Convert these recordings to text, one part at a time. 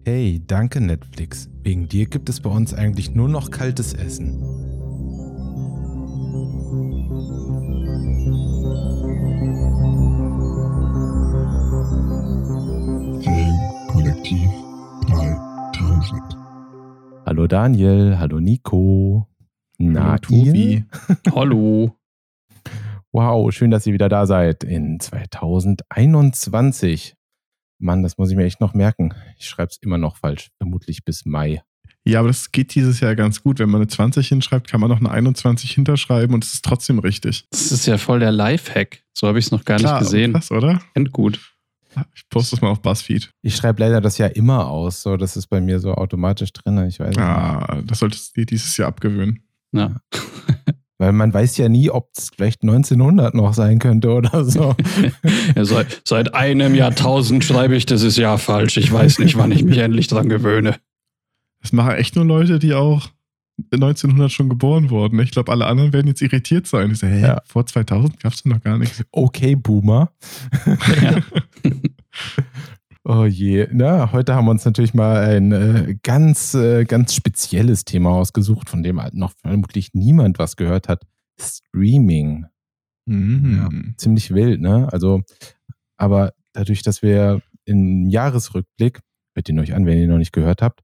Hey, danke Netflix. Wegen dir gibt es bei uns eigentlich nur noch kaltes Essen. Filmkollektiv 3000. Hallo Daniel, hallo Nico. Na, Hallo Tobi. Hallo. Wow, schön, dass ihr wieder da seid in 2021. Mann, das muss ich mir echt noch merken. Ich schreibe es immer noch falsch, vermutlich bis Mai. Ja, aber das geht dieses Jahr ganz gut. Wenn man eine 20 hinschreibt, kann man noch eine 21 hinterschreiben und es ist trotzdem richtig. Das ist ja voll der Lifehack. So habe ich es noch gar nicht gesehen. Krass, oder? Endgut. Ich poste es mal auf BuzzFeed. Ich schreibe leider das ja immer aus, so das ist bei mir so automatisch drin. Ich weiß nicht. Das solltest du dir dieses Jahr abgewöhnen. Ja. Weil man weiß ja nie, ob es vielleicht 1900 noch sein könnte oder so. Ja, seit einem Jahrtausend schreibe ich das Jahr falsch. Ich weiß nicht, wann ich mich endlich dran gewöhne. Das machen echt nur Leute, die auch 1900 schon geboren wurden. Ich glaube, alle anderen werden jetzt irritiert sein. Ich so, Ja. Vor 2000 gab es noch gar nichts. Okay, Boomer. Ja. Oh je. Na, heute haben wir uns natürlich mal ein ganz spezielles Thema ausgesucht, von dem noch vermutlich niemand was gehört hat. Streaming. Ja, ziemlich wild, ne? Also, aber dadurch, dass wir im Jahresrückblick, hört ihn euch an, wenn ihr ihn noch nicht gehört habt,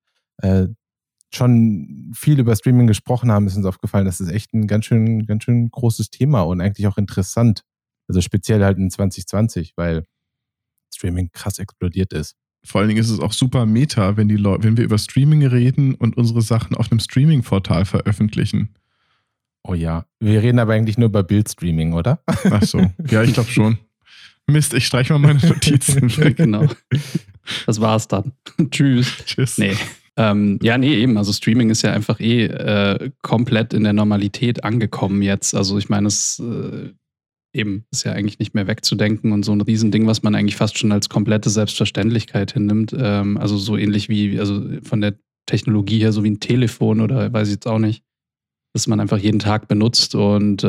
schon viel über Streaming gesprochen haben, ist uns aufgefallen, das ist echt ein ganz schön großes Thema und eigentlich auch interessant. Also speziell halt in 2020, weil Streaming krass explodiert ist. Vor allen Dingen ist es auch super meta, wenn wir über Streaming reden und unsere Sachen auf einem Streaming-Portal veröffentlichen. Oh ja, wir reden aber eigentlich nur über Bildstreaming, oder? Ach so, ja, ich glaube schon. Mist, ich streiche mal meine Notizen weg. Genau. Das war's dann. Tschüss. Tschüss. Nee. Eben. Also Streaming ist ja einfach komplett in der Normalität angekommen jetzt. Also ich meine, es ist ja eigentlich nicht mehr wegzudenken und so ein Riesending, was man eigentlich fast schon als komplette Selbstverständlichkeit hinnimmt. Also so ähnlich wie, also von der Technologie her, so wie ein Telefon oder weiß ich jetzt auch nicht, dass man einfach jeden Tag benutzt und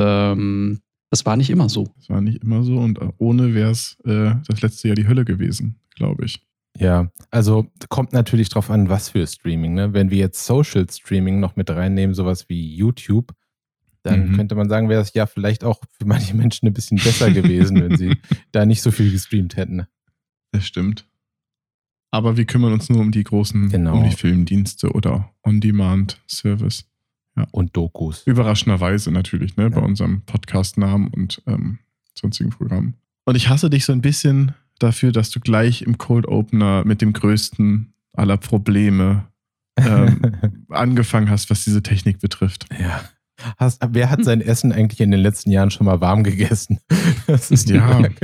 das war nicht immer so. Das war nicht immer so und ohne wäre es das letzte Jahr die Hölle gewesen, glaube ich. Ja, also kommt natürlich drauf an, was für Streaming, ne? Wenn wir jetzt Social Streaming noch mit reinnehmen, sowas wie YouTube, dann könnte man sagen, wäre das ja vielleicht auch für manche Menschen ein bisschen besser gewesen, wenn sie da nicht so viel gestreamt hätten. Das stimmt. Aber wir kümmern uns nur um die großen, um die Filmdienste oder On-Demand-Service. Ja. Und Dokus. Überraschenderweise natürlich, ne, bei unserem Podcast-Namen und sonstigen Programmen. Und ich hasse dich so ein bisschen dafür, dass du gleich im Cold Opener mit dem größten aller Probleme angefangen hast, was diese Technik betrifft. Ja. Wer hat sein Essen eigentlich in den letzten Jahren schon mal warm gegessen? Das ist die Ja. Frage.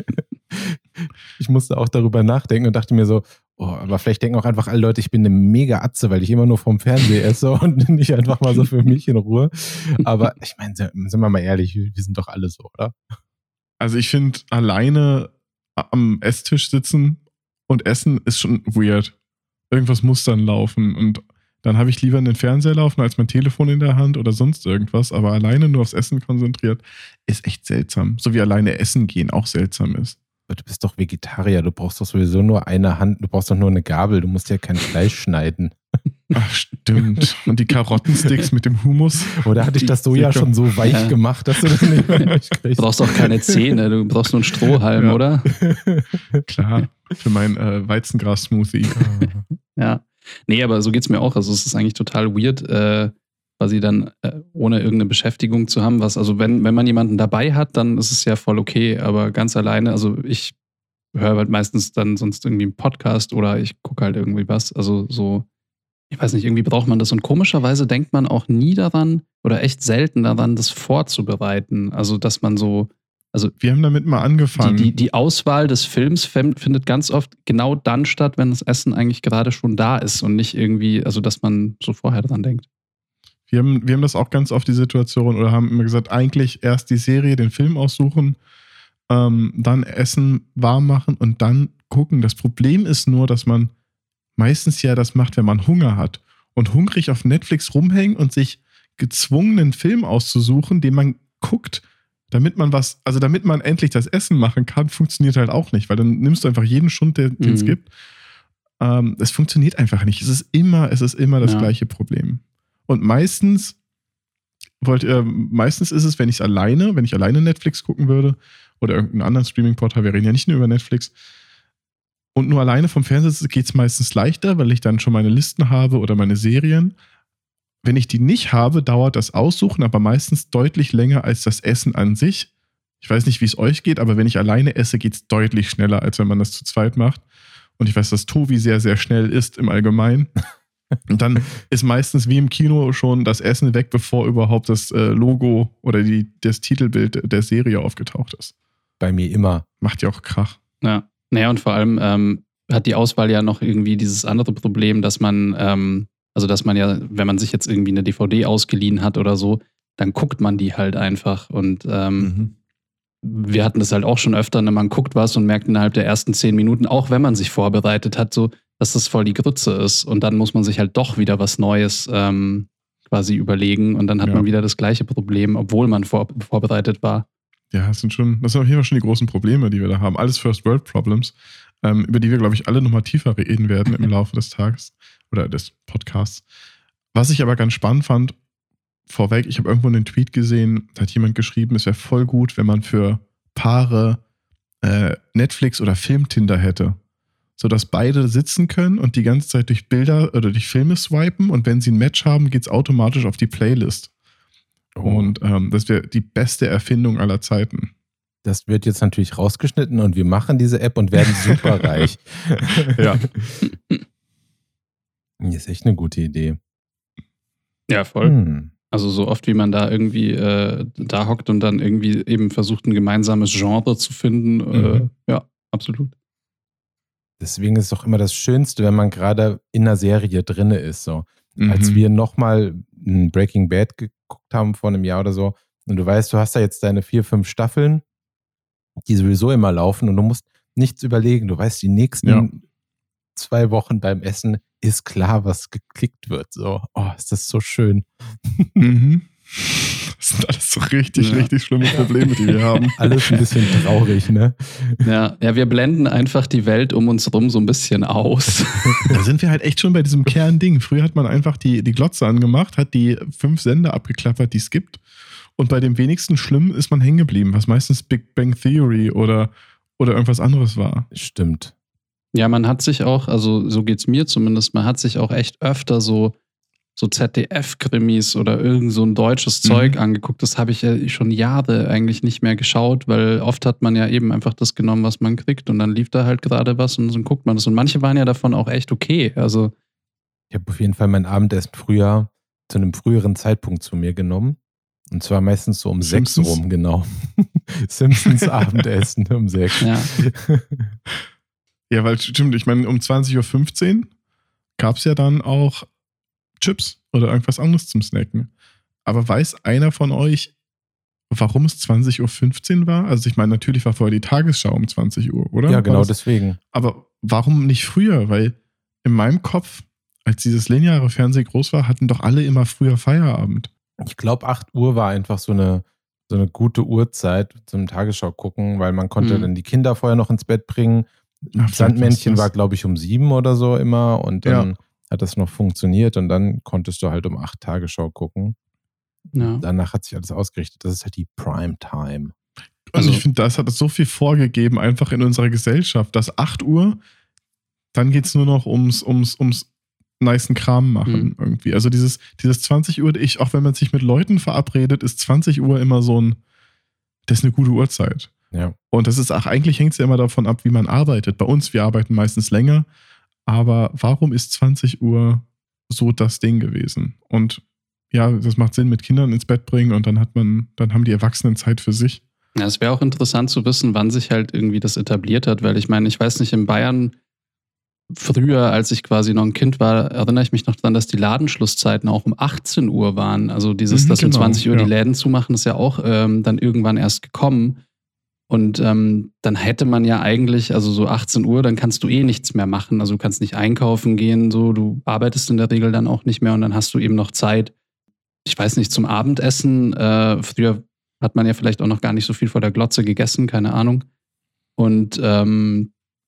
Ich musste auch darüber nachdenken und dachte mir so, aber vielleicht denken auch einfach alle Leute, ich bin eine mega Atze, weil ich immer nur vom Fernseher esse und nicht einfach mal so für mich in Ruhe. Aber ich meine, sind wir mal ehrlich, wir sind doch alle so, oder? Also ich finde, alleine am Esstisch sitzen und essen ist schon weird. Irgendwas muss dann laufen und dann habe ich lieber einen Fernseher laufen als mein Telefon in der Hand oder sonst irgendwas. Aber alleine nur aufs Essen konzentriert ist echt seltsam. So wie alleine essen gehen auch seltsam ist. Du bist doch Vegetarier, du brauchst doch sowieso nur eine Hand, du brauchst doch nur eine Gabel, du musst ja kein Fleisch schneiden. Ach, stimmt. Und die Karottensticks mit dem Hummus. Oder hatte ich das Soja schon so weich gemacht, dass du das nicht mehr durchkriegst? Du brauchst auch keine Zähne, du brauchst nur einen Strohhalm, oder? Klar, für mein Weizengras-Smoothie. Ja. Nee, aber so geht's mir auch. Also es ist eigentlich total weird, quasi dann ohne irgendeine Beschäftigung zu haben. Also wenn man jemanden dabei hat, dann ist es ja voll okay. Aber ganz alleine, also ich höre halt meistens dann sonst irgendwie einen Podcast oder ich gucke halt irgendwie was. Also so, ich weiß nicht, irgendwie braucht man das. Und komischerweise denkt man auch nie daran oder echt selten daran, das vorzubereiten. Also dass man so, also wir haben damit mal angefangen. Die Auswahl des Films findet ganz oft genau dann statt, wenn das Essen eigentlich gerade schon da ist und nicht irgendwie, also dass man so vorher dran denkt. Wir haben das auch ganz oft die Situation oder haben immer gesagt, eigentlich erst die Serie, den Film aussuchen, dann Essen warm machen und dann gucken. Das Problem ist nur, dass man meistens ja das macht, wenn man Hunger hat und hungrig auf Netflix rumhängen und sich gezwungenen Film auszusuchen, den man guckt, damit man endlich das Essen machen kann, funktioniert halt auch nicht, weil dann nimmst du einfach jeden Schund, den es gibt. Es funktioniert einfach nicht. Es ist immer das gleiche Problem. Und meistens ist es, wenn ich alleine Netflix gucken würde oder irgendeinen anderen Streaming-Portal, wir reden ja nicht nur über Netflix, und nur alleine vom Fernseher geht es meistens leichter, weil ich dann schon meine Listen habe oder meine Serien. Wenn ich die nicht habe, dauert das Aussuchen aber meistens deutlich länger als das Essen an sich. Ich weiß nicht, wie es euch geht, aber wenn ich alleine esse, geht es deutlich schneller, als wenn man das zu zweit macht. Und ich weiß, dass Tobi sehr, sehr schnell isst im Allgemeinen. Und dann ist meistens wie im Kino schon das Essen weg, bevor überhaupt das Logo oder das Titelbild der Serie aufgetaucht ist. Bei mir immer. Macht ja auch Krach. Ja. Naja, und vor allem hat die Auswahl ja noch irgendwie dieses andere Problem, dass man, dass man ja, wenn man sich jetzt irgendwie eine DVD ausgeliehen hat oder so, dann guckt man die halt einfach. Und wir hatten das halt auch schon öfter, ne? Man guckt was und merkt innerhalb der ersten 10 Minuten, auch wenn man sich vorbereitet hat, so, dass das voll die Grütze ist. Und dann muss man sich halt doch wieder was Neues quasi überlegen. Und dann hat man wieder das gleiche Problem, obwohl man vorbereitet war. Ja, das sind auf jeden Fall schon die großen Probleme, die wir da haben. Alles First World Problems, über die wir, glaube ich, alle nochmal tiefer reden werden im Laufe des Tages oder des Podcasts. Was ich aber ganz spannend fand, vorweg, ich habe irgendwo einen Tweet gesehen, da hat jemand geschrieben, es wäre voll gut, wenn man für Paare Netflix oder Film-Tinder hätte. Sodass beide sitzen können und die ganze Zeit durch Bilder oder durch Filme swipen und wenn sie ein Match haben, geht es automatisch auf die Playlist. Und das wäre die beste Erfindung aller Zeiten. Das wird jetzt natürlich rausgeschnitten und wir machen diese App und werden super reich. Ja. Das ist echt eine gute Idee. Ja, voll. Also so oft, wie man da irgendwie da hockt und dann irgendwie eben versucht, ein gemeinsames Genre zu finden. Ja, absolut. Deswegen ist es doch immer das Schönste, wenn man gerade in einer Serie drin ist. So. Als wir nochmal Breaking Bad geguckt haben vor einem Jahr oder so und du weißt, du hast da jetzt deine 4, 5 Staffeln, die sowieso immer laufen und du musst nichts überlegen. Du weißt, die nächsten 2 Wochen beim Essen ist klar, was geklickt wird. So, ist das so schön. Das sind alles so richtig schlimme Probleme, die wir haben. Alles ein bisschen traurig, ne? Ja, wir blenden einfach die Welt um uns rum so ein bisschen aus. Da sind wir halt echt schon bei diesem Kernding. Früher hat man einfach die Glotze angemacht, hat die 5 Sender abgeklappert, die es gibt. Und bei dem wenigsten Schlimmen ist man hängen geblieben, was meistens Big Bang Theory oder irgendwas anderes war. Stimmt. Ja, man hat sich auch, also so geht's mir zumindest, man hat sich auch echt öfter so ZDF-Krimis oder irgend so ein deutsches Zeug angeguckt. Das habe ich ja schon Jahre eigentlich nicht mehr geschaut, weil oft hat man ja eben einfach das genommen, was man kriegt und dann lief da halt gerade was und so guckt man das. Und manche waren ja davon auch echt okay. Also ich habe auf jeden Fall mein Abendessen früher zu einem früheren Zeitpunkt zu mir genommen. Und zwar meistens so um 6 rum, genau. Simpsons Abendessen um 6. Ja. Ja, weil stimmt, ich meine, um 20.15 Uhr gab es ja dann auch Chips oder irgendwas anderes zum Snacken. Aber weiß einer von euch, warum es 20.15 Uhr war? Also ich meine, natürlich war vorher die Tagesschau um 20 Uhr, oder? Ja, genau deswegen. Aber warum nicht früher? Weil in meinem Kopf, als dieses lineare Fernsehen groß war, hatten doch alle immer früher Feierabend. Ich glaube, 8 Uhr war einfach so eine gute Uhrzeit zum Tagesschau gucken, weil man konnte dann die Kinder vorher noch ins Bett bringen. Sandmännchen war, glaube ich, um 7 oder so immer und dann hat das noch funktioniert und dann konntest du halt um 8 Tagesschau gucken. Ja. Danach hat sich alles ausgerichtet. Das ist halt die Primetime. Also ich finde, das hat so viel vorgegeben, einfach in unserer Gesellschaft, dass 8 Uhr, dann geht es nur noch ums nicen Kram machen irgendwie. Also dieses 20 Uhr, auch wenn man sich mit Leuten verabredet, ist 20 Uhr immer das ist eine gute Uhrzeit. Ja. Und das ist eigentlich hängt es ja immer davon ab, wie man arbeitet. Bei uns, wir arbeiten meistens länger, aber warum ist 20 Uhr so das Ding gewesen? Und ja, das macht Sinn, mit Kindern ins Bett bringen und dann haben die Erwachsenen Zeit für sich. Ja, es wäre auch interessant zu wissen, wann sich halt irgendwie das etabliert hat, weil ich meine, ich weiß nicht, in Bayern früher, als ich quasi noch ein Kind war, erinnere ich mich noch daran, dass die Ladenschlusszeiten auch um 18 Uhr waren. Also dieses, dass um 20 Uhr die Läden zumachen, ist ja auch dann irgendwann erst gekommen. Und dann hätte man ja eigentlich, also so 18 Uhr, dann kannst du nichts mehr machen. Also du kannst nicht einkaufen gehen, so, du arbeitest in der Regel dann auch nicht mehr und dann hast du eben noch Zeit, ich weiß nicht, zum Abendessen. Früher hat man ja vielleicht auch noch gar nicht so viel vor der Glotze gegessen, keine Ahnung. Und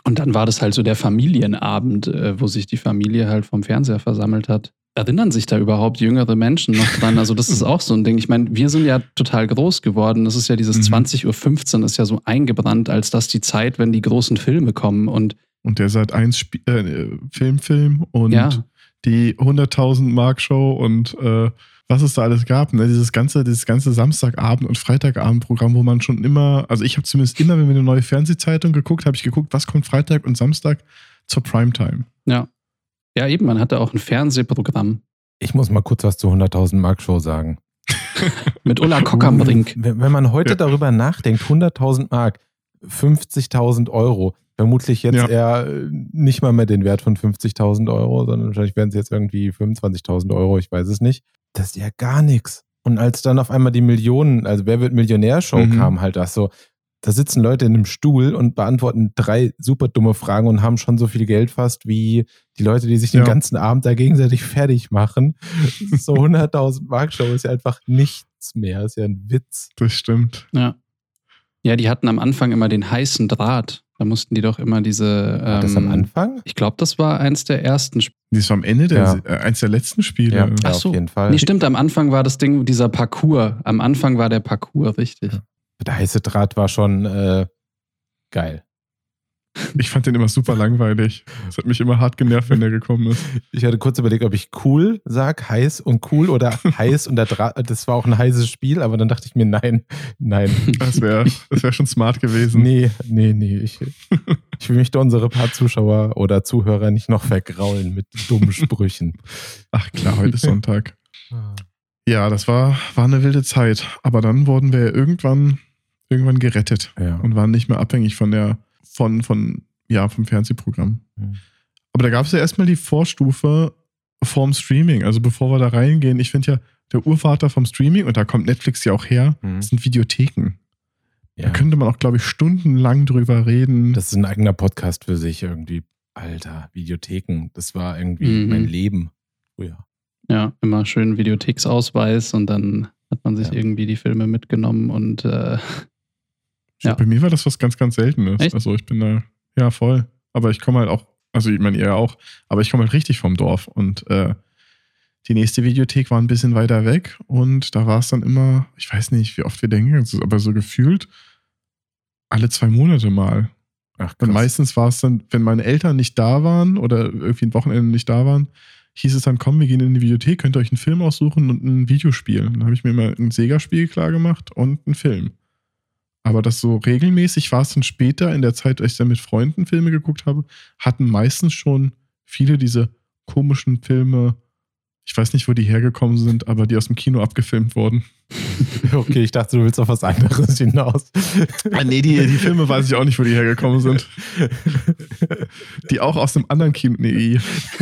Und dann war das halt so der Familienabend, wo sich die Familie halt vom Fernseher versammelt hat. Erinnern sich da überhaupt jüngere Menschen noch dran? Also das ist auch so ein Ding. Ich meine, wir sind ja total groß geworden. Das ist ja dieses 20:15 Uhr ist ja so eingebrannt, als das die Zeit, wenn die großen Filme kommen. Und der Sat.1 Film und die 100.000 Mark Show und was es da alles gab. Ne? Dieses ganze Samstagabend- und Freitagabend-Programm, wo man schon immer, also ich habe zumindest immer, wenn wir eine neue Fernsehzeitung geguckt, habe ich geguckt, was kommt Freitag und Samstag zur Primetime. Ja. Ja, eben, man hatte auch ein Fernsehprogramm. Ich muss mal kurz was zur 100.000 Mark Show sagen. Mit Ulla Kock am Brink. Wenn man heute darüber nachdenkt, 100.000 Mark, 50.000 Euro, vermutlich jetzt eher nicht mal mehr den Wert von 50.000 Euro, sondern wahrscheinlich werden es jetzt irgendwie 25.000 Euro, ich weiß es nicht. Das ist ja gar nichts. Und als dann auf einmal die Millionen, also Wer wird Millionär-Show kam, halt das so, da sitzen Leute in einem Stuhl und beantworten 3 super dumme Fragen und haben schon so viel Geld fast wie die Leute, die sich den ganzen Abend da gegenseitig fertig machen. So 100.000 Mark Show ist ja einfach nichts mehr, ist ja ein Witz. Das stimmt. Ja. Ja, die hatten am Anfang immer den heißen Draht. Da mussten die doch immer diese. War das am Anfang? Ich glaube, das war eins der ersten Spiele. Das war am Ende eins der letzten Spiele. Ja, Ach so. auf jeden Fall. Nee, stimmt, am Anfang war das Ding, dieser Parcours. Am Anfang war der Parcours, richtig. Ja. Der heiße Draht war schon geil. Ich fand den immer super langweilig. Das hat mich immer hart genervt, wenn der gekommen ist. Ich hatte kurz überlegt, ob ich cool sag, heiß und cool oder heiß und der Draht. Das war auch ein heißes Spiel, aber dann dachte ich mir, nein. Das wär schon smart gewesen. Nee. Ich will mich da unsere paar Zuschauer oder Zuhörer nicht noch vergraulen mit dummen Sprüchen. Ach klar, heute ist Sonntag. Ja, das war eine wilde Zeit. Aber dann wurden wir irgendwann gerettet und waren nicht mehr abhängig vom Fernsehprogramm. Aber da gab es ja erstmal die Vorstufe vorm Streaming. Also bevor wir da reingehen, ich finde ja, der Urvater vom Streaming, und da kommt Netflix ja auch her, sind Videotheken. Ja. Da könnte man auch, glaube ich, stundenlang drüber reden. Das ist ein eigener Podcast für sich irgendwie. Alter, Videotheken, das war irgendwie mein Leben früher. Ja, immer schön Videotheksausweis und dann hat man sich irgendwie die Filme mitgenommen und Bei mir war das was ganz, ganz Seltenes. Echt? Also ich bin da, ja voll. Aber ich komme halt auch, also ich meine ihr ja auch, aber ich komme halt richtig vom Dorf und die nächste Videothek war ein bisschen weiter weg und da war es dann immer, ich weiß nicht, wie oft wir denken, aber so gefühlt alle 2 Monate mal. Ach, krass. Und meistens war es dann, wenn meine Eltern nicht da waren oder irgendwie ein Wochenende nicht da waren, hieß es dann, komm, wir gehen in die Videothek, könnt ihr euch einen Film aussuchen und ein Videospiel. Dann habe ich mir immer ein Sega-Spiel klar gemacht und einen Film. Aber das so regelmäßig war es dann später, in der Zeit, als ich dann mit Freunden Filme geguckt habe, hatten meistens schon viele diese komischen Filme, ich weiß nicht, wo die hergekommen sind, aber die aus dem Kino abgefilmt wurden. Okay, ich dachte, du willst auf was anderes hinaus. Nee, die Filme weiß ich auch nicht, wo die hergekommen sind. Die auch aus einem anderen Kino. Nee.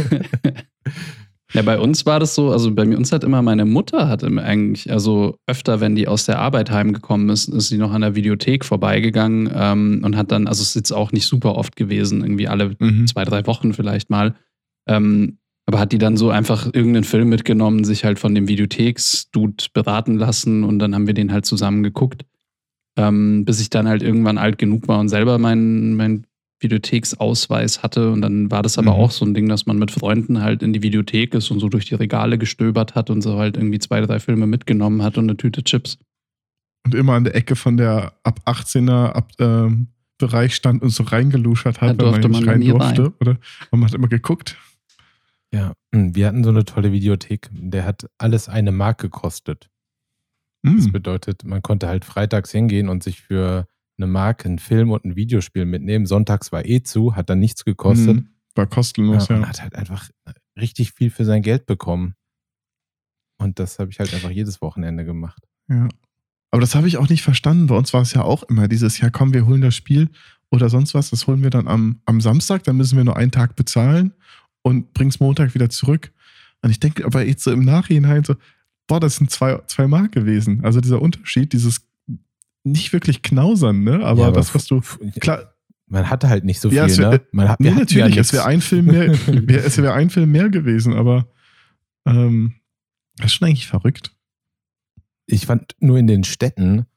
Ja, bei uns war das so, also bei uns hat immer meine Mutter eigentlich, also öfter, wenn die aus der Arbeit heimgekommen ist sie noch an der Videothek vorbeigegangen und hat dann, also es ist jetzt auch nicht super oft gewesen, irgendwie alle 2-3 Wochen vielleicht mal, aber hat die dann so einfach irgendeinen Film mitgenommen, sich halt von dem Videotheks-Dude beraten lassen und dann haben wir den halt zusammen geguckt, bis ich dann halt irgendwann alt genug war und selber mein Videotheksausweis hatte und dann war das aber auch so ein Ding, dass man mit Freunden halt in die Videothek ist und so durch die Regale gestöbert hat und so halt irgendwie 2-3 Filme mitgenommen hat und eine Tüte Chips. Und immer an der Ecke von der ab 18er Bereich stand und so reingeluschert hat, da wenn man nicht rein durfte. Rein. Oder man hat immer geguckt. Ja, wir hatten so eine tolle Videothek, der hat alles 1 Mark gekostet. Das bedeutet, man konnte halt freitags hingehen und sich für 1 Mark einen Film und ein Videospiel mitnehmen. Sonntags war zu, hat dann nichts gekostet. War kostenlos, ja. Und hat halt einfach richtig viel für sein Geld bekommen. Und das habe ich halt einfach jedes Wochenende gemacht. Ja. Aber das habe ich auch nicht verstanden. Bei uns war es ja auch immer dieses, ja komm, wir holen das Spiel oder sonst was. Das holen wir dann am Samstag, dann müssen wir nur einen Tag bezahlen und bringen es Montag wieder zurück. Und ich denke aber jetzt so im Nachhinein so, boah, das sind 2 Mark gewesen. Also dieser Unterschied, dieses nicht wirklich knausern, ne? Aber ja, das, was du. Klar. Man hatte halt nicht so viel, ne? Wir natürlich, es wäre ein Film mehr, ein Film mehr gewesen, aber das ist schon eigentlich verrückt. Ich fand nur in den Städten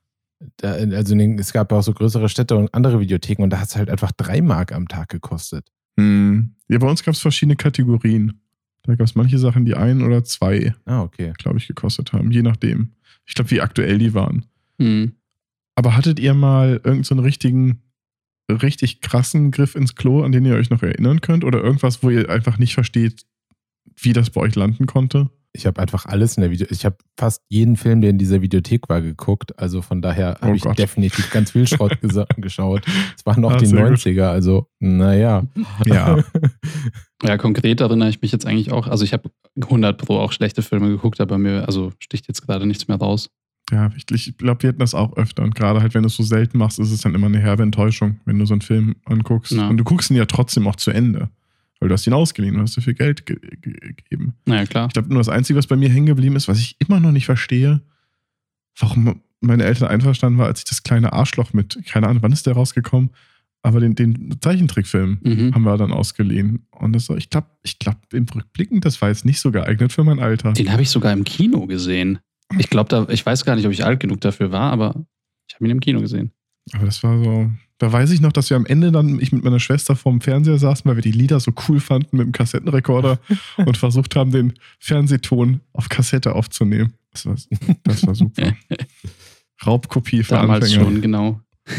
es gab auch so größere Städte und andere Videotheken und da hat es halt einfach 3 Mark am Tag gekostet. Ja, bei uns gab es verschiedene Kategorien. Da gab es manche Sachen, die 1 oder 2, glaube ich, gekostet haben. Je nachdem. Ich glaube, wie aktuell die waren. Aber hattet ihr mal irgend so einen richtig krassen Griff ins Klo, an den ihr euch noch erinnern könnt? Oder irgendwas, wo ihr einfach nicht versteht, wie das bei euch landen konnte? Ich habe einfach alles in der Ich habe fast jeden Film, der in dieser Videothek war, geguckt. Also von daher habe ich definitiv ganz viel Schrott geschaut. Es waren noch die 90er, gut. Also naja. Ja. Ja, konkret erinnere ich mich jetzt eigentlich auch. Also ich habe 100% auch schlechte Filme geguckt, aber mir sticht jetzt gerade nichts mehr raus. Ja, ich glaube, wir hatten das auch öfter. Und gerade halt, wenn du es so selten machst, ist es dann immer eine herbe Enttäuschung, wenn du so einen Film anguckst. Ja. Und du guckst ihn ja trotzdem auch zu Ende. Weil du hast ihn ausgeliehen, du hast dir viel Geld gegeben. Naja, klar. Ich glaube, nur das Einzige, was bei mir hängen geblieben ist, was ich immer noch nicht verstehe, warum meine Eltern einverstanden waren, als ich das kleine Arschloch mit, keine Ahnung, wann ist der rausgekommen, aber den Zeichentrickfilm haben wir dann ausgeliehen. Und das, ich glaube, im Rückblicken, das war jetzt nicht so geeignet für mein Alter. Den habe ich sogar im Kino gesehen. Ich glaube, ich weiß gar nicht, ob ich alt genug dafür war, aber ich habe ihn im Kino gesehen. Aber das war so, da weiß ich noch, dass wir am Ende dann, ich mit meiner Schwester vorm Fernseher saßen, weil wir die Lieder so cool fanden mit dem Kassettenrekorder und versucht haben, den Fernsehton auf Kassette aufzunehmen. Das war super. Raubkopie für damals Anfänger. Schon, genau.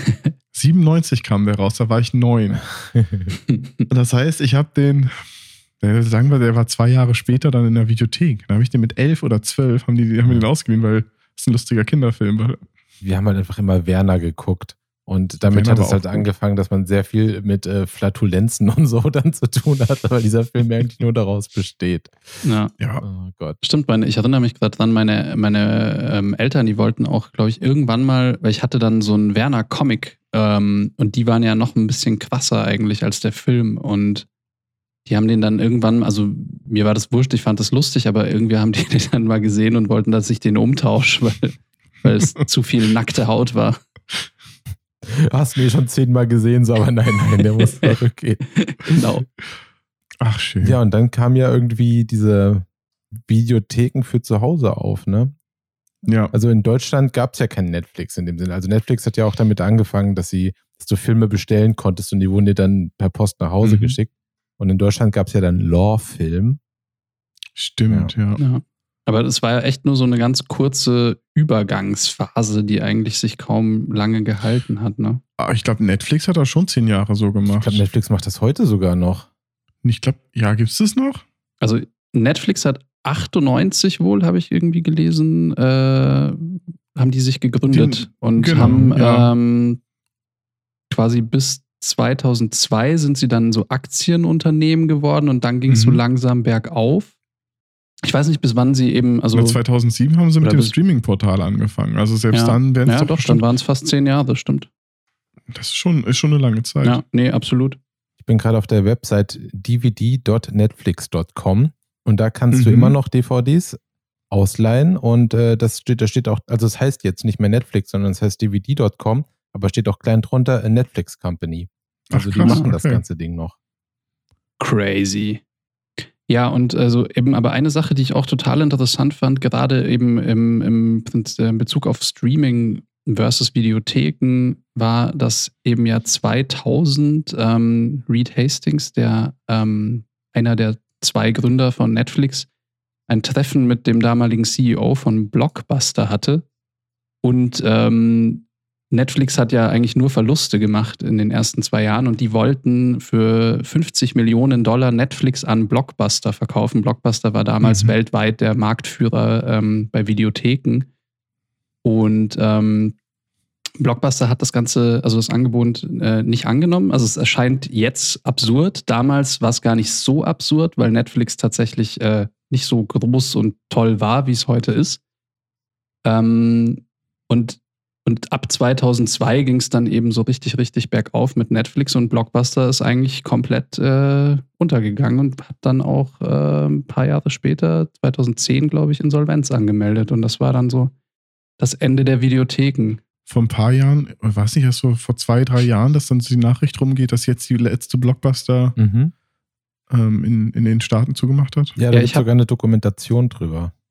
97 kam der raus, da war ich 9. Das heißt, ich habe den, sagen wir, der war 2 Jahre später dann in der Videothek. Da habe ich den mit 11 oder 12, haben wir den ausgeliehen, weil es ein lustiger Kinderfilm war. Wir haben halt einfach immer Werner geguckt. Und damit hat es halt angefangen, dass man sehr viel mit Flatulenzen und so dann zu tun hat, weil dieser Film eigentlich nur daraus besteht. Ja. Oh Gott. Stimmt, ich erinnere mich gerade dran, meine Eltern, die wollten auch, glaube ich, irgendwann mal, weil ich hatte dann so einen Werner-Comic und die waren ja noch ein bisschen krasser eigentlich als der Film und die haben den dann irgendwann, also mir war das wurscht, ich fand das lustig, aber irgendwie haben die den dann mal gesehen und wollten, dass ich den umtausche, weil es zu viel nackte Haut war. Hast du mir schon 10-mal gesehen, so, aber nein, der muss zurückgehen. Genau. Ach, schön. Ja, und dann kam ja irgendwie diese Videotheken für zu Hause auf, ne? Ja. Also in Deutschland gab es ja kein Netflix in dem Sinne. Also Netflix hat ja auch damit angefangen, dass du Filme bestellen konntest und die wurden dir dann per Post nach Hause geschickt. Und in Deutschland gab es ja dann Lore-Film. Stimmt, ja. Aber das war ja echt nur so eine ganz kurze Übergangsphase, die eigentlich sich kaum lange gehalten hat, ne? Ich glaube, Netflix hat das schon 10 Jahre so gemacht. Ich glaube, Netflix macht das heute sogar noch. Ich glaube, ja, gibt es das noch? Also Netflix hat 98 wohl, habe ich irgendwie gelesen, haben die sich gegründet haben quasi bis 2002 sind sie dann so Aktienunternehmen geworden und dann ging es so langsam bergauf. Ich weiß nicht, bis wann sie eben, also 2007 haben sie mit dem Streaming-Portal angefangen. Also selbst dann werden es dann waren es fast 10 Jahre, das stimmt. Das ist schon eine lange Zeit. Ja, nee, absolut. Ich bin gerade auf der Website dvd.netflix.com und da kannst du immer noch DVDs ausleihen und da steht auch, also es heißt jetzt nicht mehr Netflix, sondern es heißt dvd.com, aber steht auch klein drunter a Netflix Company. Also die machen das ganze Ding noch. Crazy. Ja, und also eben aber eine Sache, die ich auch total interessant fand, gerade eben im Bezug auf Streaming versus Videotheken, war, dass eben ja 2000 Reed Hastings, der einer der 2 Gründer von Netflix, ein Treffen mit dem damaligen CEO von Blockbuster hatte. Und Netflix hat ja eigentlich nur Verluste gemacht in den ersten 2 Jahren und die wollten für $50 Millionen Netflix an Blockbuster verkaufen. Blockbuster war damals weltweit der Marktführer bei Videotheken. Und Blockbuster hat das Ganze, also das Angebot nicht angenommen. Also es erscheint jetzt absurd. Damals war es gar nicht so absurd, weil Netflix tatsächlich nicht so groß und toll war, wie es heute ist. Und ab 2002 ging es dann eben so richtig, richtig bergauf mit Netflix und Blockbuster ist eigentlich komplett untergegangen und hat dann auch ein paar Jahre später, 2010, glaube ich, Insolvenz angemeldet. Und das war dann so das Ende der Videotheken. Vor ein paar Jahren, ich weiß nicht, erst so vor 2-3 Jahren, dass dann die Nachricht rumgeht, dass jetzt die letzte Blockbuster in den Staaten zugemacht hat? Ja, da gibt es sogar eine Dokumentation drüber.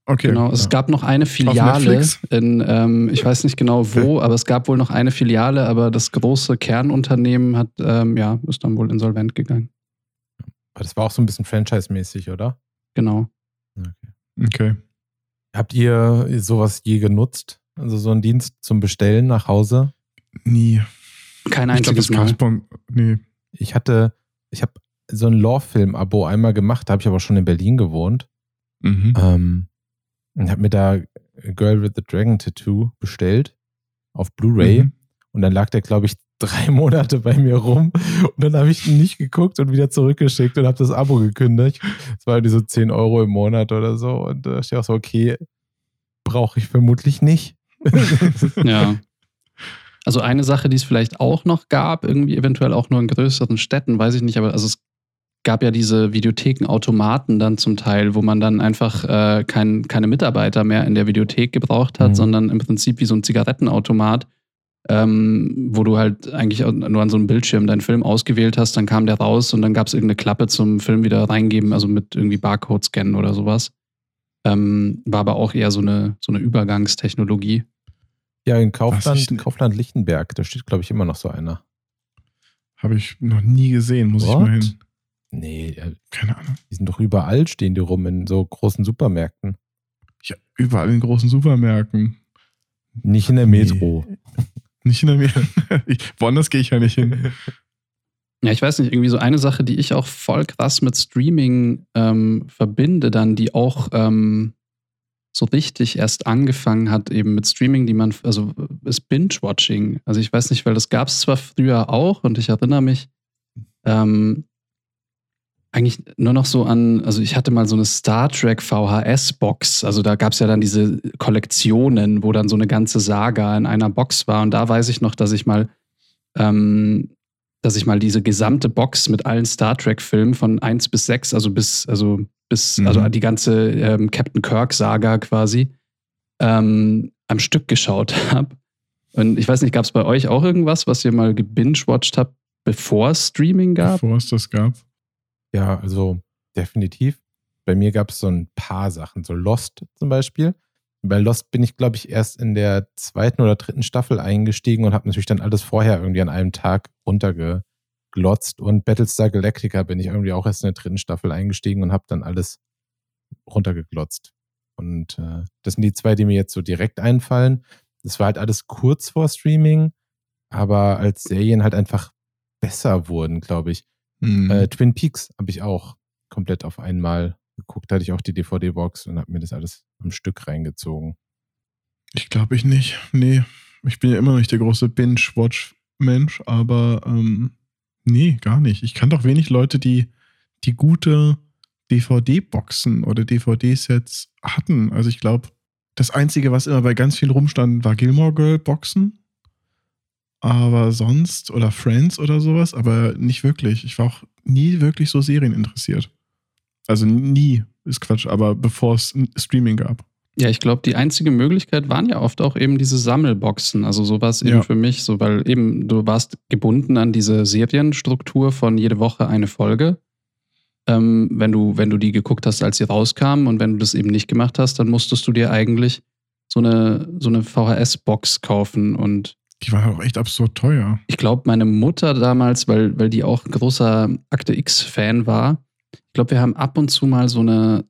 Okay. Genau, es gab noch eine Filiale in, ich weiß nicht genau wo, aber es gab wohl noch eine Filiale, aber das große Kernunternehmen ist dann wohl insolvent gegangen. Aber das war auch so ein bisschen Franchise-mäßig, oder? Genau. Okay. Habt ihr sowas je genutzt? Also so einen Dienst zum Bestellen nach Hause? Nie. Kein einziges Mal. Nee. Ich habe so ein Lore-Film-Abo einmal gemacht, da habe ich aber schon in Berlin gewohnt. Mhm. Und habe mir da Girl with the Dragon Tattoo bestellt auf Blu-ray. Und dann lag der, glaube ich, 3 Monate bei mir rum. Und dann habe ich ihn nicht geguckt und wieder zurückgeschickt und habe das Abo gekündigt. Das war irgendwie so 10 Euro im Monat oder so. Und da dachte ich auch so, okay, brauche ich vermutlich nicht. Ja. Also eine Sache, die es vielleicht auch noch gab, irgendwie eventuell auch nur in größeren Städten, weiß ich nicht, aber also es gab ja diese Videothekenautomaten dann zum Teil, wo man dann einfach keine Mitarbeiter mehr in der Videothek gebraucht hat, sondern im Prinzip wie so ein Zigarettenautomat, wo du halt eigentlich nur an so einem Bildschirm deinen Film ausgewählt hast, dann kam der raus und dann gab es irgendeine Klappe zum Film wieder reingeben, also mit irgendwie Barcode scannen oder sowas. War aber auch eher so eine Übergangstechnologie. Ja, in Kaufland Lichtenberg, da steht, glaube ich, immer noch so einer. Habe ich noch nie gesehen, muss ich mal hin. Nee, keine Ahnung. Die sind doch überall, stehen die rum in so großen Supermärkten. Ja, überall in großen Supermärkten. Nicht in der Metro. Nee. Nicht in der Metro. Woanders gehe ich ja nicht hin. Ja, ich weiß nicht, irgendwie so eine Sache, die ich auch voll krass mit Streaming verbinde, dann die auch so richtig erst angefangen hat, eben mit Streaming, ist Binge-Watching. Also ich weiß nicht, weil das gab es zwar früher auch und ich erinnere mich eigentlich nur noch so an, also ich hatte mal so eine Star Trek VHS-Box, also da gab es ja dann diese Kollektionen, wo dann so eine ganze Saga in einer Box war und da weiß ich noch, dass ich mal diese gesamte Box mit allen Star Trek-Filmen von 1 bis 6, also die ganze Captain Kirk-Saga quasi, am Stück geschaut habe. Und ich weiß nicht, gab es bei euch auch irgendwas, was ihr mal gebingewatcht habt, bevor es Streaming gab? Bevor es das gab. Ja, also definitiv. Bei mir gab es so ein paar Sachen, so Lost zum Beispiel. Bei Lost bin ich, glaube ich, erst in der 2. oder 3. Staffel eingestiegen und habe natürlich dann alles vorher irgendwie an einem Tag runtergeglotzt. Und Battlestar Galactica bin ich irgendwie auch erst in der 3. Staffel eingestiegen und habe dann alles runtergeglotzt. Und das sind die 2, die mir jetzt so direkt einfallen. Das war halt alles kurz vor Streaming, aber als Serien halt einfach besser wurden, glaube ich. Twin Peaks habe ich auch komplett auf einmal geguckt. Da hatte ich auch die DVD-Box und habe mir das alles am Stück reingezogen. Ich glaube ich nicht. Nee, ich bin ja immer noch nicht der große Binge-Watch-Mensch, aber nee, gar nicht. Ich kann doch wenig Leute, die gute DVD-Boxen oder DVD-Sets hatten. Also ich glaube, das Einzige, was immer bei ganz viel rumstand, war Gilmore Girl-Boxen. Aber sonst, oder Friends oder sowas, aber nicht wirklich. Ich war auch nie wirklich so Serien interessiert. Also nie, ist Quatsch, aber bevor es Streaming gab. Ja, ich glaube, die einzige Möglichkeit waren ja oft auch eben diese Sammelboxen. Also so war es eben für mich so, weil eben du warst gebunden an diese Serienstruktur von jede Woche eine Folge. Wenn du die geguckt hast, als sie rauskamen und wenn du das eben nicht gemacht hast, dann musstest du dir eigentlich so eine VHS-Box kaufen und die war auch echt absurd teuer. Ich glaube, meine Mutter damals, weil die auch ein großer Akte X-Fan war, ich glaube, wir haben ab und zu mal so eine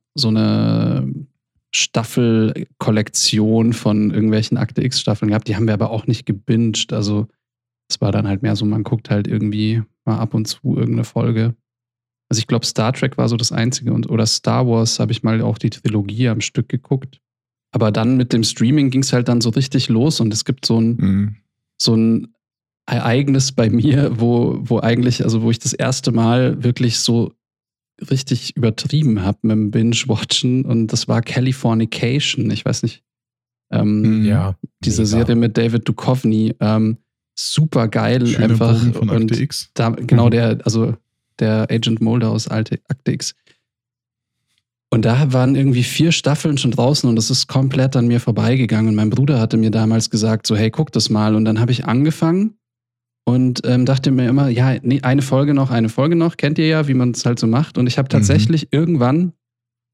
Staffelkollektion von irgendwelchen Akte X-Staffeln gehabt. Die haben wir aber auch nicht gebinged. Also es war dann halt mehr so, man guckt halt irgendwie mal ab und zu irgendeine Folge. Also ich glaube, Star Trek war so das Einzige oder Star Wars habe ich mal auch die Trilogie am Stück geguckt. Aber dann mit dem Streaming ging es halt dann so richtig los und es gibt so ein Ereignis bei mir, wo eigentlich, also wo ich das erste Mal wirklich so richtig übertrieben habe mit dem Binge-Watchen und das war Californication. Ich weiß nicht. Diese Serie mit David Duchovny. Super geil. Schöner einfach. Bogen von Akte X. Da, genau, der Agent Mulder aus Akte X. Und da waren irgendwie 4 Staffeln schon draußen und das ist komplett an mir vorbeigegangen. Und mein Bruder hatte mir damals gesagt, so hey, guck das mal. Und dann habe ich angefangen und dachte mir immer, ja, nee, eine Folge noch, kennt ihr ja, wie man es halt so macht. Und ich habe tatsächlich irgendwann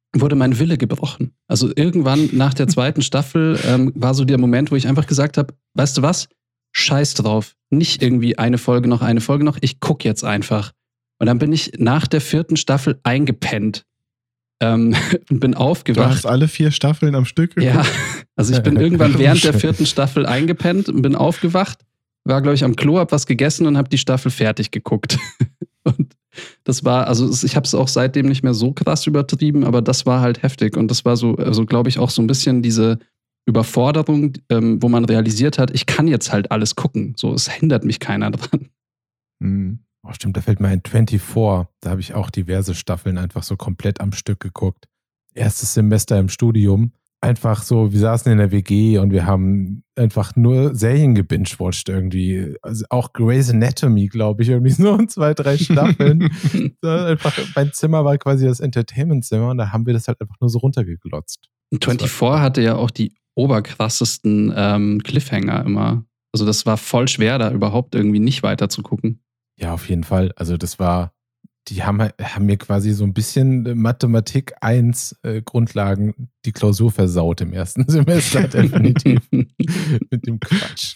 wurde mein Wille gebrochen. Also irgendwann nach der zweiten Staffel war so der Moment, wo ich einfach gesagt habe, weißt du was? Scheiß drauf. Nicht irgendwie eine Folge noch, ich guck jetzt einfach. Und dann bin ich nach der 4. Staffel eingepennt und bin aufgewacht. Du hast alle 4 Staffeln am Stück geguckt? Ja, also ich bin irgendwann während der 4. Staffel eingepennt und bin aufgewacht, war, glaube ich, am Klo, hab was gegessen und hab die Staffel fertig geguckt. Und das war, also ich habe es auch seitdem nicht mehr so krass übertrieben, aber das war halt heftig. Und das war so, also glaube ich, auch so ein bisschen diese Überforderung, wo man realisiert hat, ich kann jetzt halt alles gucken. So, es hindert mich keiner dran. Oh, stimmt, da fällt mir ein 24. Da habe ich auch diverse Staffeln einfach so komplett am Stück geguckt. Erstes Semester im Studium. Einfach so, wir saßen in der WG und wir haben einfach nur Serien gebingewatcht irgendwie. Also auch Grey's Anatomy, glaube ich, irgendwie so 2, 3 Staffeln. Einfach, mein Zimmer war quasi das Entertainment-Zimmer und da haben wir das halt einfach nur so runtergeglotzt. 24 hatte ja auch die oberkrassesten Cliffhanger immer. Also das war voll schwer, da überhaupt irgendwie nicht weiter zu gucken. Ja, auf jeden Fall. Also das war, die haben mir quasi so ein bisschen Mathematik 1 Grundlagen die Klausur versaut im ersten Semester, definitiv. Mit dem Quatsch.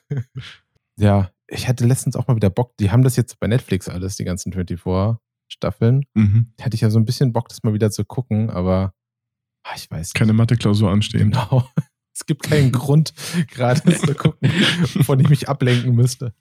Ja, ich hatte letztens auch mal wieder Bock, die haben das jetzt bei Netflix alles, die ganzen 24 Staffeln. Da hatte ich ja so ein bisschen Bock, das mal wieder zu gucken, aber ich weiß nicht. Keine Mathe-Klausur anstehen. Genau. Es gibt keinen Grund, gerade zu gucken, wovon ich mich ablenken müsste.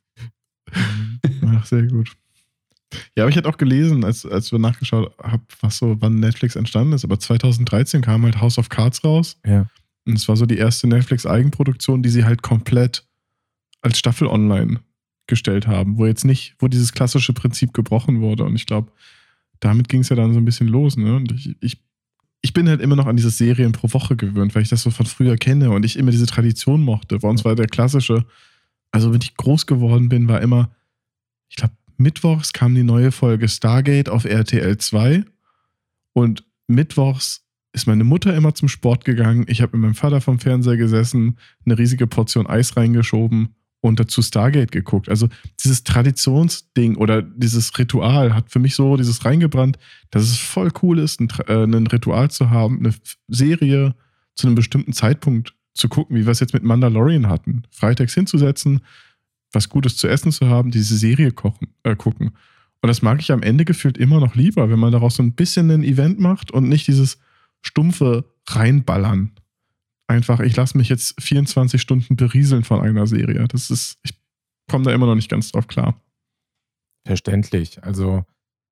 Ach, sehr gut. Ja, aber ich hatte auch gelesen, als wir nachgeschaut haben, wann Netflix entstanden ist, aber 2013 kam halt House of Cards raus. Ja. Und es war so die erste Netflix-Eigenproduktion, die sie halt komplett als Staffel online gestellt haben, wo dieses klassische Prinzip gebrochen wurde. Und ich glaube, damit ging es ja dann so ein bisschen los. Ne? Und ich bin halt immer noch an diese Serien pro Woche gewöhnt, weil ich das so von früher kenne und ich immer diese Tradition mochte. Bei uns war der klassische, also wenn ich groß geworden bin, war immer, ich glaube, mittwochs kam die neue Folge Stargate auf RTL 2 und mittwochs ist meine Mutter immer zum Sport gegangen. Ich habe mit meinem Vater vom Fernseher gesessen, eine riesige Portion Eis reingeschoben und dazu Stargate geguckt. Also dieses Traditionsding oder dieses Ritual hat für mich so dieses reingebrannt, dass es voll cool ist, ein Ritual zu haben, eine Serie zu einem bestimmten Zeitpunkt zu gucken, wie wir es jetzt mit Mandalorian hatten. Freitags hinzusetzen, was Gutes zu essen zu haben, diese Serie gucken. Und das mag ich am Ende gefühlt immer noch lieber, wenn man daraus so ein bisschen ein Event macht und nicht dieses stumpfe Reinballern. Einfach, ich lasse mich jetzt 24 Stunden berieseln von einer Serie. Ich komme da immer noch nicht ganz drauf klar. Verständlich. Also,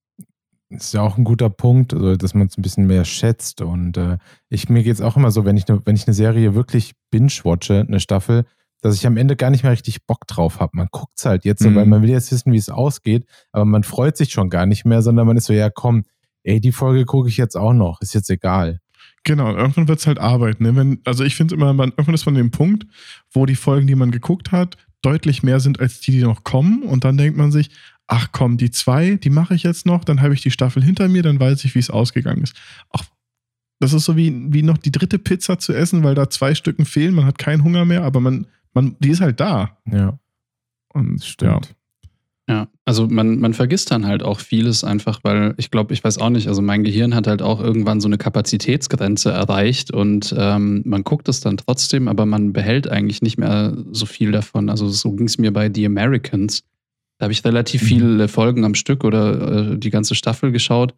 ist ja auch ein guter Punkt, also, dass man es ein bisschen mehr schätzt. Und mir geht es auch immer so, wenn ich eine Serie wirklich binge-watche, eine Staffel, dass ich am Ende gar nicht mehr richtig Bock drauf habe. Man guckt es halt jetzt so, weil man will jetzt wissen, wie es ausgeht, aber man freut sich schon gar nicht mehr, sondern man ist so, ja komm, die Folge gucke ich jetzt auch noch, ist jetzt egal. Genau, irgendwann wird es halt Arbeit. Ne? Also ich finde immer, irgendwann ist man dem Punkt, wo die Folgen, die man geguckt hat, deutlich mehr sind als die noch kommen und dann denkt man sich, ach komm, die 2, die mache ich jetzt noch, dann habe ich die Staffel hinter mir, dann weiß ich, wie es ausgegangen ist. Auch das ist so wie noch die 3. Pizza zu essen, weil da 2 Stücken fehlen, man hat keinen Hunger mehr, aber die ist halt da. Ja. Und stimmt. Ja, also man vergisst dann halt auch vieles einfach, weil ich glaube, ich weiß auch nicht, also mein Gehirn hat halt auch irgendwann so eine Kapazitätsgrenze erreicht und man guckt es dann trotzdem, aber man behält eigentlich nicht mehr so viel davon. Also so ging es mir bei The Americans. Da habe ich relativ viele Folgen am Stück oder die ganze Staffel geschaut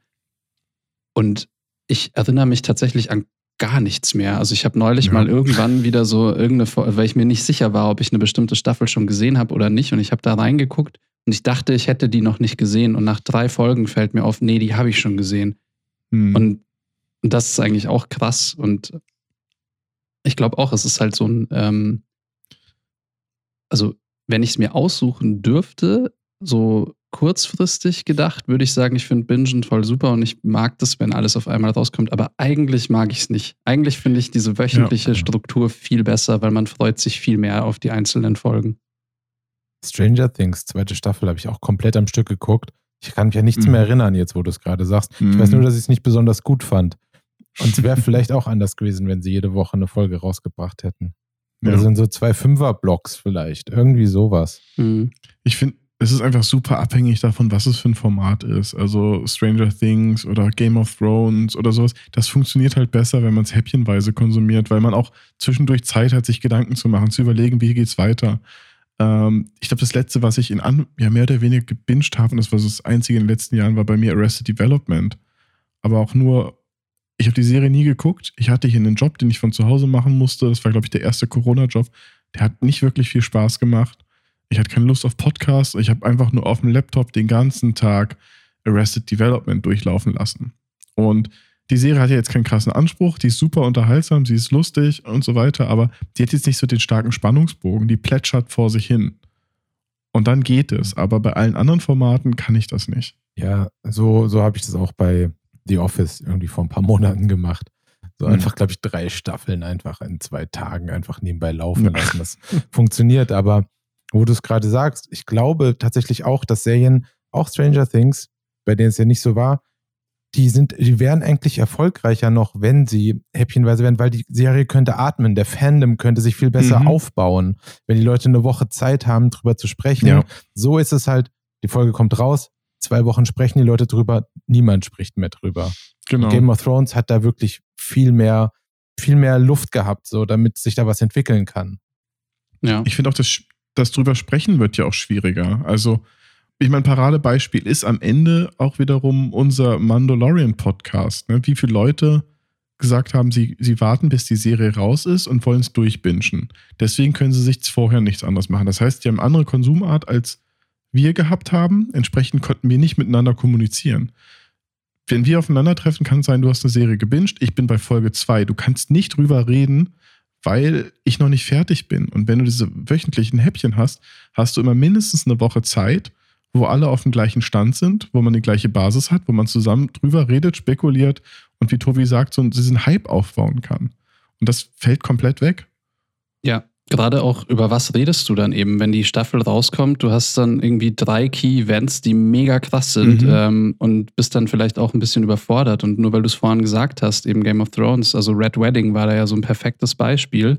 und ich erinnere mich tatsächlich an gar nichts mehr. Also ich habe neulich mal irgendwann wieder so weil ich mir nicht sicher war, ob ich eine bestimmte Staffel schon gesehen habe oder nicht und ich habe da reingeguckt und ich dachte, ich hätte die noch nicht gesehen und nach 3 Folgen fällt mir auf, nee, die habe ich schon gesehen. Und das ist eigentlich auch krass und ich glaube auch, es ist halt so ein also wenn ich es mir aussuchen dürfte, so kurzfristig gedacht, würde ich sagen, ich finde Bingen voll super und ich mag das, wenn alles auf einmal rauskommt, aber eigentlich mag ich es nicht. Eigentlich finde ich diese wöchentliche Struktur viel besser, weil man freut sich viel mehr auf die einzelnen Folgen. Stranger Things, 2. Staffel, habe ich auch komplett am Stück geguckt. Ich kann mich an nichts mehr erinnern jetzt, wo du es gerade sagst. Ich weiß nur, dass ich es nicht besonders gut fand. Und es wäre vielleicht auch anders gewesen, wenn sie jede Woche eine Folge rausgebracht hätten. Oder sind so 2 5er-Blocks vielleicht. Irgendwie sowas. Ich finde, es ist einfach super abhängig davon, was es für ein Format ist. Also Stranger Things oder Game of Thrones oder sowas. Das funktioniert halt besser, wenn man es häppchenweise konsumiert, weil man auch zwischendurch Zeit hat, sich Gedanken zu machen, zu überlegen, wie geht's weiter. Ich glaube, das letzte, was ich mehr oder weniger gebinged habe, und das war so das einzige in den letzten Jahren, war bei mir Arrested Development. Aber auch nur, ich habe die Serie nie geguckt. Ich hatte hier einen Job, den ich von zu Hause machen musste. Das war, glaube ich, der erste Corona-Job. Der hat nicht wirklich viel Spaß gemacht. Ich hatte keine Lust auf Podcasts. Ich habe einfach nur auf dem Laptop den ganzen Tag Arrested Development durchlaufen lassen. Und die Serie hat ja jetzt keinen krassen Anspruch. Die ist super unterhaltsam, sie ist lustig und so weiter, aber die hat jetzt nicht so den starken Spannungsbogen. Die plätschert vor sich hin. Und dann geht es. Aber bei allen anderen Formaten kann ich das nicht. Ja, so habe ich das auch bei The Office irgendwie vor ein paar Monaten gemacht. So einfach, glaube ich, 3 Staffeln einfach in 2 Tagen einfach nebenbei laufen lassen. Das funktioniert, aber wo du es gerade sagst, ich glaube tatsächlich auch, dass Serien, auch Stranger Things, bei denen es ja nicht so war, die wären eigentlich erfolgreicher noch, wenn sie häppchenweise wären, weil die Serie könnte atmen, der Fandom könnte sich viel besser aufbauen, wenn die Leute eine Woche Zeit haben, drüber zu sprechen. Ja. So ist es halt, die Folge kommt raus, 2 Wochen sprechen die Leute drüber, niemand spricht mehr drüber. Genau. Game of Thrones hat da wirklich viel mehr Luft gehabt, so damit sich da was entwickeln kann. Ja. Ich finde auch, das drüber sprechen wird ja auch schwieriger. Also, ich meine, Paradebeispiel ist am Ende auch wiederum unser Mandalorian-Podcast. Ne? Wie viele Leute gesagt haben, sie warten, bis die Serie raus ist und wollen es durchbingen. Deswegen können sie sich vorher nichts anderes machen. Das heißt, die haben eine andere Konsumart, als wir gehabt haben. Entsprechend konnten wir nicht miteinander kommunizieren. Wenn wir aufeinandertreffen, kann es sein, du hast eine Serie gebinged, ich bin bei Folge 2. Du kannst nicht drüber reden, weil ich noch nicht fertig bin. Und wenn du diese wöchentlichen Häppchen hast, hast du immer mindestens eine Woche Zeit, wo alle auf dem gleichen Stand sind, wo man die gleiche Basis hat, wo man zusammen drüber redet, spekuliert und wie Tobi sagt, so diesen Hype aufbauen kann. Und das fällt komplett weg. Ja, gerade auch über was redest du dann eben, wenn die Staffel rauskommt? Du hast dann irgendwie 3 Key-Events, die mega krass sind und bist dann vielleicht auch ein bisschen überfordert. Und nur weil du es vorhin gesagt hast, eben Game of Thrones, also Red Wedding war da ja so ein perfektes Beispiel.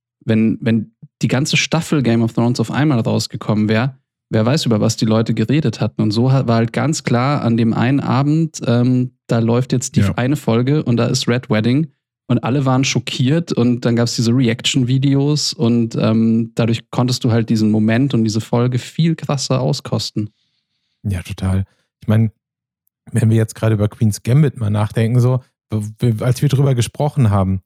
Wenn die ganze Staffel Game of Thrones auf einmal rausgekommen wäre, wer weiß, über was die Leute geredet hatten. Und so war halt ganz klar, an dem einen Abend, da läuft jetzt die eine Folge und da ist Red Wedding. Und alle waren schockiert und dann gab es diese Reaction-Videos und dadurch konntest du halt diesen Moment und diese Folge viel krasser auskosten. Ja, total. Ich meine, wenn wir jetzt gerade über Queen's Gambit mal nachdenken, so, als wir drüber gesprochen haben,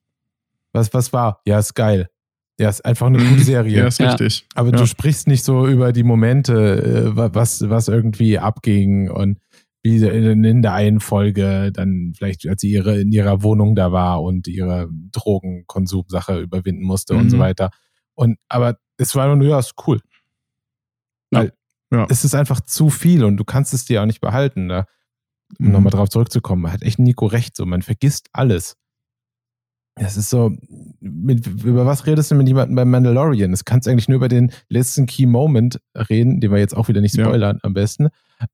was war? Ja, ist geil. Ja, ist einfach eine gute Serie. Ja, ist richtig. Aber du sprichst nicht so über die Momente, was irgendwie abging und wie in der einen Folge dann vielleicht, als sie in ihrer Wohnung da war und ihre Drogenkonsumsache überwinden musste und so weiter. Aber es war nur, ja, ist cool. Weil es ist einfach zu viel und du kannst es dir auch nicht behalten. Ne? Um nochmal drauf zurückzukommen, hat echt Nico recht, so, man vergisst alles. Das ist so, über was redest du mit jemandem beim Mandalorian? Das kannst eigentlich nur über den letzten Key Moment reden, den wir jetzt auch wieder nicht spoilern am besten.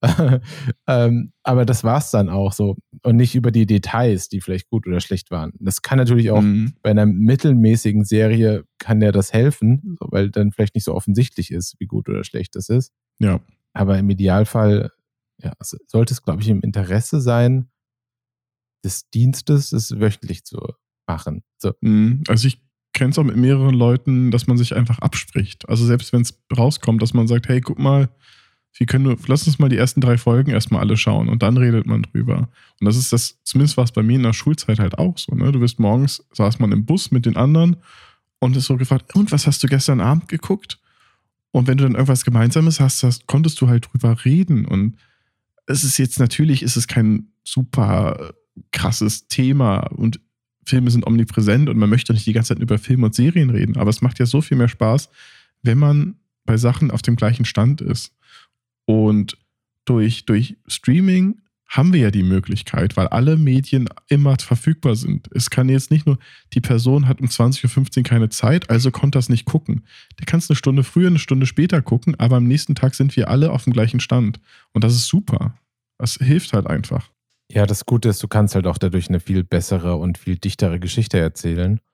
Aber das war's dann auch so. Und nicht über die Details, die vielleicht gut oder schlecht waren. Das kann natürlich auch bei einer mittelmäßigen Serie kann ja das helfen, weil dann vielleicht nicht so offensichtlich ist, wie gut oder schlecht das ist. Ja. Aber im Idealfall sollte es, glaube ich, im Interesse sein, des Dienstes, es wöchentlich zu machen. So. Also ich kenne es auch mit mehreren Leuten, dass man sich einfach abspricht. Also selbst wenn es rauskommt, dass man sagt, hey, guck mal, lass uns mal die ersten 3 Folgen erstmal alle schauen und dann redet man drüber. Und das ist das, zumindest war es bei mir in der Schulzeit halt auch so, ne? Du wirst morgens, saß man im Bus mit den anderen und ist so gefragt, und was hast du gestern Abend geguckt? Und wenn du dann irgendwas Gemeinsames hast, konntest du halt drüber reden. Und es ist jetzt natürlich, ist es kein super krasses Thema und Filme sind omnipräsent und man möchte nicht die ganze Zeit über Filme und Serien reden, aber es macht ja so viel mehr Spaß, wenn man bei Sachen auf dem gleichen Stand ist. Und durch Streaming haben wir ja die Möglichkeit, weil alle Medien immer verfügbar sind. Es kann jetzt nicht nur, die Person hat um 20.15 Uhr keine Zeit, also konnte das nicht gucken. Der kann es eine Stunde früher, eine Stunde später gucken, aber am nächsten Tag sind wir alle auf dem gleichen Stand. Und das ist super. Das hilft halt einfach. Ja, das Gute ist, du kannst halt auch dadurch eine viel bessere und viel dichtere Geschichte erzählen.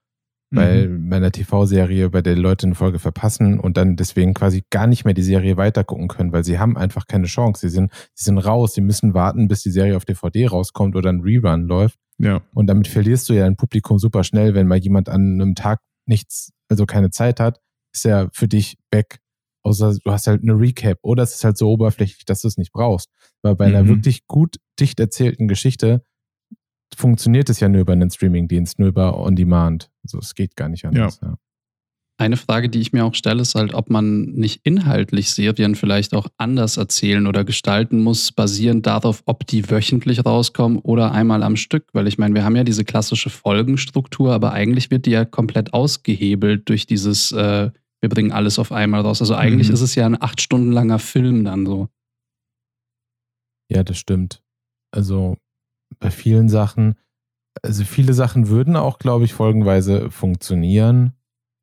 bei einer TV-Serie, bei der die Leute eine Folge verpassen und dann deswegen quasi gar nicht mehr die Serie weitergucken können, weil sie haben einfach keine Chance. Sie sind raus, sie müssen warten, bis die Serie auf DVD rauskommt oder ein Rerun läuft. Ja. Und damit verlierst du ja ein Publikum super schnell, wenn mal jemand an einem Tag keine Zeit hat, ist ja für dich weg. Außer du hast halt eine Recap oder es ist halt so oberflächlich, dass du es nicht brauchst. Aber bei einer wirklich gut dicht erzählten Geschichte funktioniert es ja nur über einen Streamingdienst, nur über On-Demand. Also es geht gar nicht anders. Ja. Eine Frage, die ich mir auch stelle, ist halt, ob man nicht inhaltlich Serien vielleicht auch anders erzählen oder gestalten muss, basierend darauf, ob die wöchentlich rauskommen oder einmal am Stück. Weil ich meine, wir haben ja diese klassische Folgenstruktur, aber eigentlich wird die ja komplett ausgehebelt durch dieses, wir bringen alles auf einmal raus. Also eigentlich ist es ja ein 8 Stunden langer Film dann so. Ja, das stimmt. Also bei vielen Sachen, also viele Sachen würden auch, glaube ich, folgenweise funktionieren.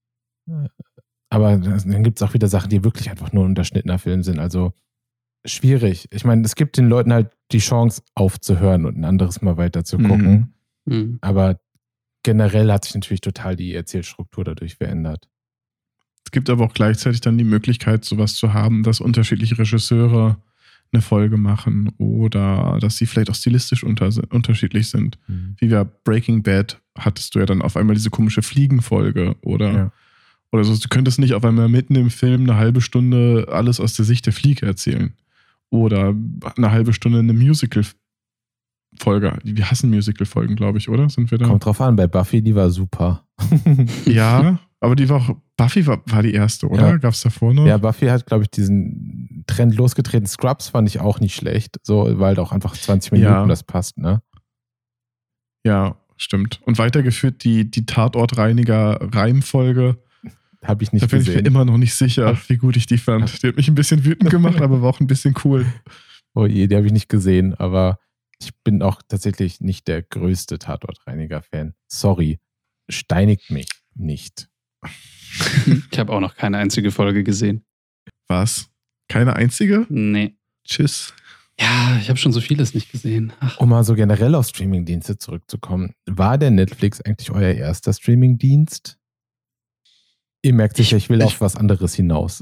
Aber dann gibt es auch wieder Sachen, die wirklich einfach nur ein unterschnittener Film sind. Also schwierig. Ich meine, es gibt den Leuten halt die Chance aufzuhören und ein anderes Mal weiter zu gucken. Aber generell hat sich natürlich total die Erzählstruktur dadurch verändert. Es gibt aber auch gleichzeitig dann die Möglichkeit, sowas zu haben, dass unterschiedliche Regisseure eine Folge machen oder dass sie vielleicht auch stilistisch unterschiedlich sind. Wie bei Breaking Bad hattest du ja dann auf einmal diese komische Fliegenfolge oder so. Du könntest nicht auf einmal mitten im Film eine halbe Stunde alles aus der Sicht der Fliege erzählen. Oder eine halbe Stunde eine Musical-Folge. Wir hassen Musical-Folgen, glaube ich, oder? Sind wir da? Kommt drauf an, bei Buffy, die war super. Ja, aber die war auch, Buffy war die erste, oder? Ja. Gab es davor noch? Ja, Buffy hat, glaube ich, diesen Trend losgetreten. Scrubs fand ich auch nicht schlecht, so, weil halt auch einfach 20 Minuten das passt, ne? Ja, stimmt. Und weitergeführt die Tatortreiniger-Reimfolge. Habe ich nicht gesehen. Da bin ich mir immer noch nicht sicher, wie gut ich die fand. Die hat mich ein bisschen wütend gemacht, aber war auch ein bisschen cool. Oh je, die habe ich nicht gesehen, aber ich bin auch tatsächlich nicht der größte Tatortreiniger-Fan. Sorry, steinigt mich nicht. Ich habe auch noch keine einzige Folge gesehen. Was? Keine einzige? Nee. Tschüss. Ja, ich habe schon so vieles nicht gesehen. Ach. Um mal so generell auf Streamingdienste zurückzukommen, war der Netflix eigentlich euer erster Streamingdienst? Ihr merkt sicher, ich will auf was anderes hinaus.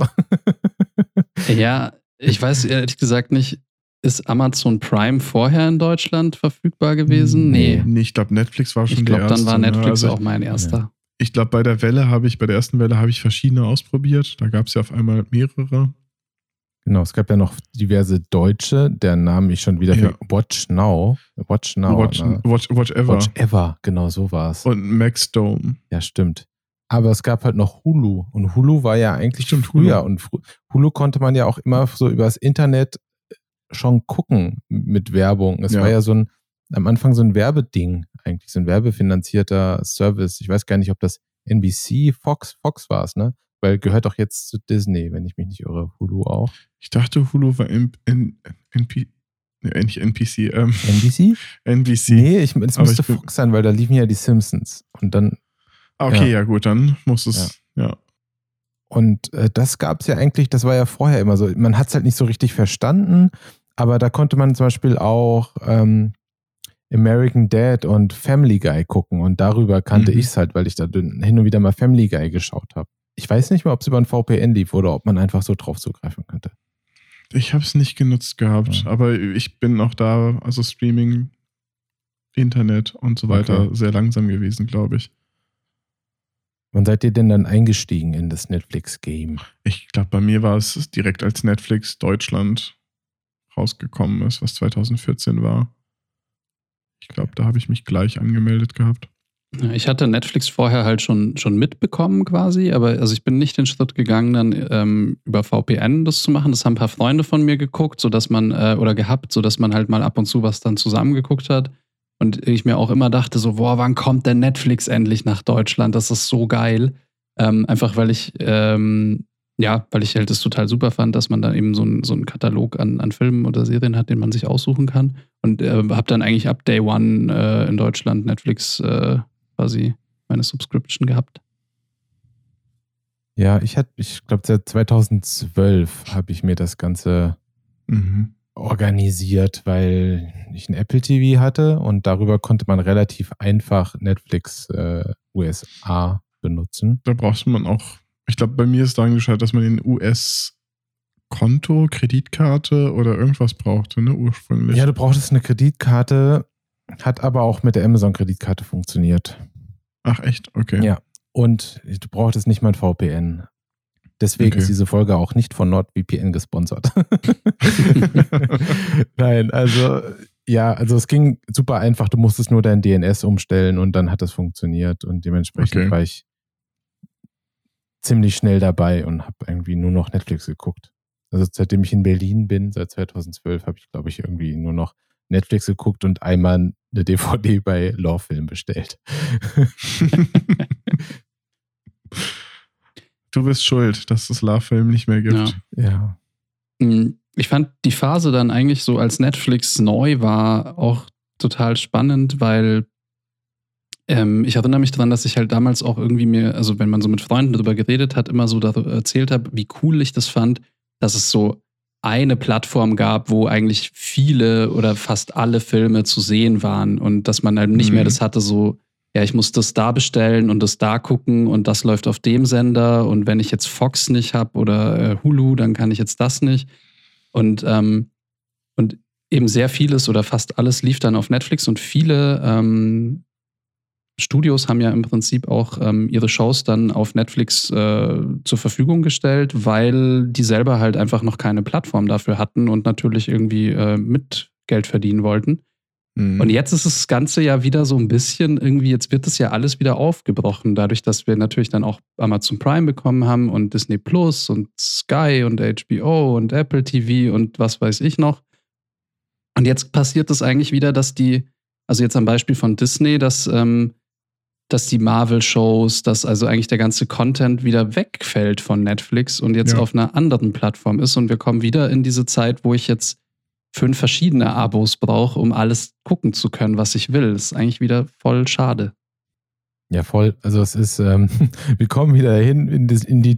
Ja, ich weiß ehrlich gesagt nicht, ist Amazon Prime vorher in Deutschland verfügbar gewesen? Nee. Ich glaube, Netflix war schon der erste. Ich glaube, dann war Netflix also auch mein erster. Ja. Ich glaube, bei der ersten Welle habe ich verschiedene ausprobiert. Da gab es ja auf einmal mehrere. Genau, es gab ja noch diverse deutsche, deren Namen ich schon wieder für Watch Now. Watch Ever. Watch Ever, genau so war es. Und Maxdome. Ja, stimmt. Aber es gab halt noch Hulu. Und Hulu war ja eigentlich schon früher. Und Hulu konnte man ja auch immer so übers Internet schon gucken mit Werbung. Es war ja am Anfang so ein Werbeding eigentlich, so ein werbefinanzierter Service. Ich weiß gar nicht, ob das NBC, Fox war es, ne? Weil gehört doch jetzt zu Disney, wenn ich mich nicht irre. Hulu auch. Ich dachte, Hulu war nicht NPC. NBC? NBC. Nee, es müsste Fox sein, weil da liefen ja die Simpsons. Und dann. Okay, ja gut, dann muss es, ja. Und das gab es ja eigentlich, das war ja vorher immer so. Man hat es halt nicht so richtig verstanden, aber da konnte man zum Beispiel auch American Dad und Family Guy gucken. Und darüber kannte ich es halt, weil ich da hin und wieder mal Family Guy geschaut habe. Ich weiß nicht mehr, ob es über ein VPN lief oder ob man einfach so drauf zugreifen könnte. Ich habe es nicht genutzt gehabt, aber ich bin auch da, also Streaming, Internet und so weiter, sehr langsam gewesen, glaube ich. Wann seid ihr denn dann eingestiegen in das Netflix-Game? Ich glaube, bei mir war es direkt, als Netflix Deutschland rausgekommen ist, was 2014 war. Ich glaube, da habe ich mich gleich angemeldet gehabt. Ich hatte Netflix vorher halt schon mitbekommen quasi, aber also ich bin nicht den Schritt gegangen, dann über VPN das zu machen. Das haben ein paar Freunde von mir geguckt, sodass man sodass man halt mal ab und zu was dann zusammengeguckt hat. Und ich mir auch immer dachte so, boah, wann kommt denn Netflix endlich nach Deutschland? Das ist so geil. Einfach weil ich halt das total super fand, dass man da eben so einen Katalog an Filmen oder Serien hat, den man sich aussuchen kann. Und habe dann eigentlich ab Day One in Deutschland Netflix quasi meine Subscription gehabt. Ja, ich glaube, seit 2012 habe ich mir das Ganze organisiert, weil ich ein Apple TV hatte und darüber konnte man relativ einfach Netflix USA benutzen. Da braucht man auch, ich glaube, bei mir ist da angeschaltet, dass man den US-Konto, Kreditkarte oder irgendwas brauchte, ne, ursprünglich. Ja, du brauchtest eine Kreditkarte, hat aber auch mit der Amazon-Kreditkarte funktioniert. Ach echt? Okay. Ja, und du brauchtest nicht mal ein VPN. Deswegen ist diese Folge auch nicht von NordVPN gesponsert. Nein, also es ging super einfach. Du musstest nur dein DNS umstellen und dann hat das funktioniert und dementsprechend war ich ziemlich schnell dabei und habe irgendwie nur noch Netflix geguckt. Also seitdem ich in Berlin bin, seit 2012, habe ich, glaube ich, irgendwie nur noch Netflix geguckt und einmal eine DVD bei Lawfilm bestellt. Du bist schuld, dass es Lawfilm nicht mehr gibt. Ja. Ich fand die Phase dann eigentlich so, als Netflix neu war, auch total spannend, weil ich erinnere mich daran, dass ich halt damals auch irgendwie also wenn man so mit Freunden darüber geredet hat, immer so darüber erzählt habe, wie cool ich das fand, dass es so eine Plattform gab, wo eigentlich viele oder fast alle Filme zu sehen waren und dass man halt nicht mehr das hatte, so ja, ich muss das da bestellen und das da gucken und das läuft auf dem Sender und wenn ich jetzt Fox nicht habe oder Hulu, dann kann ich jetzt das nicht. Und eben sehr vieles oder fast alles lief dann auf Netflix und viele Studios haben ja im Prinzip auch ihre Shows dann auf Netflix zur Verfügung gestellt, weil die selber halt einfach noch keine Plattform dafür hatten und natürlich irgendwie mit Geld verdienen wollten. Und jetzt ist das Ganze ja wieder so ein bisschen irgendwie, jetzt wird das ja alles wieder aufgebrochen, dadurch, dass wir natürlich dann auch Amazon Prime bekommen haben und Disney Plus und Sky und HBO und Apple TV und was weiß ich noch. Und jetzt passiert es eigentlich wieder, dass also jetzt am Beispiel von Disney, dass die Marvel-Shows, dass also eigentlich der ganze Content wieder wegfällt von Netflix und jetzt auf einer anderen Plattform ist und wir kommen wieder in diese Zeit, wo ich jetzt 5 verschiedene Abos brauche, um alles gucken zu können, was ich will. Das ist eigentlich wieder voll schade. Ja, voll. Also es ist, wir kommen wieder hin in die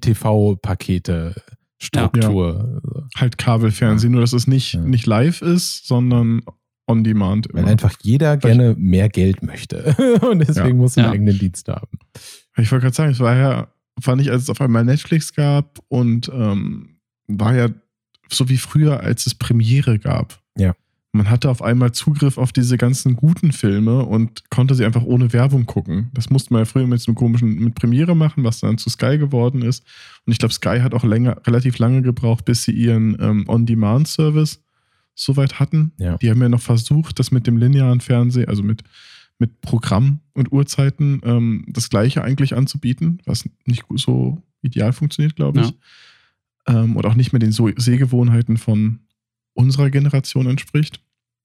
TV-Pakete-Struktur. Ja. Halt Kabelfernsehen, nur dass es nicht live ist, sondern on demand. Weil einfach jeder gerne mehr Geld möchte. Und deswegen muss man einen eigenen Dienst haben. Ich wollte gerade sagen, es war ja, fand ich, als es auf einmal Netflix gab und war ja so wie früher, als es Premiere gab. Ja. Man hatte auf einmal Zugriff auf diese ganzen guten Filme und konnte sie einfach ohne Werbung gucken. Das musste man ja früher mit so einem mit Premiere machen, was dann zu Sky geworden ist. Und ich glaube, Sky hat auch relativ lange gebraucht, bis sie ihren On-Demand-Service soweit hatten. Ja. Die haben ja noch versucht, das mit dem linearen Fernsehen, also mit Programm und Uhrzeiten, das Gleiche eigentlich anzubieten, was nicht so ideal funktioniert, glaube ich. Ja. Und auch nicht mehr den Sehgewohnheiten von unserer Generation entspricht.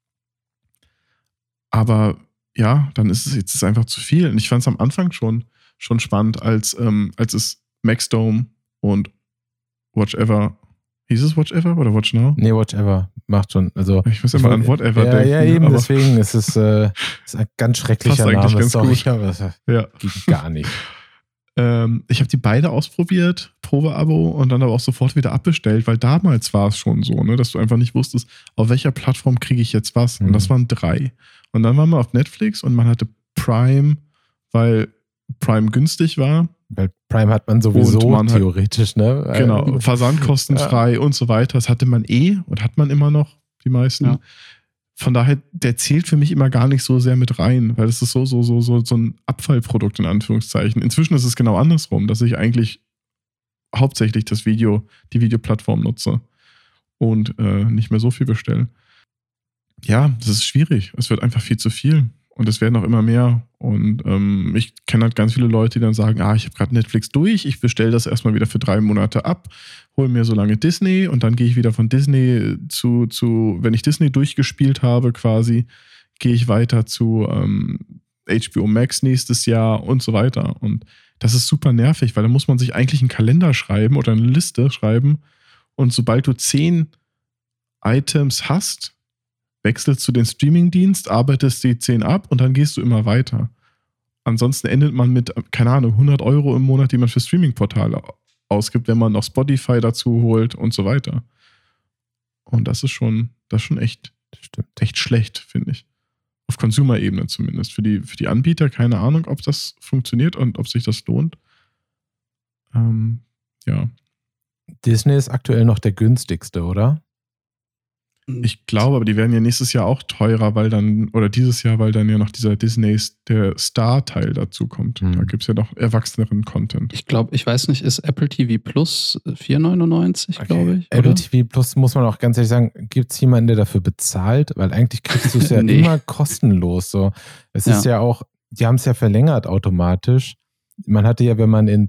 Aber ja, dann ist es jetzt einfach zu viel. Und ich fand es am Anfang schon spannend, als es Maxdome und Watch Ever, hieß es Watch Ever oder Watch Now? Nee, Watch Ever macht schon. Also, ich muss immer an Whatever denken. Ja, eben, deswegen ist es ein ganz schrecklicher Name. Ganz gut. Aber das geht gar nicht. Ich habe die beide ausprobiert, Probeabo, und dann aber auch sofort wieder abbestellt, weil damals war es schon so, ne, dass du einfach nicht wusstest, auf welcher Plattform kriege ich jetzt was. Und das waren 3. Und dann waren wir auf Netflix und man hatte Prime, weil Prime günstig war. Weil Prime hat man sowieso theoretisch, ne? Genau, versandkostenfrei und so weiter. Das hatte man und hat man immer noch, die meisten. Ja. Von daher, der zählt für mich immer gar nicht so sehr mit rein, weil es ist so ein Abfallprodukt in Anführungszeichen. Inzwischen ist es genau andersrum, dass ich eigentlich hauptsächlich die Videoplattform nutze und nicht mehr so viel bestelle. Ja, das ist schwierig. Es wird einfach viel zu viel und es werden auch immer mehr. Und ich kenne halt ganz viele Leute, die dann sagen, ich habe gerade Netflix durch, ich bestelle das erstmal wieder für 3 Monate ab, hole mir so lange Disney und dann gehe ich wieder von Disney zu wenn ich Disney durchgespielt habe quasi, gehe ich weiter zu HBO Max nächstes Jahr und so weiter. Und das ist super nervig, weil da muss man sich eigentlich einen Kalender schreiben oder eine Liste schreiben und sobald du 10 Items hast, wechselst du den Streamingdienst, arbeitest die 10 ab und dann gehst du immer weiter. Ansonsten endet man mit, keine Ahnung, 100 € im Monat, die man für Streamingportale ausgibt, wenn man noch Spotify dazu holt und so weiter. Und das ist schon echt schlecht, finde ich. Auf Consumer-Ebene zumindest. Für die Anbieter keine Ahnung, ob das funktioniert und ob sich das lohnt. Ja. Disney ist aktuell noch der günstigste, oder? Ich glaube, aber die werden ja nächstes Jahr auch teurer, oder dieses Jahr, weil dann ja noch dieser der Star-Teil dazu kommt. Da gibt es ja noch erwachseneren Content. Ich weiß nicht, ist Apple TV Plus 4,99, glaube ich? Apple TV Plus, muss man auch ganz ehrlich sagen, gibt es jemanden, der dafür bezahlt? Weil eigentlich kriegst du es ja immer kostenlos. So. Es ist ja auch, die haben es ja verlängert automatisch. Man hatte ja, wenn man in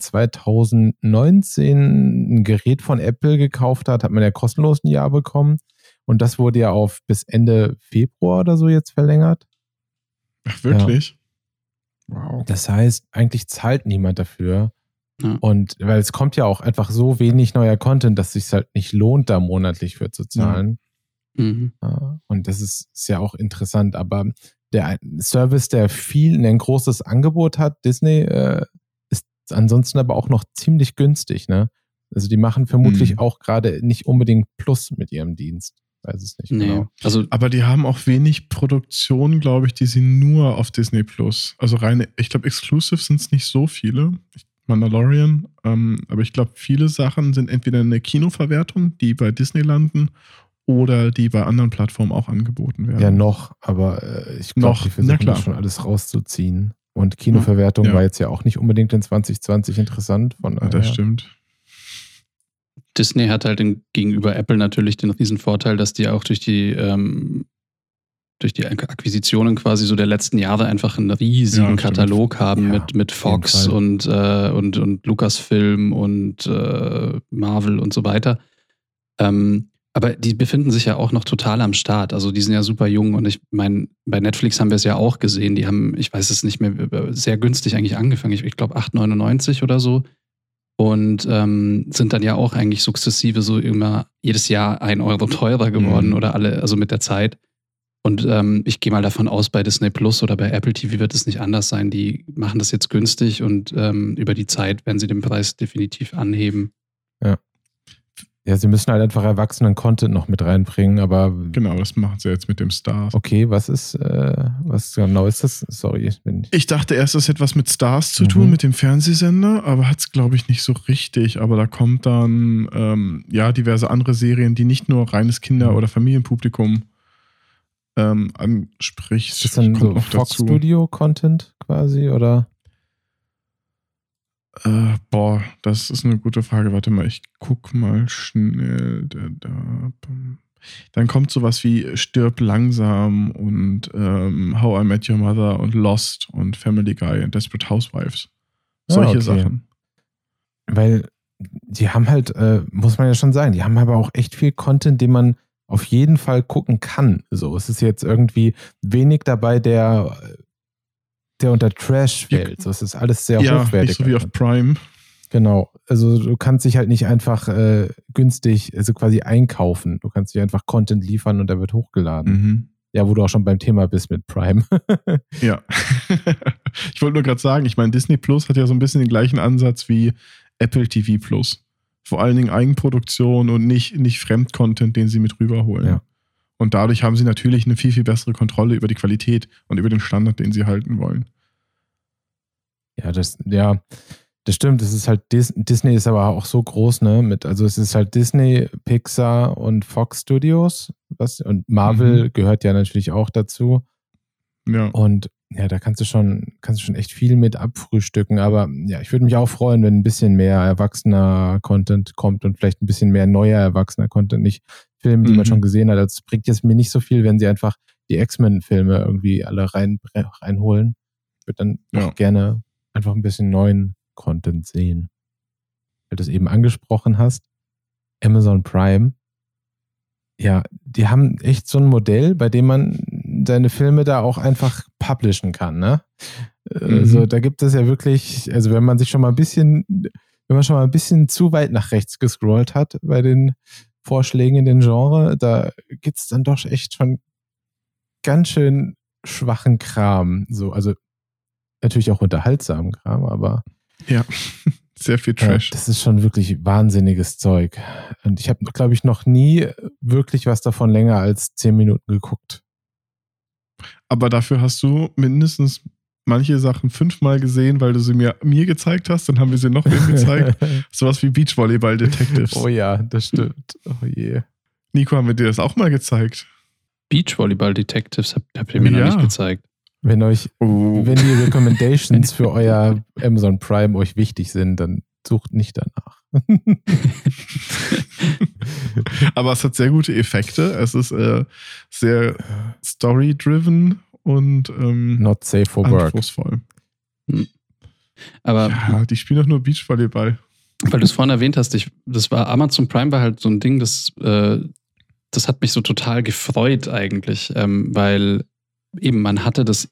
2019 ein Gerät von Apple gekauft hat, hat man ja kostenlos ein Jahr bekommen. Und das wurde ja auf bis Ende Februar oder so jetzt verlängert. Ach, wirklich? Ja. Wow. Das heißt, eigentlich zahlt niemand dafür. Ja. Und weil es kommt ja auch einfach so wenig neuer Content, dass es sich halt nicht lohnt, da monatlich für zu zahlen. Ja. Ja. Und das ist ja auch interessant. Aber der Service, der ein großes Angebot hat, Disney, ist ansonsten aber auch noch ziemlich günstig, ne? Also die machen vermutlich auch gerade nicht unbedingt Plus mit ihrem Dienst. Weiß es nicht genau. Aber die haben auch wenig Produktionen, glaube ich, die sie nur auf Disney Plus. Also ich glaube, Exclusive sind es nicht so viele. Mandalorian. Aber ich glaube, viele Sachen sind entweder eine Kinoverwertung, die bei Disney landen, oder die bei anderen Plattformen auch angeboten werden. Ja, noch. Aber ich glaube, die versuchen das schon alles rauszuziehen. Und Kinoverwertung war jetzt ja auch nicht unbedingt in 2020 interessant. Das stimmt. Disney hat halt gegenüber Apple natürlich den riesen Vorteil, dass die auch durch die Akquisitionen quasi so der letzten Jahre einfach einen riesigen Katalog haben mit Fox und Lucasfilm und Marvel und so weiter. Aber die befinden sich ja auch noch total am Start. Also die sind ja super jung und ich meine, bei Netflix haben wir es ja auch gesehen. Die haben, ich weiß es nicht mehr, sehr günstig eigentlich angefangen. Ich glaube 8,99 oder so. Und sind dann ja auch eigentlich sukzessive so immer jedes Jahr 1 Euro teurer geworden oder also mit der Zeit. Und ich gehe mal davon aus, bei Disney Plus oder bei Apple TV wird es nicht anders sein. Die machen das jetzt günstig und über die Zeit werden sie den Preis definitiv anheben. Ja. Ja, sie müssen halt einfach erwachsenen Content noch mit reinbringen, aber... Genau, das machen sie jetzt mit dem Stars. Okay, was genau ist das? Sorry, ich dachte erst, das hätte was mit Stars zu tun, mit dem Fernsehsender, aber hat es, glaube ich, nicht so richtig. Aber da kommt dann, diverse andere Serien, die nicht nur reines Kinder- oder Familienpublikum anspricht. Ist das dann so Fox Studio Content quasi, oder... das ist eine gute Frage. Warte mal, ich guck mal schnell. Dann kommt sowas wie Stirb langsam und How I Met Your Mother und Lost und Family Guy und Desperate Housewives. Solche Sachen. Weil die haben halt, muss man ja schon sagen, die haben aber auch echt viel Content, den man auf jeden Fall gucken kann. So, es ist jetzt irgendwie wenig dabei, der unter Trash fällt. So, es ist alles sehr hochwertig. Nicht so wie auf Prime. Genau. Also du kannst dich halt nicht einfach günstig, also quasi einkaufen. Du kannst dich einfach Content liefern und der wird hochgeladen. Ja, wo du auch schon beim Thema bist mit Prime. Ja. Ich wollte nur gerade sagen, ich meine, Disney Plus hat ja so ein bisschen den gleichen Ansatz wie Apple TV Plus. Vor allen Dingen Eigenproduktion und nicht Fremdcontent, den sie mit rüberholen. Ja. Und dadurch haben sie natürlich eine viel, viel bessere Kontrolle über die Qualität und über den Standard, den sie halten wollen. Ja, das stimmt. Es ist halt Disney ist aber auch so groß, ne? Also es ist halt Disney, Pixar und Fox Studios. Und Marvel gehört ja natürlich auch dazu. Ja. Und ja, da kannst du schon echt viel mit abfrühstücken. Aber ja, ich würde mich auch freuen, wenn ein bisschen mehr erwachsener Content kommt und vielleicht ein bisschen mehr neuer erwachsener Content, nicht Filme, die man schon gesehen hat. Also es bringt jetzt mir nicht so viel, wenn sie einfach die X-Men-Filme irgendwie alle reinholen. Ich würde dann auch gerne einfach ein bisschen neuen Content sehen. Weil du es eben angesprochen hast, Amazon Prime, ja, die haben echt so ein Modell, bei dem man seine Filme da auch einfach publishen kann, ne? Also da gibt es ja wirklich, also wenn man schon mal ein bisschen zu weit nach rechts gescrollt hat bei den Vorschlägen in den Genre, da gibt es dann doch echt schon ganz schön schwachen Kram. So, also natürlich auch unterhaltsamen Kram, aber ja, sehr viel Trash. Das ist schon wirklich wahnsinniges Zeug. Und ich habe, glaube ich, noch nie wirklich was davon länger als 10 Minuten geguckt. Aber dafür hast du mindestens manche Sachen 5-mal gesehen, weil du sie mir gezeigt hast, dann haben wir sie noch wem gezeigt. Sowas wie Beachvolleyball Detectives. Oh ja, das stimmt. Oh je. Nico, haben wir dir das auch mal gezeigt? Beachvolleyball Detectives habt ihr mir noch nicht gezeigt. Wenn die Recommendations für euer Amazon Prime euch wichtig sind, dann sucht nicht danach. Aber es hat sehr gute Effekte. Es ist sehr story-driven und not safe for work. Anspruchsvoll. Aber ja, die spielen doch nur Beachvolleyball. Weil du es vorhin erwähnt hast, Amazon Prime war halt so ein Ding, das hat mich so total gefreut eigentlich, weil eben man hatte das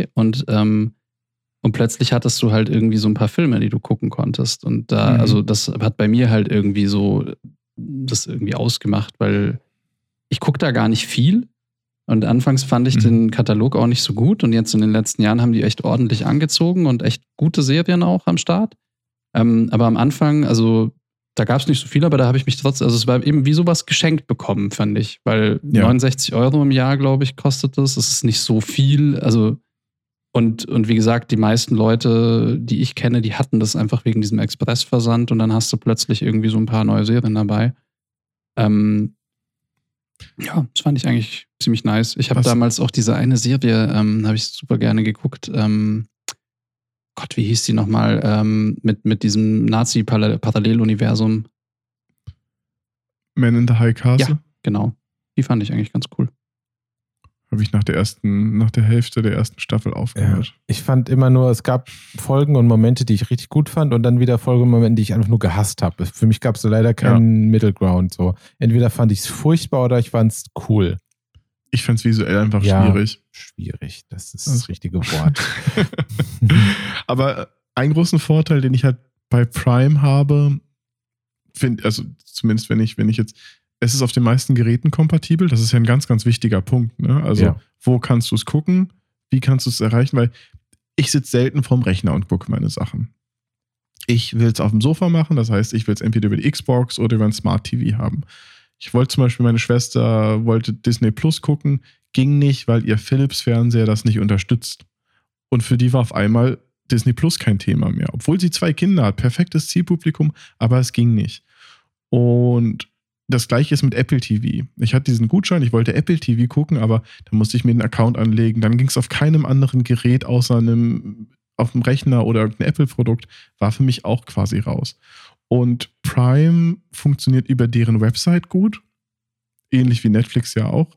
und plötzlich hattest du halt irgendwie so ein paar Filme, die du gucken konntest. Und also das hat bei mir halt irgendwie so das irgendwie ausgemacht, weil ich gucke da gar nicht viel. Und anfangs fand ich den Katalog auch nicht so gut. Und jetzt in den letzten Jahren haben die echt ordentlich angezogen und echt gute Serien auch am Start. Aber am Anfang, also da gab es nicht so viel, aber da habe ich mich trotzdem, also es war eben wie sowas geschenkt bekommen, fand ich. Weil 69 € im Jahr, glaube ich, kostet das. Das ist nicht so viel. Also Und wie gesagt, die meisten Leute, die ich kenne, die hatten das einfach wegen diesem Expressversand und dann hast du plötzlich irgendwie so ein paar neue Serien dabei. Ja, das fand ich eigentlich ziemlich nice. Ich habe damals auch diese eine Serie, habe ich super gerne geguckt. Gott, wie hieß die nochmal? Mit diesem Nazi-Paralleluniversum. Man in the High Castle? Ja, genau. Die fand ich eigentlich ganz cool. Habe ich nach der Hälfte der ersten Staffel aufgehört. Ja, ich fand immer nur, es gab Folgen und Momente, die ich richtig gut fand und dann wieder Folgen und Momente, die ich einfach nur gehasst habe. Für mich gab es leider keinen Middle Ground. So. Entweder fand ich es furchtbar oder ich fand es cool. Ich fand es visuell einfach schwierig. Schwierig, das ist das richtige Wort. Aber einen großen Vorteil, den ich halt bei Prime habe, also zumindest wenn ich jetzt, es ist auf den meisten Geräten kompatibel. Das ist ja ein ganz, ganz wichtiger Punkt. Ne? Also, wo kannst du es gucken? Wie kannst du es erreichen? Weil ich sitze selten vorm Rechner und gucke meine Sachen. Ich will es auf dem Sofa machen. Das heißt, ich will es entweder über die Xbox oder über ein Smart TV haben. Ich wollte zum Beispiel, meine Schwester wollte Disney Plus gucken. Ging nicht, weil ihr Philips-Fernseher das nicht unterstützt. Und für die war auf einmal Disney Plus kein Thema mehr. Obwohl sie 2 Kinder hat. Perfektes Zielpublikum, aber es ging nicht. Und das gleiche ist mit Apple TV. Ich hatte diesen Gutschein, ich wollte Apple TV gucken, aber da musste ich mir einen Account anlegen. Dann ging es auf keinem anderen Gerät außer auf dem Rechner oder irgendein Apple-Produkt. War für mich auch quasi raus. Und Prime funktioniert über deren Website gut. Ähnlich wie Netflix ja auch.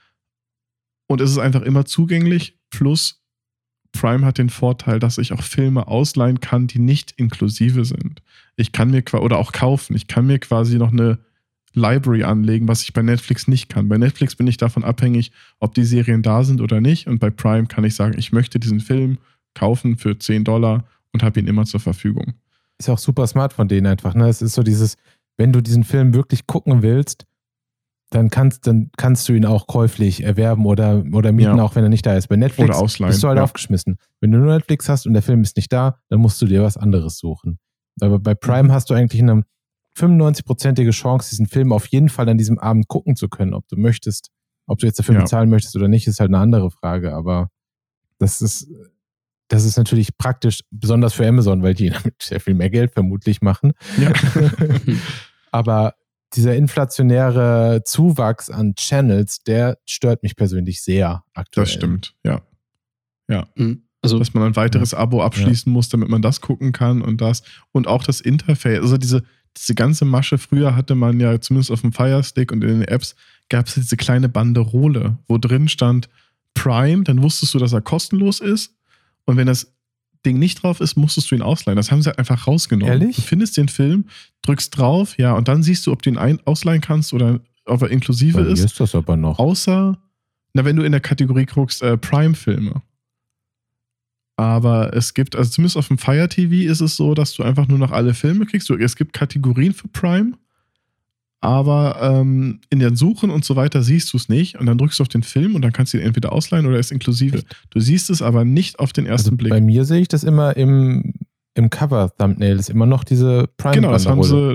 Und es ist einfach immer zugänglich. Plus Prime hat den Vorteil, dass ich auch Filme ausleihen kann, die nicht inklusive sind. Ich kann mir oder auch kaufen. Ich kann mir quasi noch eine Library anlegen, was ich bei Netflix nicht kann. Bei Netflix bin ich davon abhängig, ob die Serien da sind oder nicht. Und bei Prime kann ich sagen, ich möchte diesen Film kaufen für $10 und habe ihn immer zur Verfügung. Ist ja auch super smart von denen einfach. Ne? Es ist so dieses, wenn du diesen Film wirklich gucken willst, dann kannst du ihn auch käuflich erwerben oder mieten, auch wenn er nicht da ist. Bei Netflix oder ausleihen, bist du halt aufgeschmissen. Wenn du nur Netflix hast und der Film ist nicht da, dann musst du dir was anderes suchen. Aber bei Prime hast du eigentlich eine 95%ige Chance, diesen Film auf jeden Fall an diesem Abend gucken zu können, ob du möchtest. Ob du jetzt dafür bezahlen möchtest oder nicht, ist halt eine andere Frage. Aber das ist natürlich praktisch, besonders für Amazon, weil die damit sehr viel mehr Geld vermutlich machen. Ja. Aber dieser inflationäre Zuwachs an Channels, der stört mich persönlich sehr aktuell. Das stimmt, ja. Also, dass man ein weiteres Abo abschließen muss, damit man das gucken kann und das. Und auch das Interface, also diese ganze Masche, früher hatte man ja zumindest auf dem Fire Stick und in den Apps gab es diese kleine Banderole, wo drin stand Prime, dann wusstest du, dass er kostenlos ist und wenn das Ding nicht drauf ist, musstest du ihn ausleihen. Das haben sie einfach rausgenommen. Ehrlich? Du findest den Film, drückst drauf, und dann siehst du, ob du ihn ausleihen kannst oder ob er inklusive ist. Ist das aber noch. Außer, wenn du in der Kategorie guckst, Prime-Filme. Aber es gibt, also zumindest auf dem Fire TV ist es so, dass du einfach nur noch alle Filme kriegst. Es gibt Kategorien für Prime, aber in den Suchen und so weiter siehst du es nicht. Und dann drückst du auf den Film und dann kannst du ihn entweder ausleihen oder ist inklusive. Echt? Du siehst es aber nicht auf den ersten Blick. Bei mir sehe ich das immer im Cover-Thumbnail. Das ist immer noch diese Prime-Banderole. Genau,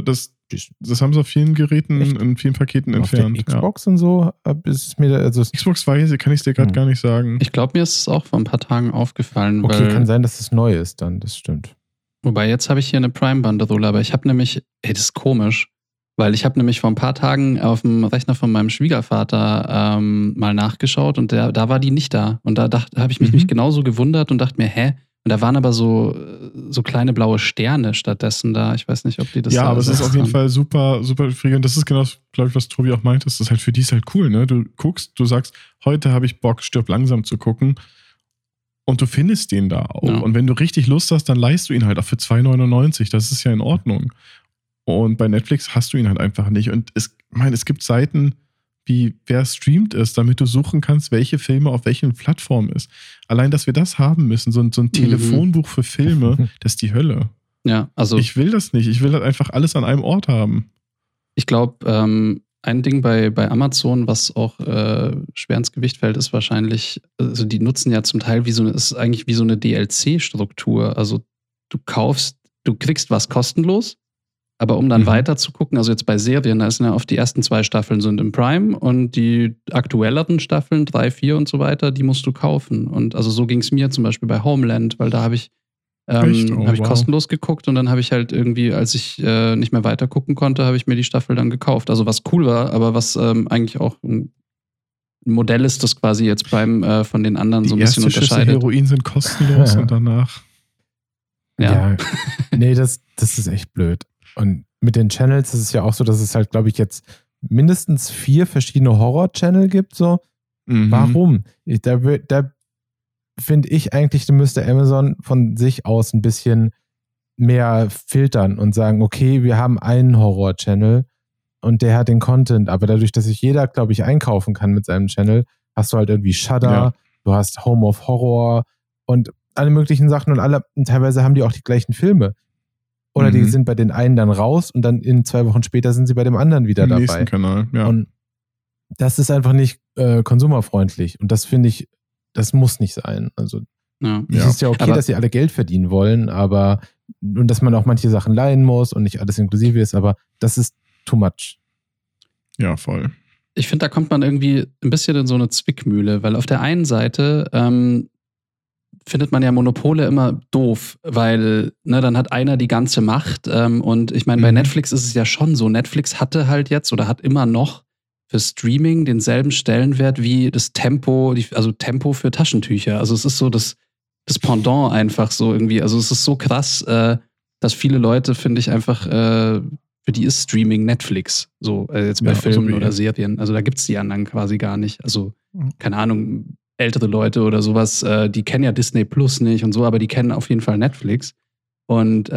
Das haben sie auf vielen Geräten, in vielen Paketen entfernt. Auf der Xbox und so ist es mir Xbox weiß ich, kann ich dir gerade gar nicht sagen. Ich glaube, mir ist es auch vor ein paar Tagen aufgefallen. Okay, kann sein, dass es neu ist dann, das stimmt. Wobei, jetzt habe ich hier eine Prime-Banderole, aber ich habe nämlich, das ist komisch, weil ich habe nämlich vor ein paar Tagen auf dem Rechner von meinem Schwiegervater mal nachgeschaut und da war die nicht da. Und da habe ich mich nicht genauso gewundert und dachte mir, hä? Und da waren aber so kleine blaue Sterne stattdessen da. Ich weiß nicht, ob die das ja, aber es ist auf jeden Fall super, super befriedigend. Das ist genau das, glaube ich, was Tobi auch meint. Das ist halt für die ist halt cool, ne? Du guckst, du sagst, heute habe ich Bock, Stirb langsam zu gucken. Und du findest den da auch. Ja. Und wenn du richtig Lust hast, dann leihst du ihn halt auch für 2,99. Das ist ja in Ordnung. Und bei Netflix hast du ihn halt einfach nicht. Und es gibt Seiten, wie wer streamt ist, damit du suchen kannst, welche Filme auf welchen Plattformen ist. Allein, dass wir das haben müssen, so ein Telefonbuch für Filme, das ist die Hölle. Ja, also ich will das nicht. Ich will halt einfach alles an einem Ort haben. Ich glaube, ein Ding bei Amazon, was auch schwer ins Gewicht fällt, ist wahrscheinlich, also die nutzen ja zum Teil ist eigentlich wie so eine DLC-Struktur. Also du kriegst was kostenlos, aber um dann weiter zu gucken, also jetzt bei Serien, da sind ja oft die ersten 2 Staffeln sind im Prime und die aktuelleren Staffeln, 3, 4 und so weiter, die musst du kaufen. Und also so ging es mir zum Beispiel bei Homeland, weil da habe ich kostenlos geguckt und dann habe ich halt irgendwie, als ich nicht mehr weiter gucken konnte, habe ich mir die Staffel dann gekauft. Also was cool war, aber was eigentlich auch ein Modell ist, das quasi jetzt Prime von den anderen so ein bisschen unterscheidet. Die Heroin sind kostenlos und danach. Ja. Nee, das ist echt blöd. Und mit den Channels ist es ja auch so, dass es halt, glaube ich, jetzt mindestens 4 verschiedene Horror-Channel gibt. So. Warum? Da finde ich eigentlich, da müsste Amazon von sich aus ein bisschen mehr filtern und sagen, okay, wir haben einen Horror-Channel und der hat den Content, aber dadurch, dass sich jeder, glaube ich, einkaufen kann mit seinem Channel, hast du halt irgendwie Shudder, du hast Home of Horror und alle möglichen Sachen und teilweise haben die auch die gleichen Filme. Oder die sind bei den einen dann raus und dann in 2 Wochen später sind sie bei dem anderen wieder dabei. Im nächsten Kanal, ja. Und das ist einfach nicht konsumerfreundlich. Und das finde ich, das muss nicht sein. Also es ist ja okay, aber dass sie alle Geld verdienen wollen, aber und dass man auch manche Sachen leihen muss und nicht alles inklusive ist, aber das ist too much. Ja, voll. Ich finde, da kommt man irgendwie ein bisschen in so eine Zwickmühle, weil auf der einen Seite findet man ja Monopole immer doof, weil dann hat einer die ganze Macht und ich meine, bei Netflix ist es ja schon so, Netflix hatte halt jetzt oder hat immer noch für Streaming denselben Stellenwert wie das Tempo, also Tempo für Taschentücher. Also es ist so das Pendant einfach so irgendwie, also es ist so krass, dass viele Leute, finde ich, einfach, für die ist Streaming Netflix, so jetzt bei Filmen oder Serien. Also da gibt es die anderen quasi gar nicht. Also keine Ahnung, ältere Leute oder sowas, die kennen ja Disney Plus nicht und so, aber die kennen auf jeden Fall Netflix. Und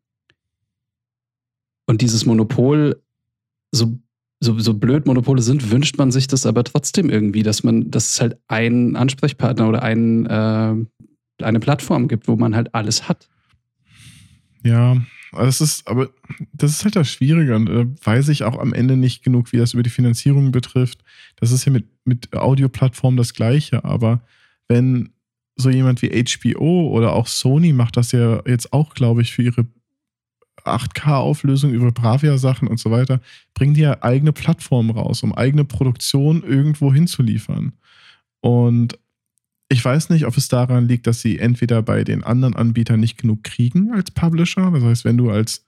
dieses Monopol, so blöd Monopole sind, wünscht man sich das aber trotzdem irgendwie, dass es halt einen Ansprechpartner oder eine Plattform gibt, wo man halt alles hat. Ja, das ist halt das Schwierige und weiß ich auch am Ende nicht genug, wie das über die Finanzierung betrifft. Das ist ja mit Audioplattformen das Gleiche, aber wenn so jemand wie HBO oder auch Sony macht das ja jetzt auch, glaube ich, für ihre 8K-Auflösung, über Bravia-Sachen und so weiter, bringen die ja eigene Plattformen raus, um eigene Produktion irgendwo hinzuliefern. Und ich weiß nicht, ob es daran liegt, dass sie entweder bei den anderen Anbietern nicht genug kriegen als Publisher. Das heißt, wenn du als,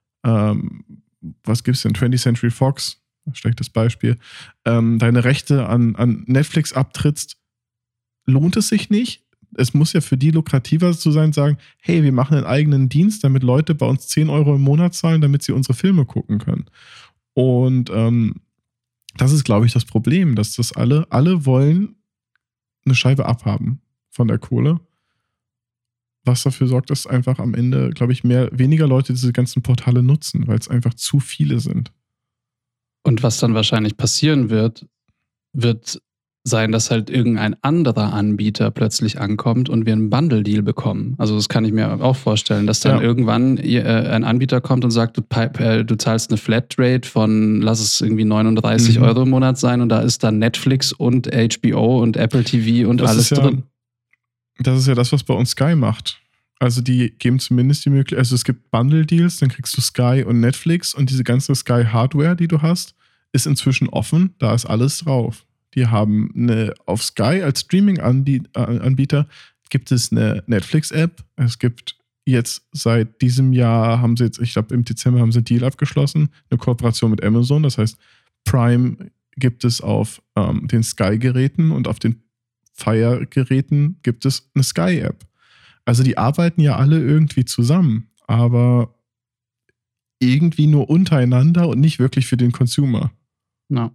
was gibt's denn, 20th Century Fox, schlechtes Beispiel, deine Rechte an Netflix abtrittst, lohnt es sich nicht. Es muss ja für die lukrativer zu sein, sagen, hey, wir machen einen eigenen Dienst, damit Leute bei uns 10 Euro im Monat zahlen, damit sie unsere Filme gucken können. Und das ist, glaube ich, das Problem, dass das alle wollen eine Scheibe abhaben von der Kohle, was dafür sorgt, dass einfach am Ende, glaube ich, weniger Leute diese ganzen Portale nutzen, weil es einfach zu viele sind. Und was dann wahrscheinlich passieren wird sein, dass halt irgendein anderer Anbieter plötzlich ankommt und wir einen Bundle-Deal bekommen. Also das kann ich mir auch vorstellen, dass dann irgendwann ein Anbieter kommt und sagt, du zahlst eine Flatrate von, lass es irgendwie 39 Euro im Monat sein und da ist dann Netflix und HBO und Apple TV und das alles drin. Das ist ja das, was bei uns Sky macht. Also die geben zumindest die Möglichkeit, also es gibt Bundle-Deals, dann kriegst du Sky und Netflix und diese ganze Sky-Hardware, die du hast, ist inzwischen offen, da ist alles drauf. Die haben auf Sky als Streaming-Anbieter gibt es eine Netflix-App. Es gibt jetzt seit diesem Jahr ich glaube im Dezember haben sie einen Deal abgeschlossen, eine Kooperation mit Amazon. Das heißt, Prime gibt es auf den Sky-Geräten und auf den Fire-Geräten gibt es eine Sky-App. Also die arbeiten ja alle irgendwie zusammen, aber irgendwie nur untereinander und nicht wirklich für den Consumer. No.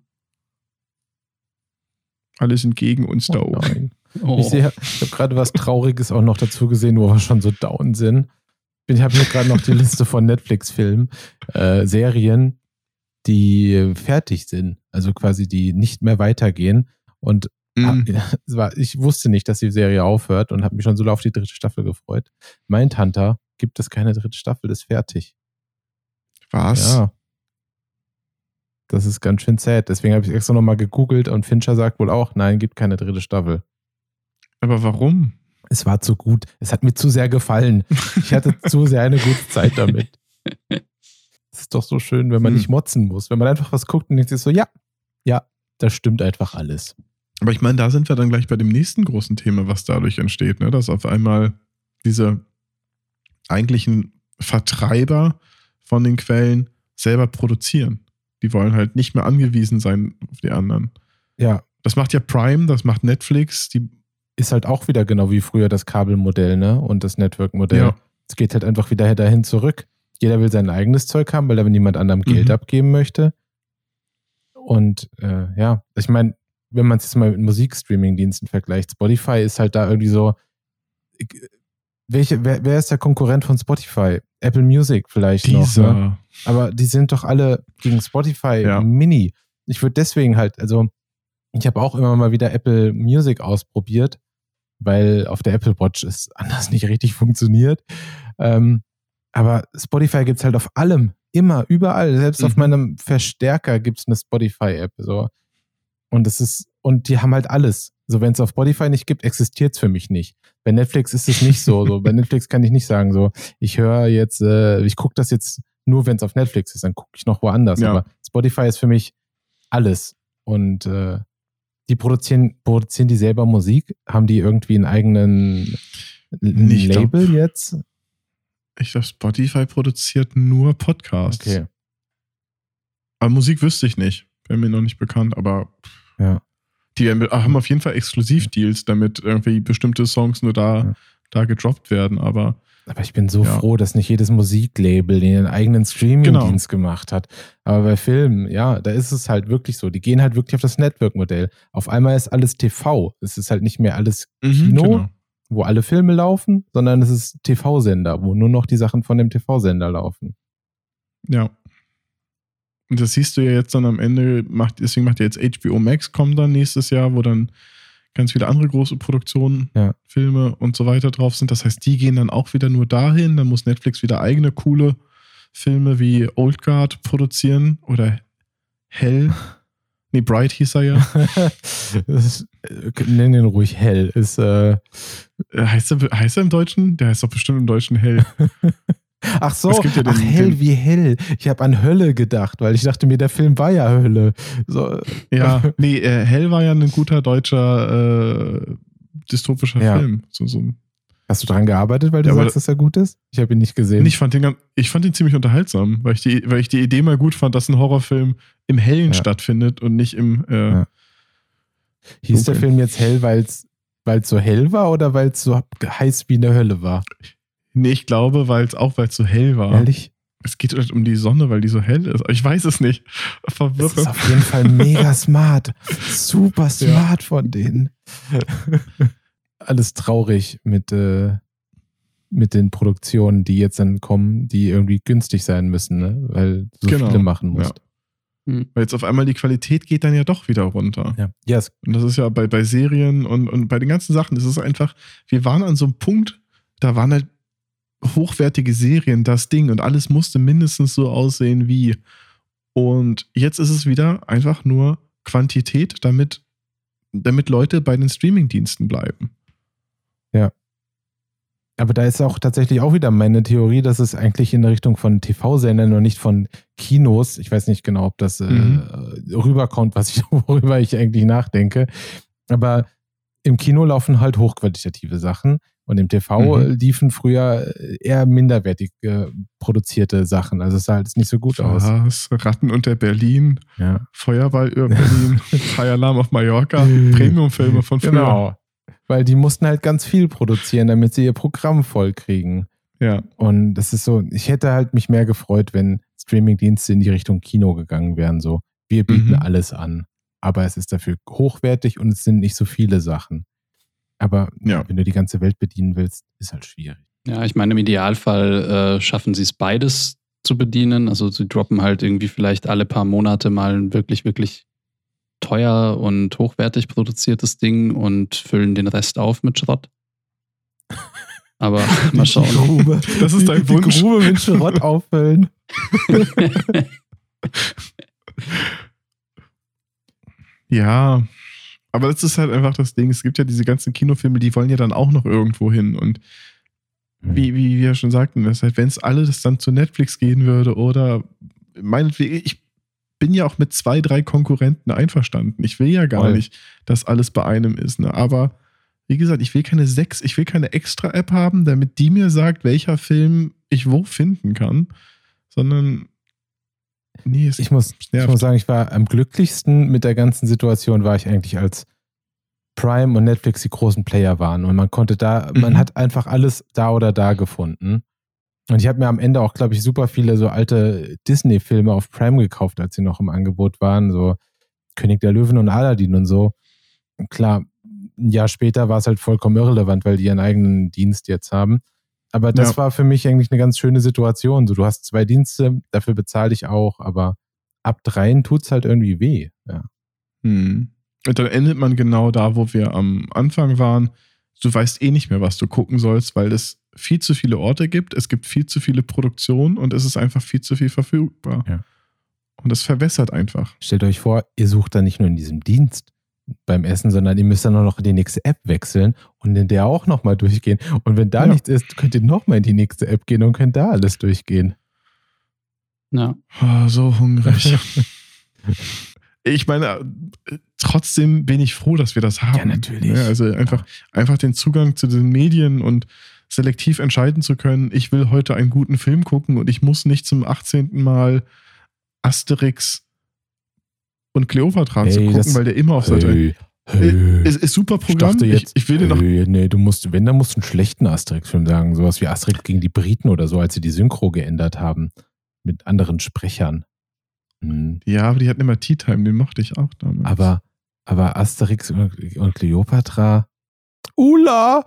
Alle sind gegen uns da oben. Oh. Ich habe gerade was Trauriges auch noch dazu gesehen, wo wir schon so down sind. Ich habe hier gerade noch die Liste von Netflix-Filmen, Serien, die fertig sind, also quasi die nicht mehr weitergehen. Und ich wusste nicht, dass die Serie aufhört und habe mich schon so auf die 3. Staffel gefreut. Mindhunter gibt es keine 3. Staffel, ist fertig. Was? Ja. Das ist ganz schön sad. Deswegen habe ich extra nochmal gegoogelt und Fincher sagt wohl auch, nein, gibt keine 3. Staffel. Aber warum? Es war zu gut. Es hat mir zu sehr gefallen. Ich hatte zu sehr eine gute Zeit damit. Es ist doch so schön, wenn man nicht motzen muss. Wenn man einfach was guckt und denkt sich so, ja, das stimmt einfach alles. Aber ich meine, da sind wir dann gleich bei dem nächsten großen Thema, was dadurch entsteht, ne? Dass auf einmal diese eigentlichen Vertreiber von den Quellen selber produzieren. Die wollen halt nicht mehr angewiesen sein auf die anderen. Ja. Das macht ja Prime, das macht Netflix. Die ist halt auch wieder genau wie früher das Kabelmodell, ne? Und das Network-Modell. Ja. Es geht halt einfach wieder dahin zurück. Jeder will sein eigenes Zeug haben, weil er niemand anderem Geld abgeben möchte. Und ich meine, wenn man es jetzt mal mit Musikstreaming-Diensten vergleicht, Spotify ist halt da irgendwie so, wer ist der Konkurrent von Spotify? Apple Music vielleicht noch, ne? Aber die sind doch alle gegen Spotify Mini. Ich würde deswegen halt, also ich habe auch immer mal wieder Apple Music ausprobiert, weil auf der Apple Watch es anders nicht richtig funktioniert. Aber Spotify gibt's halt auf allem, immer, überall. Selbst auf meinem Verstärker gibt's eine Spotify-App. So. Und die haben halt alles. So, wenn es auf Spotify nicht gibt, existiert es für mich nicht. Bei Netflix ist es nicht so. Bei Netflix kann ich nicht sagen, so, ich höre jetzt, ich gucke das jetzt nur, wenn es auf Netflix ist, dann gucke ich noch woanders. Ja. Aber Spotify ist für mich alles. Und die produzieren die selber Musik? Haben die irgendwie einen eigenen Label jetzt? Ich glaube, Spotify produziert nur Podcasts. Okay. Aber Musik wüsste ich nicht. Wäre mir noch nicht bekannt, aber ja. Die haben auf jeden Fall Exklusivdeals, damit irgendwie bestimmte Songs nur da gedroppt werden, aber ich bin so froh, dass nicht jedes Musiklabel den eigenen Streaming-Dienst gemacht hat. Aber bei Filmen, da ist es halt wirklich so. Die gehen halt wirklich auf das Network-Modell. Auf einmal ist alles TV. Es ist halt nicht mehr alles Kino, wo alle Filme laufen, sondern es ist TV-Sender, wo nur noch die Sachen von dem TV-Sender laufen. Ja. Und das siehst du ja jetzt dann am Ende, deswegen macht ja jetzt HBO Max, kommen dann nächstes Jahr, wo dann ganz viele andere große Produktionen, Filme und so weiter drauf sind. Das heißt, die gehen dann auch wieder nur dahin. Dann muss Netflix wieder eigene coole Filme wie Old Guard produzieren oder Hell. Nee, Bright hieß er ja. Nenn ihn ruhig Hell. Heißt er im Deutschen? Der heißt doch bestimmt im Deutschen Hell. Ach so, Hell wie Hell. Ich habe an Hölle gedacht, weil ich dachte mir, der Film war ja Hölle. So. Ja, nee, Hell war ja ein guter deutscher dystopischer Film. So Hast du dran gearbeitet, weil du sagst, dass er gut ist? Ich habe ihn nicht gesehen. Ich fand ihn ziemlich unterhaltsam, weil ich die Idee mal gut fand, dass ein Horrorfilm im Hellen stattfindet und nicht im Hieß der Film jetzt Hell, weil es so hell war oder weil es so heiß wie in der Hölle war? Nee, ich glaube, weil es so hell war. Ehrlich? Es geht halt um die Sonne, weil die so hell ist. Ich weiß es nicht. Das ist auf jeden Fall mega smart. Super smart von denen. Alles traurig mit den Produktionen, die jetzt dann kommen, die irgendwie günstig sein müssen, ne? Weil du so viele machen musst. Ja. Weil jetzt auf einmal die Qualität geht dann ja doch wieder runter. Ja. Yes. Und das ist ja bei Serien und bei den ganzen Sachen, das ist einfach, wir waren an so einem Punkt, da waren halt hochwertige Serien, das Ding und alles musste mindestens so aussehen wie. Und jetzt ist es wieder einfach nur Quantität, damit Leute bei den Streamingdiensten bleiben. Ja. Aber da ist auch tatsächlich auch wieder meine Theorie, dass es eigentlich in der Richtung von TV-Sendern und nicht von Kinos, ich weiß nicht genau, ob das rüberkommt, worüber ich eigentlich nachdenke, aber im Kino laufen halt hochqualitative Sachen und im TV liefen früher eher minderwertig produzierte Sachen. Also es sah halt nicht so gut aus. Ratten unter Berlin, ja. Feuerball über Berlin, High Alarm auf Mallorca, Premium-Filme von früher. Genau. Weil die mussten halt ganz viel produzieren, damit sie ihr Programm voll kriegen. Ja. Und das ist so, ich hätte halt mich mehr gefreut, wenn Streamingdienste in die Richtung Kino gegangen wären. So, wir bieten alles an, aber es ist dafür hochwertig und es sind nicht so viele Sachen. Aber wenn du die ganze Welt bedienen willst, ist halt schwierig. Ja, ich meine, im Idealfall schaffen sie es beides zu bedienen. Also sie droppen halt irgendwie vielleicht alle paar Monate mal ein wirklich, wirklich teuer und hochwertig produziertes Ding und füllen den Rest auf mit Schrott. Aber mal schauen. Die Grube, das ist dein Wunsch. Die Grube mit Schrott auffüllen. Ja, aber das ist halt einfach das Ding. Es gibt ja diese ganzen Kinofilme, die wollen ja dann auch noch irgendwo hin. Und wie wir schon sagten, das halt, wenn es alles dann zu Netflix gehen würde oder meinetwegen, ich bin ja auch mit 2, 3 Konkurrenten einverstanden. Ich will ja gar nicht, dass alles bei einem ist. Ne? Aber wie gesagt, ich will keine Extra-App haben, damit die mir sagt, welcher Film ich wo finden kann. Sondern ich muss sagen, ich war am glücklichsten mit der ganzen Situation, war ich eigentlich, als Prime und Netflix die großen Player waren. Und man konnte man hat einfach alles da oder da gefunden. Und ich habe mir am Ende auch, glaube ich, super viele so alte Disney-Filme auf Prime gekauft, als sie noch im Angebot waren. So König der Löwen und Aladdin und so. Und klar, ein Jahr später war es halt vollkommen irrelevant, weil die ihren eigenen Dienst jetzt haben. Aber das war für mich eigentlich eine ganz schöne Situation. So, du hast 2 Dienste, dafür bezahle ich auch, aber ab 3 tut es halt irgendwie weh. Ja. Und dann endet man genau da, wo wir am Anfang waren. Du weißt eh nicht mehr, was du gucken sollst, weil es viel zu viele Orte gibt, es gibt viel zu viele Produktionen und es ist einfach viel zu viel verfügbar. Ja. Und das verwässert einfach. Stellt euch vor, ihr sucht dann nicht nur in diesem Dienst beim Essen, sondern ihr müsst dann auch noch in die nächste App wechseln und in der auch nochmal durchgehen. Und wenn da nichts ist, könnt ihr nochmal in die nächste App gehen und könnt da alles durchgehen. Ja. Oh, so hungrig. Ich meine, trotzdem bin ich froh, dass wir das haben. Ja, natürlich. Ja, also einfach den Zugang zu den Medien und selektiv entscheiden zu können, ich will heute einen guten Film gucken und ich muss nicht zum 18. Mal Asterix und Kleopatra zu gucken, weil der immer auf Seite ist super Programm. Ich will den noch. Nee, dann musst du einen schlechten Asterix-Film sagen. Sowas wie Asterix gegen die Briten oder so, als sie die Synchro geändert haben. Mit anderen Sprechern. Ja, aber die hatten immer Tea Time, den mochte ich auch damals. Aber Asterix und Kleopatra. Ula!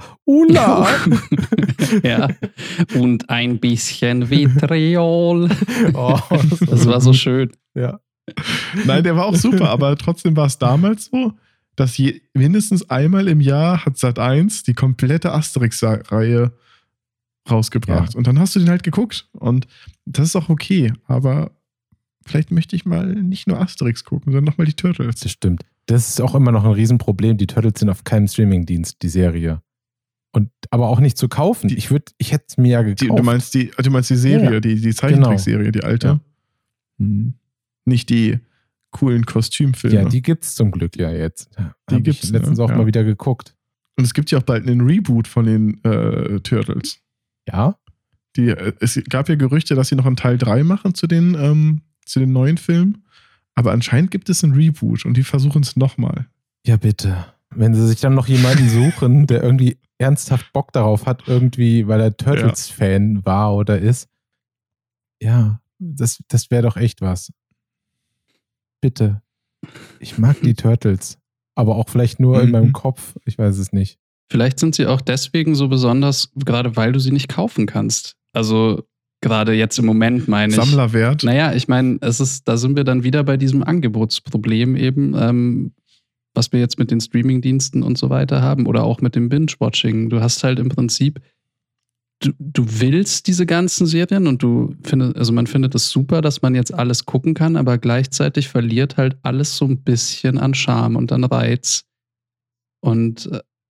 Ja. Und ein bisschen Vitriol. Oh, das war so schön. Ja. Nein, der war auch super, aber trotzdem war es damals so, dass mindestens einmal im Jahr hat Sat.1 die komplette Asterix-Reihe rausgebracht. Und dann hast du den halt geguckt. Und das ist auch okay, aber vielleicht möchte ich mal nicht nur Asterix gucken, sondern nochmal die Turtles. Das stimmt. Das ist auch immer noch ein Riesenproblem. Die Turtles sind auf keinem Streamingdienst, die Serie. Aber auch nicht zu kaufen. Ich hätte es mir ja gekauft. Du meinst die Serie, die Zeichentrickserie, die alte? Ja. Nicht die coolen Kostümfilme. Ja, die gibt's zum Glück ja jetzt. Die gibt's. Ich letztens auch mal wieder geguckt. Und es gibt ja auch bald einen Reboot von den Turtles. Ja? Es gab ja Gerüchte, dass sie noch einen Teil 3 machen zu den neuen Filmen. Aber anscheinend gibt es einen Reboot und die versuchen es nochmal. Ja, bitte. Wenn sie sich dann noch jemanden suchen, der irgendwie ernsthaft Bock darauf hat, irgendwie, weil er Turtles-Fan war oder ist. Ja, das wäre doch echt was. Bitte. Ich mag die Turtles. Aber auch vielleicht nur in meinem Kopf. Ich weiß es nicht. Vielleicht sind sie auch deswegen so besonders, gerade weil du sie nicht kaufen kannst. Also gerade jetzt im Moment meine ich. Sammlerwert. Naja, ich meine, da sind wir dann wieder bei diesem Angebotsproblem eben, was wir jetzt mit den Streamingdiensten und so weiter haben oder auch mit dem Binge-Watching. Du hast halt im Prinzip, du willst diese ganzen Serien und man findet es super, dass man jetzt alles gucken kann, aber gleichzeitig verliert halt alles so ein bisschen an Charme und an Reiz. Und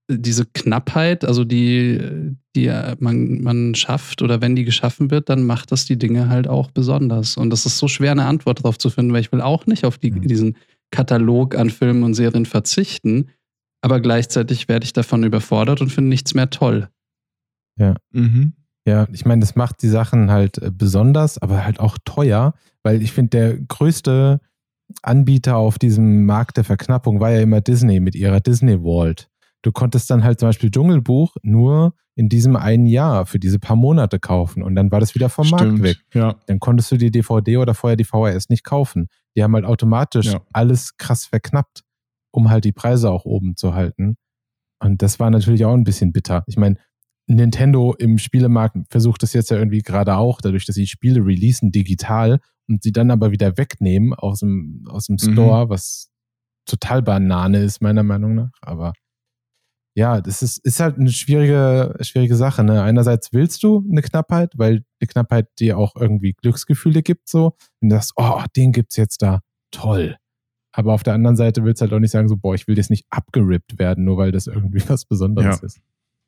diese Knappheit, also die man schafft oder wenn die geschaffen wird, dann macht das die Dinge halt auch besonders. Und das ist so schwer, eine Antwort drauf zu finden, weil ich will auch nicht auf diesen Katalog an Filmen und Serien verzichten, aber gleichzeitig werde ich davon überfordert und finde nichts mehr toll. Ja. Ja, ich meine, das macht die Sachen halt besonders, aber halt auch teuer, weil ich finde, der größte Anbieter auf diesem Markt der Verknappung war ja immer Disney mit ihrer Disney Vault. Du konntest dann halt zum Beispiel Dschungelbuch nur in diesem einen Jahr für diese paar Monate kaufen und dann war das wieder vom Markt weg. Ja. Dann konntest du die DVD oder vorher die VHS nicht kaufen. Die haben halt automatisch alles krass verknappt, um halt die Preise auch oben zu halten. Und das war natürlich auch ein bisschen bitter. Ich meine, Nintendo im Spielemarkt versucht das jetzt ja irgendwie gerade auch, dadurch, dass sie Spiele releasen digital und sie dann aber wieder wegnehmen aus dem Store, was total Banane ist, meiner Meinung nach. Aber ja, das ist halt eine schwierige Sache. Ne? Einerseits willst du eine Knappheit, weil eine Knappheit dir auch irgendwie Glücksgefühle gibt, so. Und du sagst, oh, den gibt's jetzt da. Toll. Aber auf der anderen Seite willst du halt auch nicht sagen, so, boah, ich will jetzt nicht abgerippt werden, nur weil das irgendwie was Besonderes ist.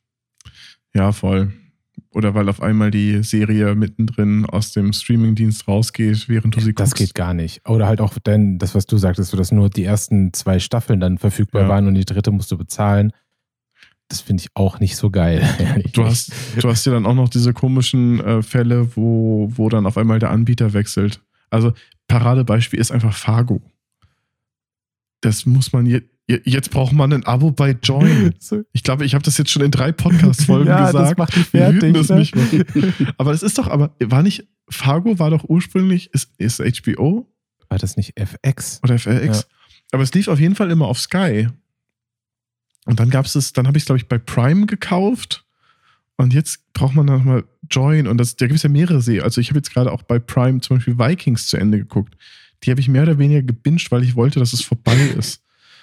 Ja, voll. Oder weil auf einmal die Serie mittendrin aus dem Streamingdienst rausgeht, während du sie guckst. Das geht gar nicht. Oder halt auch das, was du sagtest, dass nur die ersten 2 Staffeln dann verfügbar waren und die 3. musst du bezahlen. Das finde ich auch nicht so geil. Du hast ja dann auch noch diese komischen Fälle, wo dann auf einmal der Anbieter wechselt. Also Paradebeispiel ist einfach Fargo. Das muss man jetzt braucht man ein Abo bei Join. Ich glaube, ich habe das jetzt schon in 3 Podcast-Folgen gesagt. Das macht mich fertig. Aber das ist doch, Fargo war doch ursprünglich, ist HBO? War das nicht FX? Oder FX? Ja. Aber es lief auf jeden Fall immer auf Sky. Und dann habe ich es, glaube ich, bei Prime gekauft. Und jetzt braucht man dann nochmal Join. Und da gibt es ja mehrere Serien. Also ich habe jetzt gerade auch bei Prime zum Beispiel Vikings zu Ende geguckt. Die habe ich mehr oder weniger gebinged, weil ich wollte, dass es vorbei ist.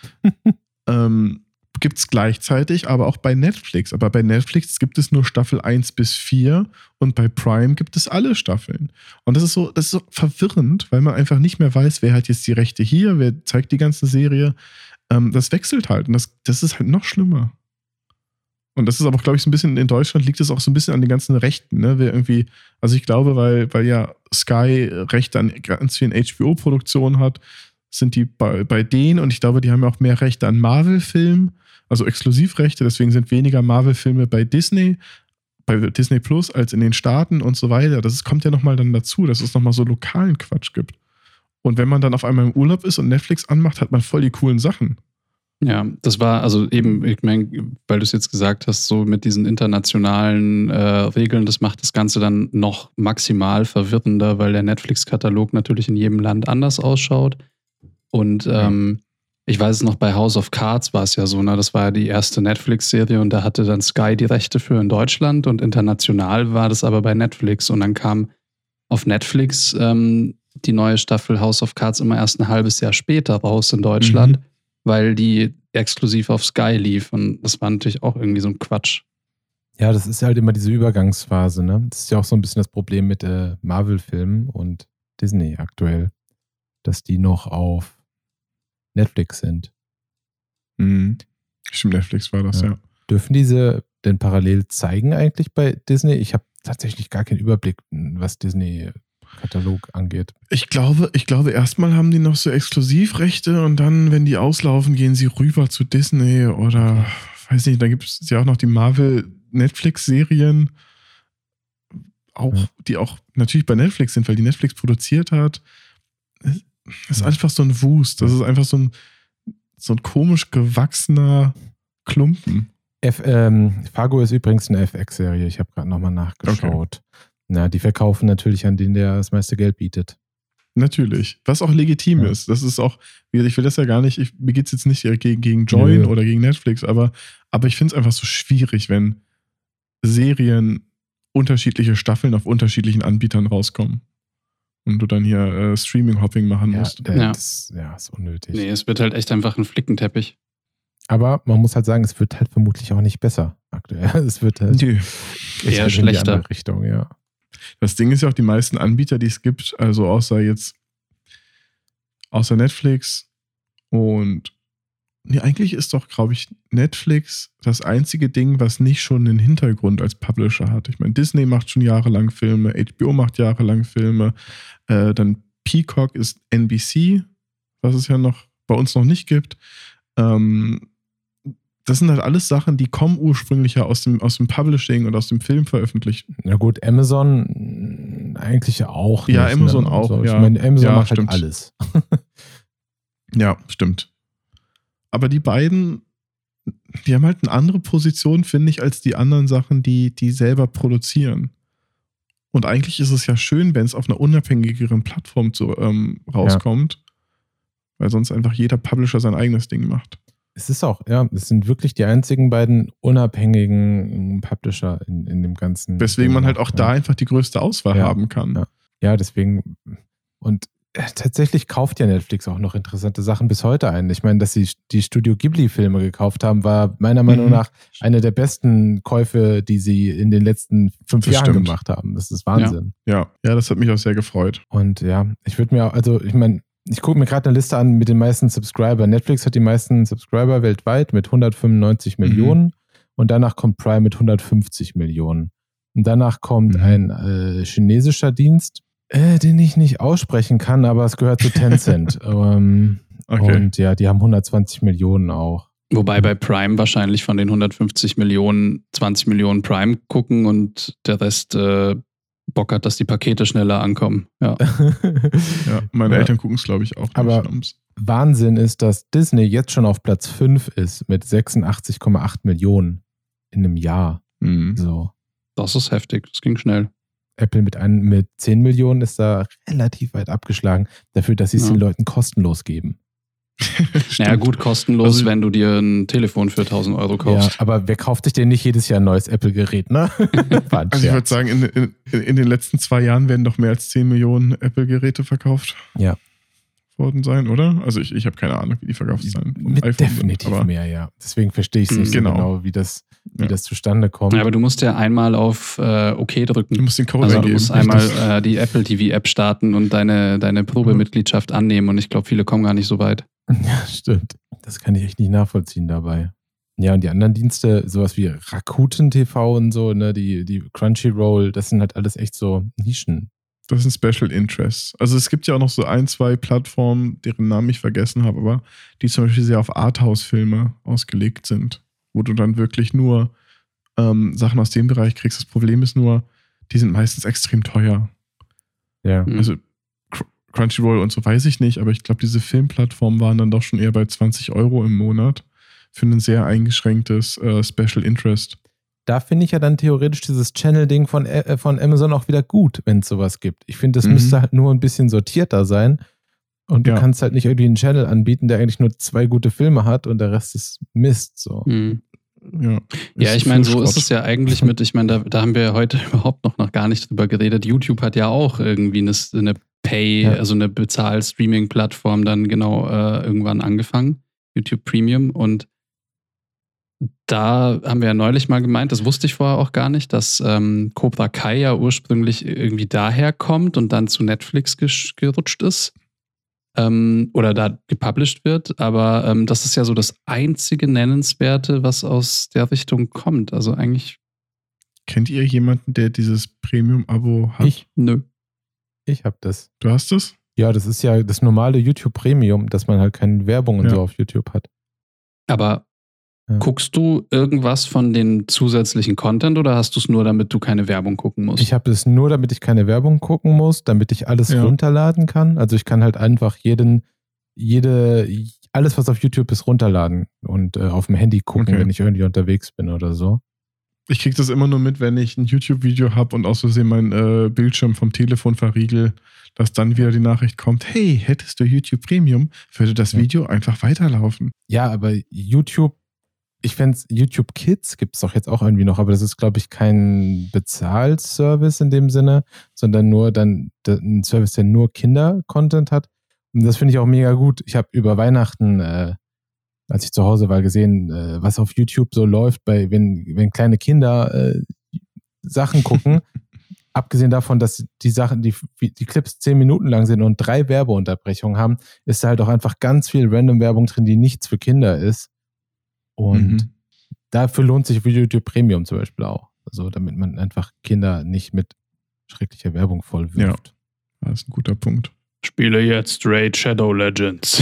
Gibt es gleichzeitig, aber auch bei Netflix. Aber bei Netflix gibt es nur Staffel 1 bis 4 und bei Prime gibt es alle Staffeln. Und das ist so verwirrend, weil man einfach nicht mehr weiß, wer hat jetzt die Rechte hier, wer zeigt die ganze Serie. Das wechselt halt und das ist halt noch schlimmer. Und das ist aber, glaube ich, so ein bisschen, in Deutschland liegt es auch so ein bisschen an den ganzen Rechten, ne? Also ich glaube, weil ja Sky Rechte an ganz vielen HBO-Produktionen hat, sind die bei denen und ich glaube, die haben ja auch mehr Rechte an Marvel-Filmen, also Exklusivrechte, deswegen sind weniger Marvel-Filme bei Disney Plus als in den Staaten und so weiter. Das kommt ja nochmal dann dazu, dass es nochmal so lokalen Quatsch gibt. Und wenn man dann auf einmal im Urlaub ist und Netflix anmacht, hat man voll die coolen Sachen. Ja, das war also eben, ich meine, weil du es jetzt gesagt hast, so mit diesen internationalen Regeln, das macht das Ganze dann noch maximal verwirrender, weil der Netflix-Katalog natürlich in jedem Land anders ausschaut. Und ich weiß es noch, bei House of Cards war es ja so, ne? Das war ja die erste Netflix-Serie und da hatte dann Sky die Rechte für in Deutschland und international war das aber bei Netflix. Und dann kam auf Netflix die neue Staffel House of Cards immer erst ein halbes Jahr später raus in Deutschland, weil die exklusiv auf Sky lief. Und das war natürlich auch irgendwie so ein Quatsch. Ja, das ist halt immer diese Übergangsphase, ne? Das ist ja auch so ein bisschen das Problem mit Marvel-Filmen und Disney aktuell, dass die noch auf Netflix sind. Stimmt, Netflix war das, ja. Dürfen diese denn parallel zeigen eigentlich bei Disney? Ich habe tatsächlich gar keinen Überblick, was Disney-Katalog angeht. Ich glaube, erstmal haben die noch so Exklusivrechte und dann, wenn die auslaufen, gehen sie rüber zu Disney oder, weiß nicht, da gibt es ja auch noch die Marvel-Netflix-Serien, die auch natürlich bei Netflix sind, weil die Netflix produziert hat. Das ist einfach so ein Wust. Das ist einfach so ein komisch gewachsener Klumpen. Fargo ist übrigens eine FX-Serie. Ich habe gerade nochmal nachgeschaut. Okay. Ja, die verkaufen natürlich an den, der das meiste Geld bietet. Natürlich. Was auch legitim ist. Das ist auch, ich will das ja gar nicht, mir geht es jetzt nicht gegen Join oder gegen Netflix, aber ich finde es einfach so schwierig, wenn Serien unterschiedliche Staffeln auf unterschiedlichen Anbietern rauskommen. Und du dann hier Streaming-Hopping machen musst. Das ist unnötig. Nee, es wird halt echt einfach ein Flickenteppich. Aber man muss halt sagen, es wird halt vermutlich auch nicht besser aktuell. Es wird halt eher schlechter. In die andere Richtung, ja. Das Ding ist ja auch, die meisten Anbieter, die es gibt, also außer Netflix und Nee, eigentlich ist doch, glaube ich, Netflix das einzige Ding, was nicht schon einen Hintergrund als Publisher hat. Ich meine, Disney macht schon jahrelang Filme, HBO macht jahrelang Filme, dann Peacock ist NBC, was es ja noch bei uns noch nicht gibt. Das sind halt alles Sachen, die kommen ursprünglich ja aus dem Publishing und aus dem Film veröffentlicht. Na gut, Amazon eigentlich auch. Ja, nicht, Amazon ne? auch. So, ja. Ich meine, Amazon ja, macht stimmt. halt alles. Ja, stimmt. Aber die beiden, die haben halt eine andere Position, finde ich, als die anderen Sachen, die selber produzieren. Und eigentlich ist es ja schön, wenn es auf einer unabhängigeren Plattform rauskommt, weil sonst einfach jeder Publisher sein eigenes Ding macht. Es ist auch, ja, es sind wirklich die einzigen beiden unabhängigen Publisher in dem ganzen. Weswegen man halt auch da einfach die größte Auswahl haben kann. Ja, deswegen. Und tatsächlich kauft ja Netflix auch noch interessante Sachen bis heute ein. Ich meine, dass sie die Studio Ghibli-Filme gekauft haben, war meiner Meinung nach eine der besten Käufe, die sie in den letzten 5 Jahren gemacht haben. Das ist Wahnsinn. Ja, das hat mich auch sehr gefreut. Und ja, ich würde mir, also ich meine, ich gucke mir gerade eine Liste an mit den meisten Subscriber. Netflix hat die meisten Subscriber weltweit mit 195 Millionen und danach kommt Prime mit 150 Millionen. Und danach kommt ein chinesischer Dienst, den ich nicht aussprechen kann, aber es gehört zu Tencent. Okay. Und ja, die haben 120 Millionen auch. Wobei bei Prime wahrscheinlich von den 150 Millionen 20 Millionen Prime gucken und der Rest Bock hat, dass die Pakete schneller ankommen. Ja, meine Eltern gucken es, glaube ich, auch. Aber Wahnsinn ist, dass Disney jetzt schon auf Platz 5 ist mit 86,8 Millionen in einem Jahr. So. Das ist heftig, das ging schnell. Apple mit 10 Millionen ist da relativ weit abgeschlagen, dafür, dass sie es den Leuten kostenlos geben. Ja gut, kostenlos, wenn du dir ein Telefon für 1.000 Euro kaufst. Ja, aber wer kauft sich denn nicht jedes Jahr ein neues Apple-Gerät, ne? Also ich würde sagen, in den letzten 2 Jahren werden doch mehr als 10 Millionen Apple-Geräte verkauft worden sein, oder? Also ich habe keine Ahnung, wie die verkauft sein. Definitiv mehr, ja. Deswegen verstehe ich es nicht so genau, wie das zustande kommt. Ja, aber du musst ja einmal auf OK drücken. Du musst den Code eingeben. Du musst einmal die Apple TV-App starten und deine Probemitgliedschaft annehmen und ich glaube, viele kommen gar nicht so weit. Ja, stimmt. Das kann ich echt nicht nachvollziehen dabei. Ja, und die anderen Dienste, sowas wie Rakuten TV und so, ne, die Crunchyroll, das sind halt alles echt so Nischen. Das sind Special Interests. Also es gibt ja auch noch so 1, 2 Plattformen, deren Namen ich vergessen habe, aber die zum Beispiel sehr auf Arthouse-Filme ausgelegt sind, wo du dann wirklich nur Sachen aus dem Bereich kriegst. Das Problem ist nur, die sind meistens extrem teuer. Ja. Also Crunchyroll und so weiß ich nicht, aber ich glaube, diese Filmplattformen waren dann doch schon eher bei 20 Euro im Monat für ein sehr eingeschränktes Special Interest. Da finde ich ja dann theoretisch dieses Channel-Ding von Amazon auch wieder gut, wenn es sowas gibt. Ich finde, das müsste halt nur ein bisschen sortierter sein und du kannst halt nicht irgendwie einen Channel anbieten, der eigentlich nur 2 gute Filme hat und der Rest ist Mist. So. Ja, ich meine, so ist es ja eigentlich mit, ich meine, da haben wir heute überhaupt noch gar nicht drüber geredet. YouTube hat ja auch irgendwie eine also eine Bezahl-Streaming-Plattform dann genau irgendwann angefangen, YouTube Premium, und da haben wir ja neulich mal gemeint, das wusste ich vorher auch gar nicht, dass Cobra Kai ja ursprünglich irgendwie daher kommt und dann zu Netflix gerutscht ist oder da gepublished wird, aber das ist ja so das einzige Nennenswerte, was aus der Richtung kommt. Also eigentlich. Kennt ihr jemanden, der dieses Premium-Abo hat? Nö. Ich habe das. Du hast das? Ja, das ist ja das normale YouTube Premium, dass man halt keine Werbung und so auf YouTube hat. Aber guckst du irgendwas von den zusätzlichen Content oder hast du es nur, damit du keine Werbung gucken musst? Ich habe es nur, damit ich keine Werbung gucken muss, damit ich alles runterladen kann. Also ich kann halt einfach alles, was auf YouTube ist, runterladen und auf dem Handy gucken, wenn ich irgendwie unterwegs bin oder so. Ich kriege das immer nur mit, wenn ich ein YouTube-Video habe und aus Versehen meinen Bildschirm vom Telefon verriegel, dass dann wieder die Nachricht kommt, hey, hättest du YouTube Premium, würde das Video einfach weiterlaufen. Ja, aber YouTube, ich fände YouTube Kids gibt es doch jetzt auch irgendwie noch, aber das ist, glaube ich, kein Bezahlservice in dem Sinne, sondern nur dann ein Service, der nur Kinder-Content hat. Und das finde ich auch mega gut. Ich habe über Weihnachten, als ich zu Hause war, gesehen, was auf YouTube so läuft, wenn kleine Kinder Sachen gucken. abgesehen davon, dass die Sachen, die Clips 10 Minuten lang sind und 3 Werbeunterbrechungen haben, ist da halt auch einfach ganz viel Random-Werbung drin, die nichts für Kinder ist. Und dafür lohnt sich YouTube Premium zum Beispiel auch. Also damit man einfach Kinder nicht mit schrecklicher Werbung vollwirft. Ja, das ist ein guter Punkt. Spiele jetzt Raid Shadow Legends.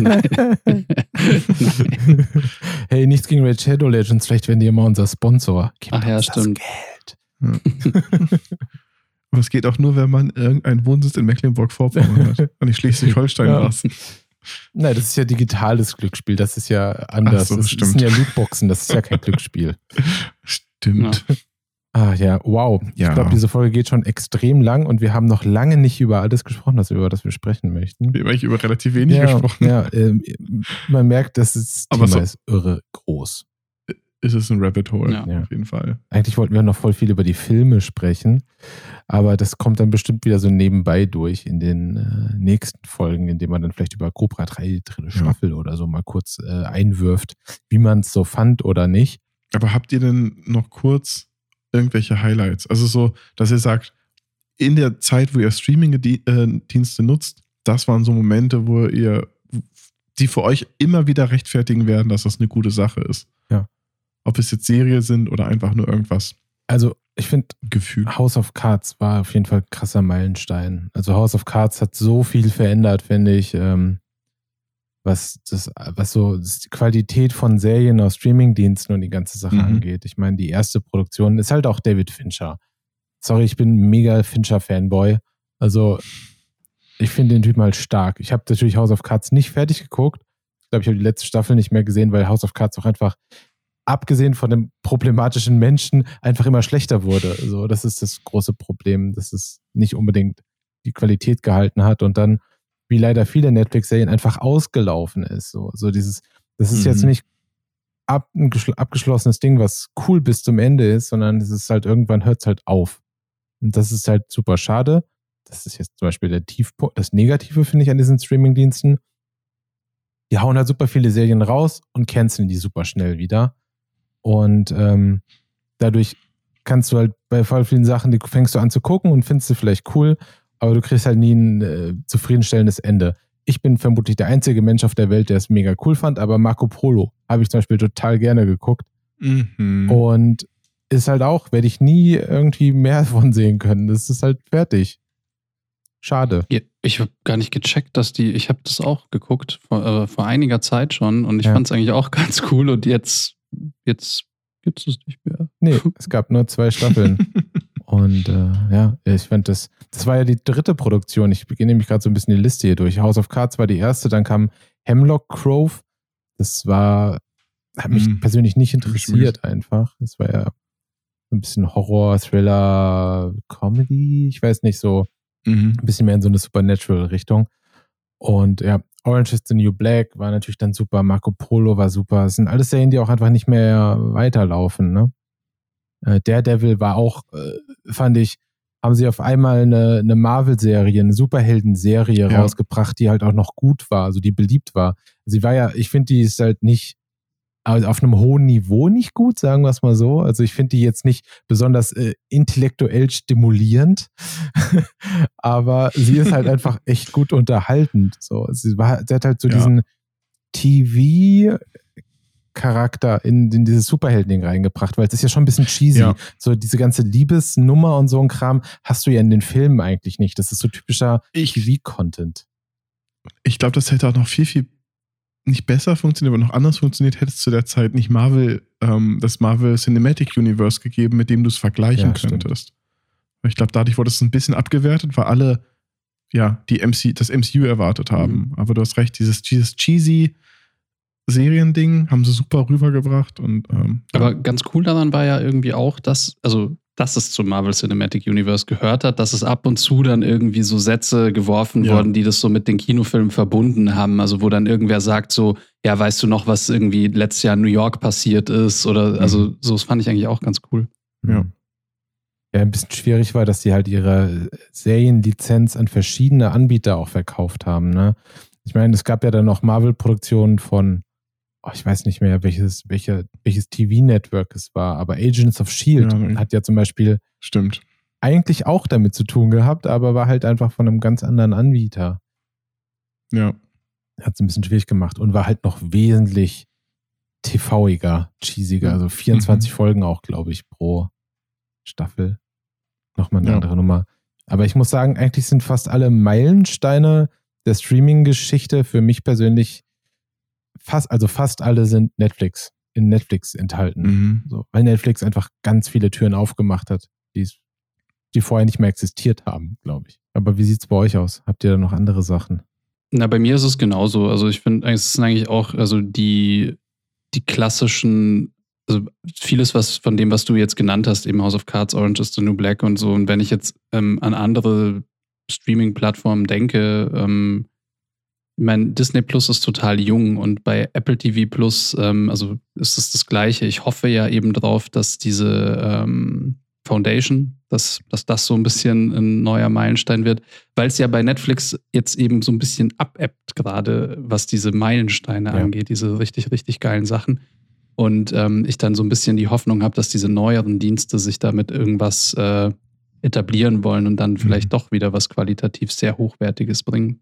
Hey, nichts gegen Raid Shadow Legends, vielleicht werden die immer unser Sponsor. Gib uns stimmt. Das Geld. Ja. Aber es geht auch nur, wenn man irgendeinen Wohnsitz in Mecklenburg-Vorpommern hat und nicht Schleswig-Holstein lassen. Nein, das ist ja digitales Glücksspiel, das ist ja anders. So, das sind ja Lootboxen, das ist ja kein Glücksspiel. Stimmt. Ja. Ah ja, wow. Ja. Ich glaube, diese Folge geht schon extrem lang und wir haben noch lange nicht über alles gesprochen, über das wir sprechen möchten. Wir haben eigentlich über relativ wenig gesprochen. Ja, man merkt, dass das Thema ist irre groß. Ist es ein Rabbit Hole, auf jeden Fall. Eigentlich wollten wir noch voll viel über die Filme sprechen, aber das kommt dann bestimmt wieder so nebenbei durch in den nächsten Folgen, indem man dann vielleicht über Cobra 3, dritte Staffel oder so mal kurz einwirft, wie man es so fand oder nicht. Aber habt ihr denn noch kurz irgendwelche Highlights? Also so, dass ihr sagt, in der Zeit, wo ihr Streaming-Dienste nutzt, das waren so Momente, wo ihr, die für euch immer wieder rechtfertigen werden, dass das eine gute Sache ist. Ja. Ob es jetzt Serie sind oder einfach nur irgendwas. Also ich finde, Gefühl. House of Cards war auf jeden Fall ein krasser Meilenstein. Also House of Cards hat so viel verändert, finde ich, was so die Qualität von Serien aus Streamingdiensten und die ganze Sache angeht. Ich meine, die erste Produktion ist halt auch David Fincher. Sorry, ich bin ein mega Fincher-Fanboy. Also ich finde den Typen halt stark. Ich habe natürlich House of Cards nicht fertig geguckt. Ich glaube, ich habe die letzte Staffel nicht mehr gesehen, weil House of Cards auch einfach, abgesehen von dem problematischen Menschen, einfach immer schlechter wurde. Also das ist das große Problem, dass es nicht unbedingt die Qualität gehalten hat und dann, wie leider viele Netflix-Serien, einfach ausgelaufen ist. So dieses, das ist jetzt nicht ein abgeschlossenes Ding, was cool bis zum Ende ist, sondern es ist halt, irgendwann hört es halt auf. Und das ist halt super schade. Das ist jetzt zum Beispiel der Tiefpunkt, das Negative, finde ich, an diesen Streaming-Diensten. Die hauen halt super viele Serien raus und canceln die super schnell wieder. Und dadurch kannst du halt bei voll vielen Sachen, die fängst du an zu gucken und findest sie vielleicht cool, aber du kriegst halt nie ein zufriedenstellendes Ende. Ich bin vermutlich der einzige Mensch auf der Welt, der es mega cool fand, aber Marco Polo habe ich zum Beispiel total gerne geguckt. Und ist halt auch, werde ich nie irgendwie mehr von sehen können. Das ist halt fertig. Schade. Ja, ich habe gar nicht gecheckt, ich habe das auch geguckt, vor einiger Zeit schon, und ich fand es eigentlich auch ganz cool, und jetzt gibt es nicht mehr. Nee, es gab nur 2 Staffeln. Und ich fand das war ja die 3. Produktion. Ich beginne nämlich gerade so ein bisschen die Liste hier durch. House of Cards war die erste, dann kam Hemlock Grove. Das hat mich persönlich nicht interessiert einfach. Das war ja so ein bisschen Horror, Thriller, Comedy, ich weiß nicht, so ein bisschen mehr in so eine Supernatural-Richtung. Und ja, Orange is the New Black war natürlich dann super, Marco Polo war super. Das sind alles Serien, die auch einfach nicht mehr weiterlaufen, ne? Daredevil war auch, fand ich, haben sie auf einmal eine Marvel-Serie, eine Superhelden-Serie rausgebracht, die halt auch noch gut war, also die beliebt war. Sie war ja, ich finde, die ist halt nicht, also auf einem hohen Niveau nicht gut, sagen wir es mal so. Also ich finde die jetzt nicht besonders intellektuell stimulierend, aber sie ist halt einfach echt gut unterhaltend. So, sie hat halt so diesen TV-Charakter in dieses Superhelden-Ding reingebracht, weil es ist ja schon ein bisschen cheesy. Ja. So diese ganze Liebesnummer und so ein Kram hast du ja in den Filmen eigentlich nicht. Das ist so typischer TV-Content. Ich glaube, das hätte auch noch viel nicht besser funktioniert, aber noch anders funktioniert, hätte es zu der Zeit nicht das Marvel Cinematic Universe gegeben, mit dem du es vergleichen könntest. Ich glaube, dadurch wurde es ein bisschen abgewertet, weil alle das MCU erwartet haben. Aber du hast recht, dieses cheesy Seriending haben sie super rübergebracht. Aber ganz cool daran war ja irgendwie auch, dass es zum Marvel Cinematic Universe gehört hat, dass es ab und zu dann irgendwie so Sätze geworfen wurden, die das so mit den Kinofilmen verbunden haben. Also wo dann irgendwer sagt so, ja, weißt du noch, was irgendwie letztes Jahr in New York passiert ist? Oder also so, das fand ich eigentlich auch ganz cool. Ja. Ja, ein bisschen schwierig war, dass sie halt ihre Serienlizenz an verschiedene Anbieter auch verkauft haben. Ne? Ich meine, es gab ja dann noch Marvel-Produktionen von, ich weiß nicht mehr, welches TV-Network es war, aber Agents of S.H.I.E.L.D. hat ja zum Beispiel eigentlich auch damit zu tun gehabt, aber war halt einfach von einem ganz anderen Anbieter. Ja. Hat es ein bisschen schwierig gemacht und war halt noch wesentlich TV-iger, cheesiger. Also 24 Folgen auch, glaube ich, pro Staffel. Nochmal eine andere Nummer. Aber ich muss sagen, eigentlich sind fast alle Meilensteine der Streaming-Geschichte für mich persönlich fast alle sind in Netflix enthalten. So, weil Netflix einfach ganz viele Türen aufgemacht hat, die vorher nicht mehr existiert haben, glaube ich. Aber wie sieht es bei euch aus? Habt ihr da noch andere Sachen? Na, bei mir ist es genauso. Also ich finde, es sind eigentlich auch, also die klassischen, also vieles von dem, was du jetzt genannt hast, eben House of Cards, Orange is the New Black und so. Und wenn ich jetzt an andere Streaming-Plattformen denke, mein Disney Plus ist total jung und bei Apple TV Plus, also ist es das Gleiche. Ich hoffe ja eben drauf, dass diese Foundation, dass das so ein bisschen ein neuer Meilenstein wird, weil es ja bei Netflix jetzt eben so ein bisschen abebbt gerade, was diese Meilensteine angeht, diese richtig, richtig geilen Sachen. Und ich dann so ein bisschen die Hoffnung habe, dass diese neueren Dienste sich damit irgendwas etablieren wollen und dann vielleicht doch wieder was qualitativ sehr Hochwertiges bringen.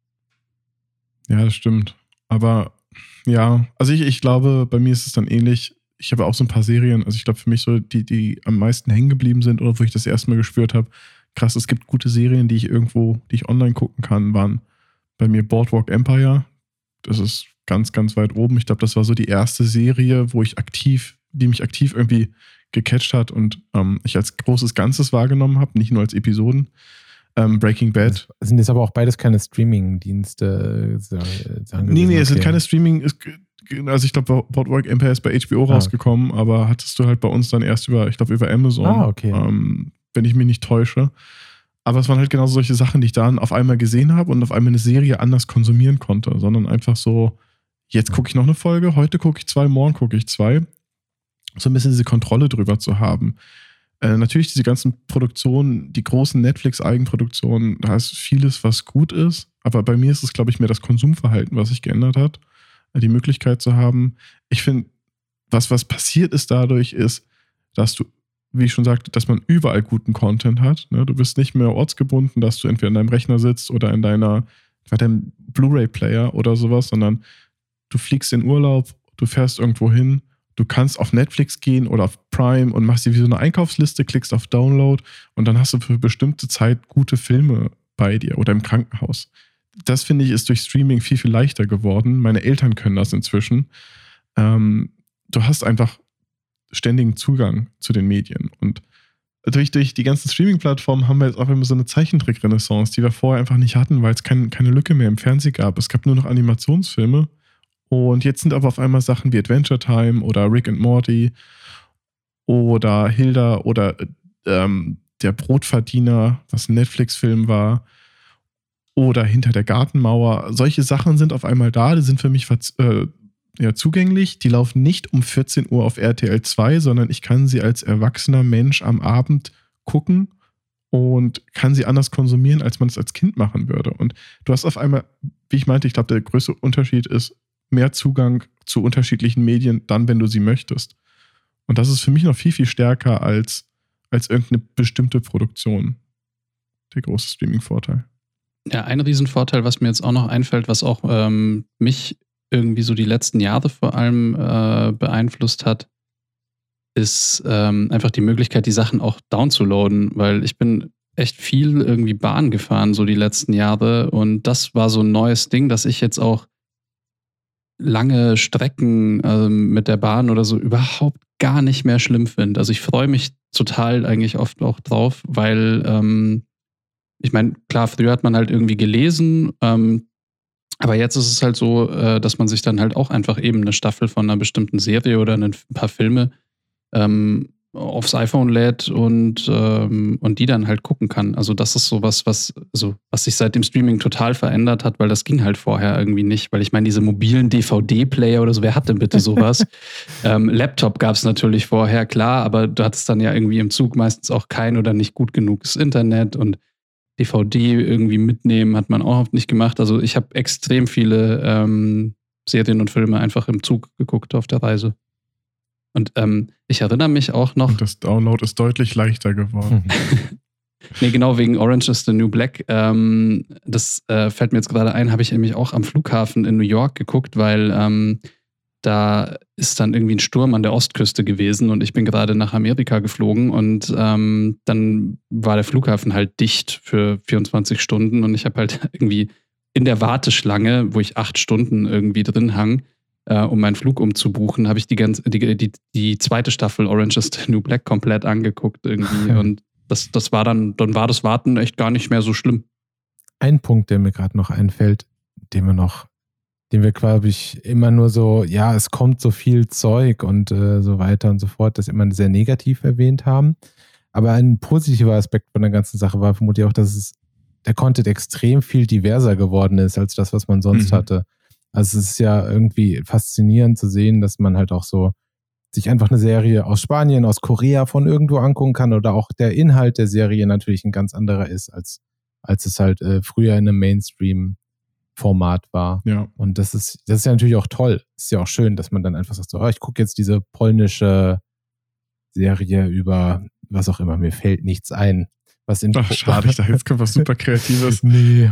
Ja, das stimmt. Aber ja, also ich glaube, bei mir ist es dann ähnlich. Ich habe auch so ein paar Serien, also ich glaube für mich so, die am meisten hängen geblieben sind oder wo ich das erste Mal gespürt habe, krass, es gibt gute Serien, die ich online gucken kann, waren bei mir Boardwalk Empire. Das ist ganz, ganz weit oben. Ich glaube, das war so die erste Serie, die mich aktiv irgendwie gecatcht hat und ich als großes Ganzes wahrgenommen habe, nicht nur als Episoden. Breaking Bad. Das sind jetzt aber auch beides keine Streaming-Dienste. Nee, es sind keine Streaming. Also ich glaube, Boardwalk Empire ist bei HBO rausgekommen, aber hattest du halt bei uns dann erst über Amazon. Okay. Wenn ich mich nicht täusche. Aber es waren halt genau solche Sachen, die ich dann auf einmal gesehen habe und auf einmal eine Serie anders konsumieren konnte, sondern einfach so, jetzt gucke ich noch eine Folge, heute gucke ich 2, morgen gucke ich 2. So ein bisschen diese Kontrolle drüber zu haben. Natürlich diese ganzen Produktionen, die großen Netflix-Eigenproduktionen, da ist vieles, was gut ist, aber bei mir ist es, glaube ich, mehr das Konsumverhalten, was sich geändert hat. Die Möglichkeit zu haben. Ich finde, was passiert ist dadurch, ist, dass du, wie ich schon sagte, dass man überall guten Content hat. Ne? Du bist nicht mehr ortsgebunden, dass du entweder in deinem Rechner sitzt oder in deinem Blu-ray-Player oder sowas, sondern du fliegst in Urlaub, du fährst irgendwo hin, du kannst auf Netflix gehen oder auf Prime und machst dir wie so eine Einkaufsliste, klickst auf Download und dann hast du für bestimmte Zeit gute Filme bei dir oder im Krankenhaus. Das, finde ich, ist durch Streaming viel, viel leichter geworden. Meine Eltern können das inzwischen. Du hast einfach ständigen Zugang zu den Medien. Und durch die ganzen Streaming-Plattformen haben wir jetzt auch immer so eine Zeichentrick-Renaissance, die wir vorher einfach nicht hatten, weil es keine Lücke mehr im Fernsehen gab. Es gab nur noch Animationsfilme. Und jetzt sind aber auf einmal Sachen wie Adventure Time oder Rick and Morty oder Hilda oder Der Brotverdiener, was ein Netflix-Film war, oder Hinter der Gartenmauer. Solche Sachen sind auf einmal da, die sind für mich zugänglich. Die laufen nicht um 14 Uhr auf RTL 2, sondern ich kann sie als erwachsener Mensch am Abend gucken und kann sie anders konsumieren, als man es als Kind machen würde. Und du hast auf einmal, wie ich meinte, ich glaube, der größte Unterschied ist mehr Zugang zu unterschiedlichen Medien, dann, wenn du sie möchtest. Und das ist für mich noch viel, viel stärker als irgendeine bestimmte Produktion. Der große Streaming-Vorteil. Ja, ein Riesenvorteil, was mir jetzt auch noch einfällt, was auch mich irgendwie so die letzten Jahre vor allem beeinflusst hat, ist einfach die Möglichkeit, die Sachen auch downzuladen, weil ich bin echt viel irgendwie Bahn gefahren, so die letzten Jahre und das war so ein neues Ding, dass ich jetzt auch lange Strecken mit der Bahn oder so überhaupt gar nicht mehr schlimm finde. Also ich freue mich total eigentlich oft auch drauf, weil ich meine, klar, früher hat man halt irgendwie gelesen, aber jetzt ist es halt so, dass man sich dann halt auch einfach eben eine Staffel von einer bestimmten Serie oder ein paar Filme aufs iPhone lädt und die dann halt gucken kann. Also das ist sowas, was sich seit dem Streaming total verändert hat, weil das ging halt vorher irgendwie nicht. Weil ich meine, diese mobilen DVD-Player oder so, wer hat denn bitte sowas? Laptop gab es natürlich vorher, klar, aber du hattest dann ja irgendwie im Zug meistens auch kein oder nicht gut genuges Internet und DVD irgendwie mitnehmen hat man auch oft nicht gemacht. Also ich habe extrem viele Serien und Filme einfach im Zug geguckt auf der Reise. Und ich erinnere mich auch noch... Und das Download ist deutlich leichter geworden. Nee, genau, wegen Orange is the New Black. Das fällt mir jetzt gerade ein, habe ich nämlich auch am Flughafen in New York geguckt, weil da ist dann irgendwie ein Sturm an der Ostküste gewesen und ich bin gerade nach Amerika geflogen und dann war der Flughafen halt dicht für 24 Stunden und ich habe halt irgendwie in der Warteschlange, wo ich 8 Stunden irgendwie drin hang, um meinen Flug umzubuchen, habe ich die zweite Staffel Orange is the New Black komplett angeguckt irgendwie und das war dann war das Warten echt gar nicht mehr so schlimm. Ein Punkt, der mir gerade noch einfällt, den wir, glaube ich, immer nur so, ja, es kommt so viel Zeug und so weiter und so fort, das immer sehr negativ erwähnt haben. Aber ein positiver Aspekt von der ganzen Sache war vermutlich auch, dass der Content extrem viel diverser geworden ist, als das, was man sonst hatte. Also es ist ja irgendwie faszinierend zu sehen, dass man halt auch so sich einfach eine Serie aus Spanien, aus Korea von irgendwo angucken kann oder auch der Inhalt der Serie natürlich ein ganz anderer ist, als es halt früher in einem Mainstream-Format war. Ja. Und das ist ja natürlich auch toll. Ist ja auch schön, dass man dann einfach sagt, so, ich gucke jetzt diese polnische Serie über was auch immer, mir fällt nichts ein. Ach, schade, ich dachte, jetzt kommt was super Kreatives. Nee.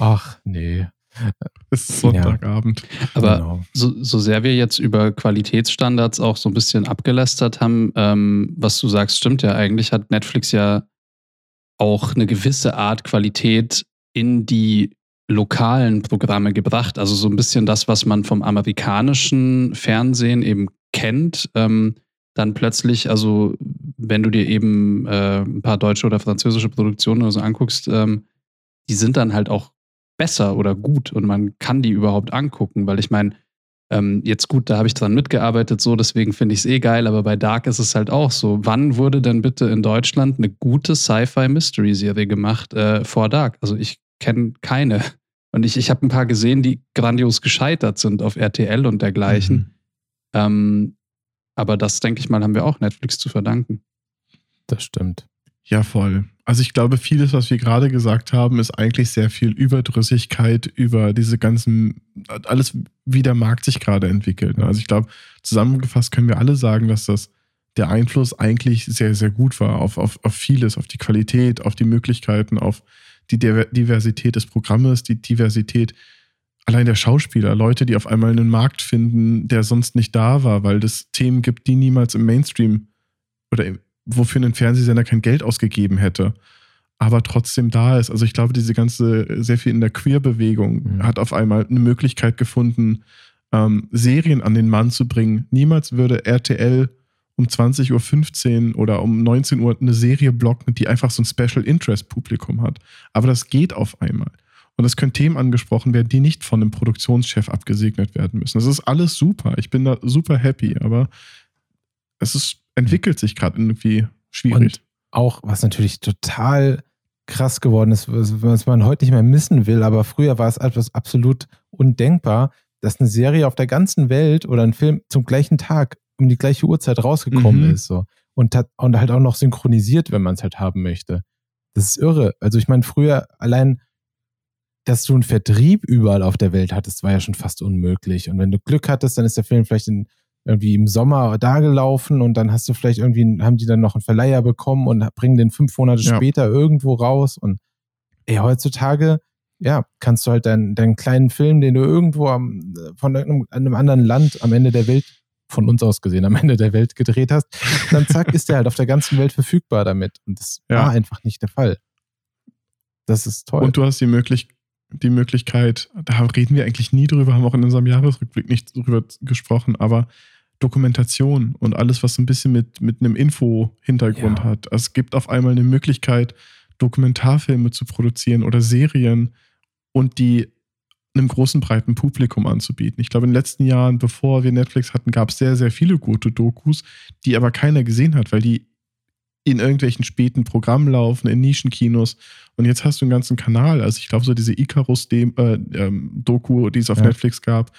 Es ist Sonntagabend. Aber genau. so sehr wir jetzt über Qualitätsstandards auch so ein bisschen abgelästert haben, was du sagst, stimmt ja. Eigentlich hat Netflix ja auch eine gewisse Art Qualität in die lokalen Programme gebracht. Also so ein bisschen das, was man vom amerikanischen Fernsehen eben kennt. Dann plötzlich, also wenn du dir eben ein paar deutsche oder französische Produktionen oder so anguckst, die sind dann halt auch besser oder gut und man kann die überhaupt angucken, weil ich meine, jetzt gut, da habe ich dran mitgearbeitet, so, deswegen finde ich es geil, aber bei Dark ist es halt auch so. Wann wurde denn bitte in Deutschland eine gute Sci-Fi-Mystery-Serie gemacht vor Dark? Also ich kenne keine. Und ich habe ein paar gesehen, die grandios gescheitert sind auf RTL und dergleichen. Aber das, denke ich mal, haben wir auch Netflix zu verdanken. Das stimmt. Ja, voll. Also ich glaube, vieles, was wir gerade gesagt haben, ist eigentlich sehr viel Überdrüssigkeit über diese ganzen, alles, wie der Markt sich gerade entwickelt. Also ich glaube, zusammengefasst können wir alle sagen, dass der Einfluss eigentlich sehr, sehr gut war auf vieles, auf die Qualität, auf die Möglichkeiten, auf die Diversität des Programmes, die Diversität allein der Schauspieler, Leute, die auf einmal einen Markt finden, der sonst nicht da war, weil es Themen gibt, die niemals im Mainstream oder wofür ein Fernsehsender kein Geld ausgegeben hätte, aber trotzdem da ist. Also ich glaube, diese ganze, sehr viel in der Queer-Bewegung hat auf einmal eine Möglichkeit gefunden, Serien an den Mann zu bringen. Niemals würde RTL um 20.15 Uhr oder um 19 Uhr eine Serie blocken, die einfach so ein Special-Interest-Publikum hat. Aber das geht auf einmal. Und es können Themen angesprochen werden, die nicht von einem Produktionschef abgesegnet werden müssen. Das ist alles super. Ich bin da super happy, aber entwickelt sich gerade irgendwie schwierig. Und auch, was natürlich total krass geworden ist, was man heute nicht mehr missen will, aber früher war es etwas absolut undenkbar, dass eine Serie auf der ganzen Welt oder ein Film zum gleichen Tag um die gleiche Uhrzeit rausgekommen ist. So. Und halt auch noch synchronisiert, wenn man es halt haben möchte. Das ist irre. Also ich meine, früher allein, dass du einen Vertrieb überall auf der Welt hattest, war ja schon fast unmöglich. Und wenn du Glück hattest, dann ist der Film vielleicht irgendwie im Sommer da gelaufen und dann hast du vielleicht haben die dann noch einen Verleiher bekommen und bringen den 5 Monate später irgendwo raus. Und heutzutage, kannst du halt deinen kleinen Film, den du irgendwo von einem anderen Land am Ende der Welt, von uns aus gesehen, am Ende der Welt gedreht hast, dann zack, ist der halt auf der ganzen Welt verfügbar damit. Und das war einfach nicht der Fall. Das ist toll. Und du hast die Möglichkeit, da reden wir eigentlich nie drüber, haben auch in unserem Jahresrückblick nicht drüber gesprochen, aber Dokumentation und alles, was so ein bisschen mit einem Info-Hintergrund hat. Also es gibt auf einmal eine Möglichkeit, Dokumentarfilme zu produzieren oder Serien und die einem großen, breiten Publikum anzubieten. Ich glaube, in den letzten Jahren, bevor wir Netflix hatten, gab es sehr, sehr viele gute Dokus, die aber keiner gesehen hat, weil die in irgendwelchen späten Programmen laufen, in Nischenkinos. Und jetzt hast du einen ganzen Kanal. Also ich glaube, so diese Icarus-Doku, die es auf Netflix gab,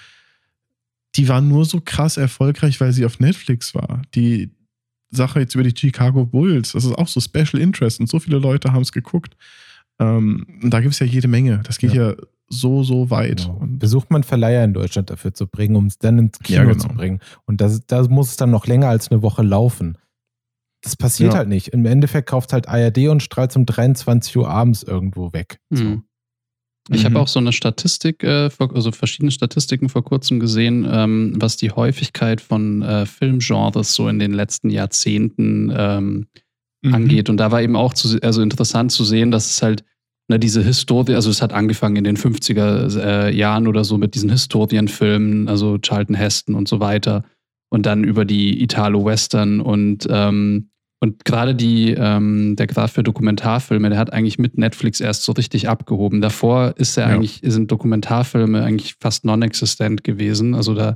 die war nur so krass erfolgreich, weil sie auf Netflix war. Die Sache jetzt über die Chicago Bulls, das ist auch so Special Interest und so viele Leute haben es geguckt. Und da gibt es ja jede Menge. Das geht ja so weit. Genau. Besucht man Verleiher in Deutschland dafür zu bringen, um es dann ins Kino zu bringen. Und da muss es dann noch länger als eine Woche laufen. Das passiert halt nicht. Im Endeffekt kauft halt ARD und strahlt um 23 Uhr abends irgendwo weg. So. Ich habe auch so eine Statistik, also verschiedene Statistiken vor kurzem gesehen, was die Häufigkeit von Filmgenres so in den letzten Jahrzehnten angeht. Und da war eben auch interessant zu sehen, dass es halt diese Historie, also es hat angefangen in den 50er Jahren oder so mit diesen Historienfilmen, also Charlton Heston und so weiter. Und dann über die Italo-Western und gerade der Graf für Dokumentarfilme, der hat eigentlich mit Netflix erst so richtig abgehoben. Davor sind Dokumentarfilme eigentlich fast non-existent gewesen. Also da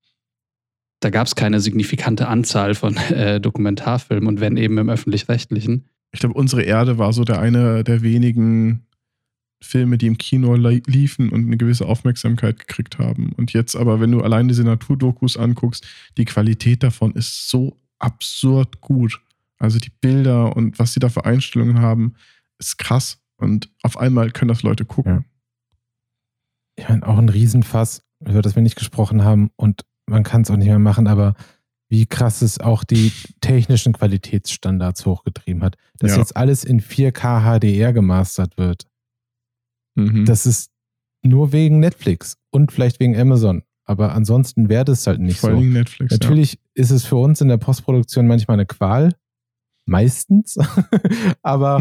gab es keine signifikante Anzahl von Dokumentarfilmen und wenn eben im Öffentlich-Rechtlichen. Ich glaube, Unsere Erde war so einer der wenigen Filme, die im Kino liefen und eine gewisse Aufmerksamkeit gekriegt haben. Und jetzt aber, wenn du allein diese Naturdokus anguckst, die Qualität davon ist so absurd gut. Also die Bilder und was sie da für Einstellungen haben, ist krass. Und auf einmal können das Leute gucken. Ja. Ich meine, auch ein Riesenfass, über das wir nicht gesprochen haben und man kann es auch nicht mehr machen, aber wie krass es auch die technischen Qualitätsstandards hochgetrieben hat. Dass jetzt alles in 4K HDR gemastert wird. Das ist nur wegen Netflix und vielleicht wegen Amazon. Aber ansonsten wäre das halt nicht Vor allem so. Netflix, Natürlich ist es für uns in der Postproduktion manchmal eine Qual. Meistens. Aber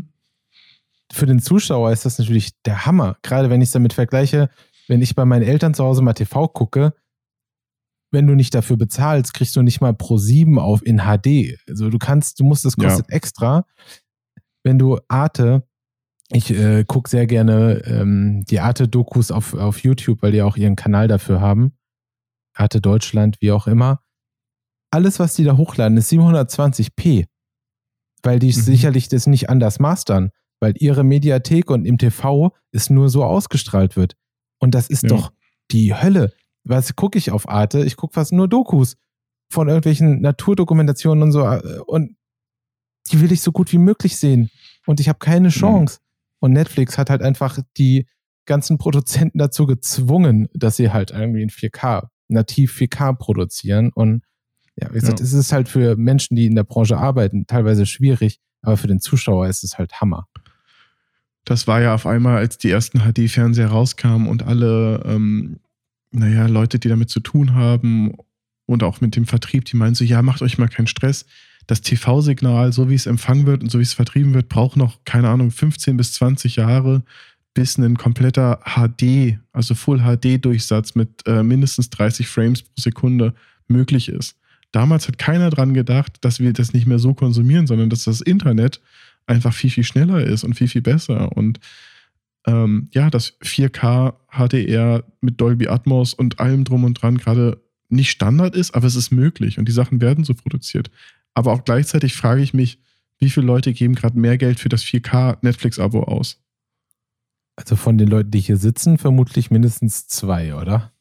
für den Zuschauer ist das natürlich der Hammer. Gerade wenn ich es damit vergleiche, wenn ich bei meinen Eltern zu Hause mal TV gucke, wenn du nicht dafür bezahlst, kriegst du nicht mal Pro7 in HD. Also das kostet extra. Wenn du Arte, ich gucke sehr gerne die Arte-Dokus auf YouTube, weil die auch ihren Kanal dafür haben. Arte Deutschland, wie auch immer. Alles, was die da hochladen, ist 720p. Weil die sicherlich das nicht anders mastern. Weil ihre Mediathek und im TV es nur so ausgestrahlt wird. Und das ist doch die Hölle. Was gucke ich auf Arte? Ich gucke fast nur Dokus von irgendwelchen Naturdokumentationen und so. Und die will ich so gut wie möglich sehen. Und ich habe keine Chance. Und Netflix hat halt einfach die ganzen Produzenten dazu gezwungen, dass sie halt irgendwie in 4K, nativ 4K produzieren. Und ja, wie gesagt, es ist halt für Menschen, die in der Branche arbeiten, teilweise schwierig. Aber für den Zuschauer ist es halt Hammer. Das war ja auf einmal, als die ersten HD-Fernseher rauskamen und alle Leute, die damit zu tun haben und auch mit dem Vertrieb, die meinen so, ja, macht euch mal keinen Stress. Das TV-Signal, so wie es empfangen wird und so wie es vertrieben wird, braucht noch, keine Ahnung, 15 bis 20 Jahre, bis ein kompletter HD, also Full-HD-Durchsatz mit mindestens 30 Frames pro Sekunde möglich ist. Damals hat keiner dran gedacht, dass wir das nicht mehr so konsumieren, sondern dass das Internet einfach viel, viel schneller ist und viel, viel besser. Und dass 4K HDR mit Dolby Atmos und allem drum und dran gerade nicht Standard ist, aber es ist möglich und die Sachen werden so produziert. Aber auch gleichzeitig frage ich mich, wie viele Leute geben gerade mehr Geld für das 4K Netflix-Abo aus? Also von den Leuten, die hier sitzen, vermutlich mindestens 2, oder?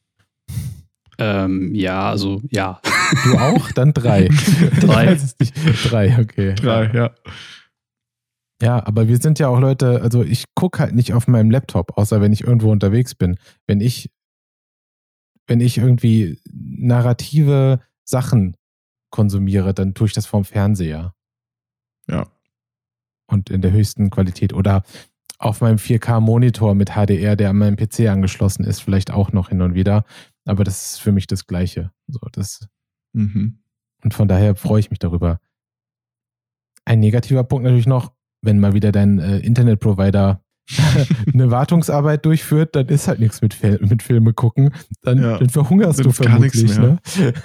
Ja. Du auch? Dann 3. 3, okay. 3, ja. Ja, aber wir sind ja auch Leute, also ich gucke halt nicht auf meinem Laptop, außer wenn ich irgendwo unterwegs bin. Wenn ich irgendwie narrative Sachen konsumiere, dann tue ich das vorm Fernseher. Ja. Und in der höchsten Qualität. Oder auf meinem 4K-Monitor mit HDR, der an meinem PC angeschlossen ist, vielleicht auch noch hin und wieder. Aber das ist für mich das Gleiche. So, Und von daher freue ich mich darüber. Ein negativer Punkt natürlich noch, wenn mal wieder dein Internetprovider eine Wartungsarbeit durchführt, dann ist halt nichts mit Filme gucken. Dann verhungerst du vermutlich. Ne?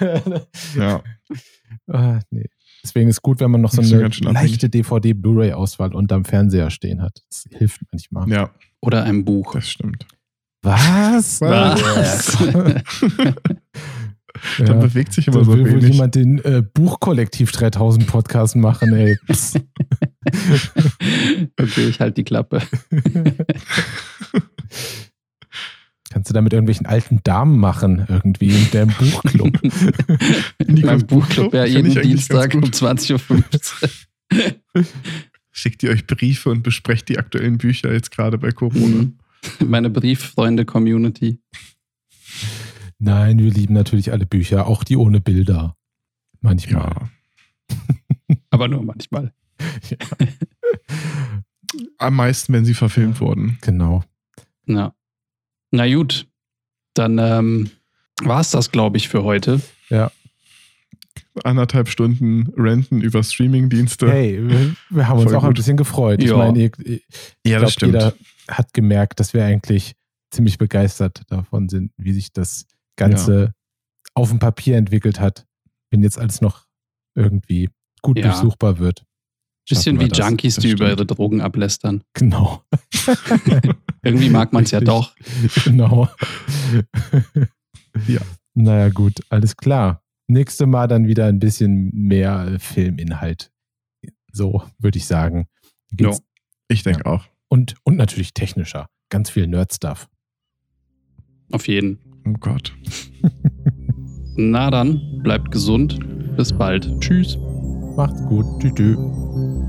Nee. Deswegen ist gut, wenn man noch so eine leichte DVD-Blu-ray-Auswahl unterm Fernseher stehen hat. Das hilft manchmal. Ja. Oder ein Buch. Das stimmt. Was? Da bewegt sich immer so will wenig. Wohl jemand den Buchkollektiv 3000 Podcast machen, ey. Okay, ich halte die Klappe. Kannst du da mit irgendwelchen alten Damen machen, irgendwie in deinem Buchclub? Mein Buchclub, ja, jeden Dienstag um 20.15 Uhr. Schickt ihr euch Briefe und besprecht die aktuellen Bücher jetzt gerade bei Corona. Meine Brieffreunde-Community. Nein, wir lieben natürlich alle Bücher, auch die ohne Bilder. Manchmal. Ja. Aber nur manchmal. Ja. Am meisten, wenn sie verfilmt wurden. Genau. Ja. Na gut, dann war es das, glaube ich, für heute. Ja. 1,5 Stunden Renten über Streamingdienste. Hey, wir haben uns Voll auch ein gut. bisschen gefreut. Ich Ja. meine, Ja, das stimmt. jeder hat gemerkt, dass wir eigentlich ziemlich begeistert davon sind, wie sich das Ganze auf dem Papier entwickelt hat, wenn jetzt alles noch irgendwie gut durchsuchbar wird. Bisschen wie das. Junkies, Das die über stimmt. ihre Drogen ablästern. Genau. Irgendwie mag man es ja Richtig. doch. Genau. Ja. Naja, gut, alles klar. Nächstes Mal dann wieder ein bisschen mehr Filminhalt. So würde ich sagen. Geht's- Ich denke auch. Und natürlich technischer. Ganz viel Nerd-Stuff. Auf jeden. Oh Gott. Na dann, bleibt gesund. Bis bald. Tschüss. Macht's gut. Tschüss.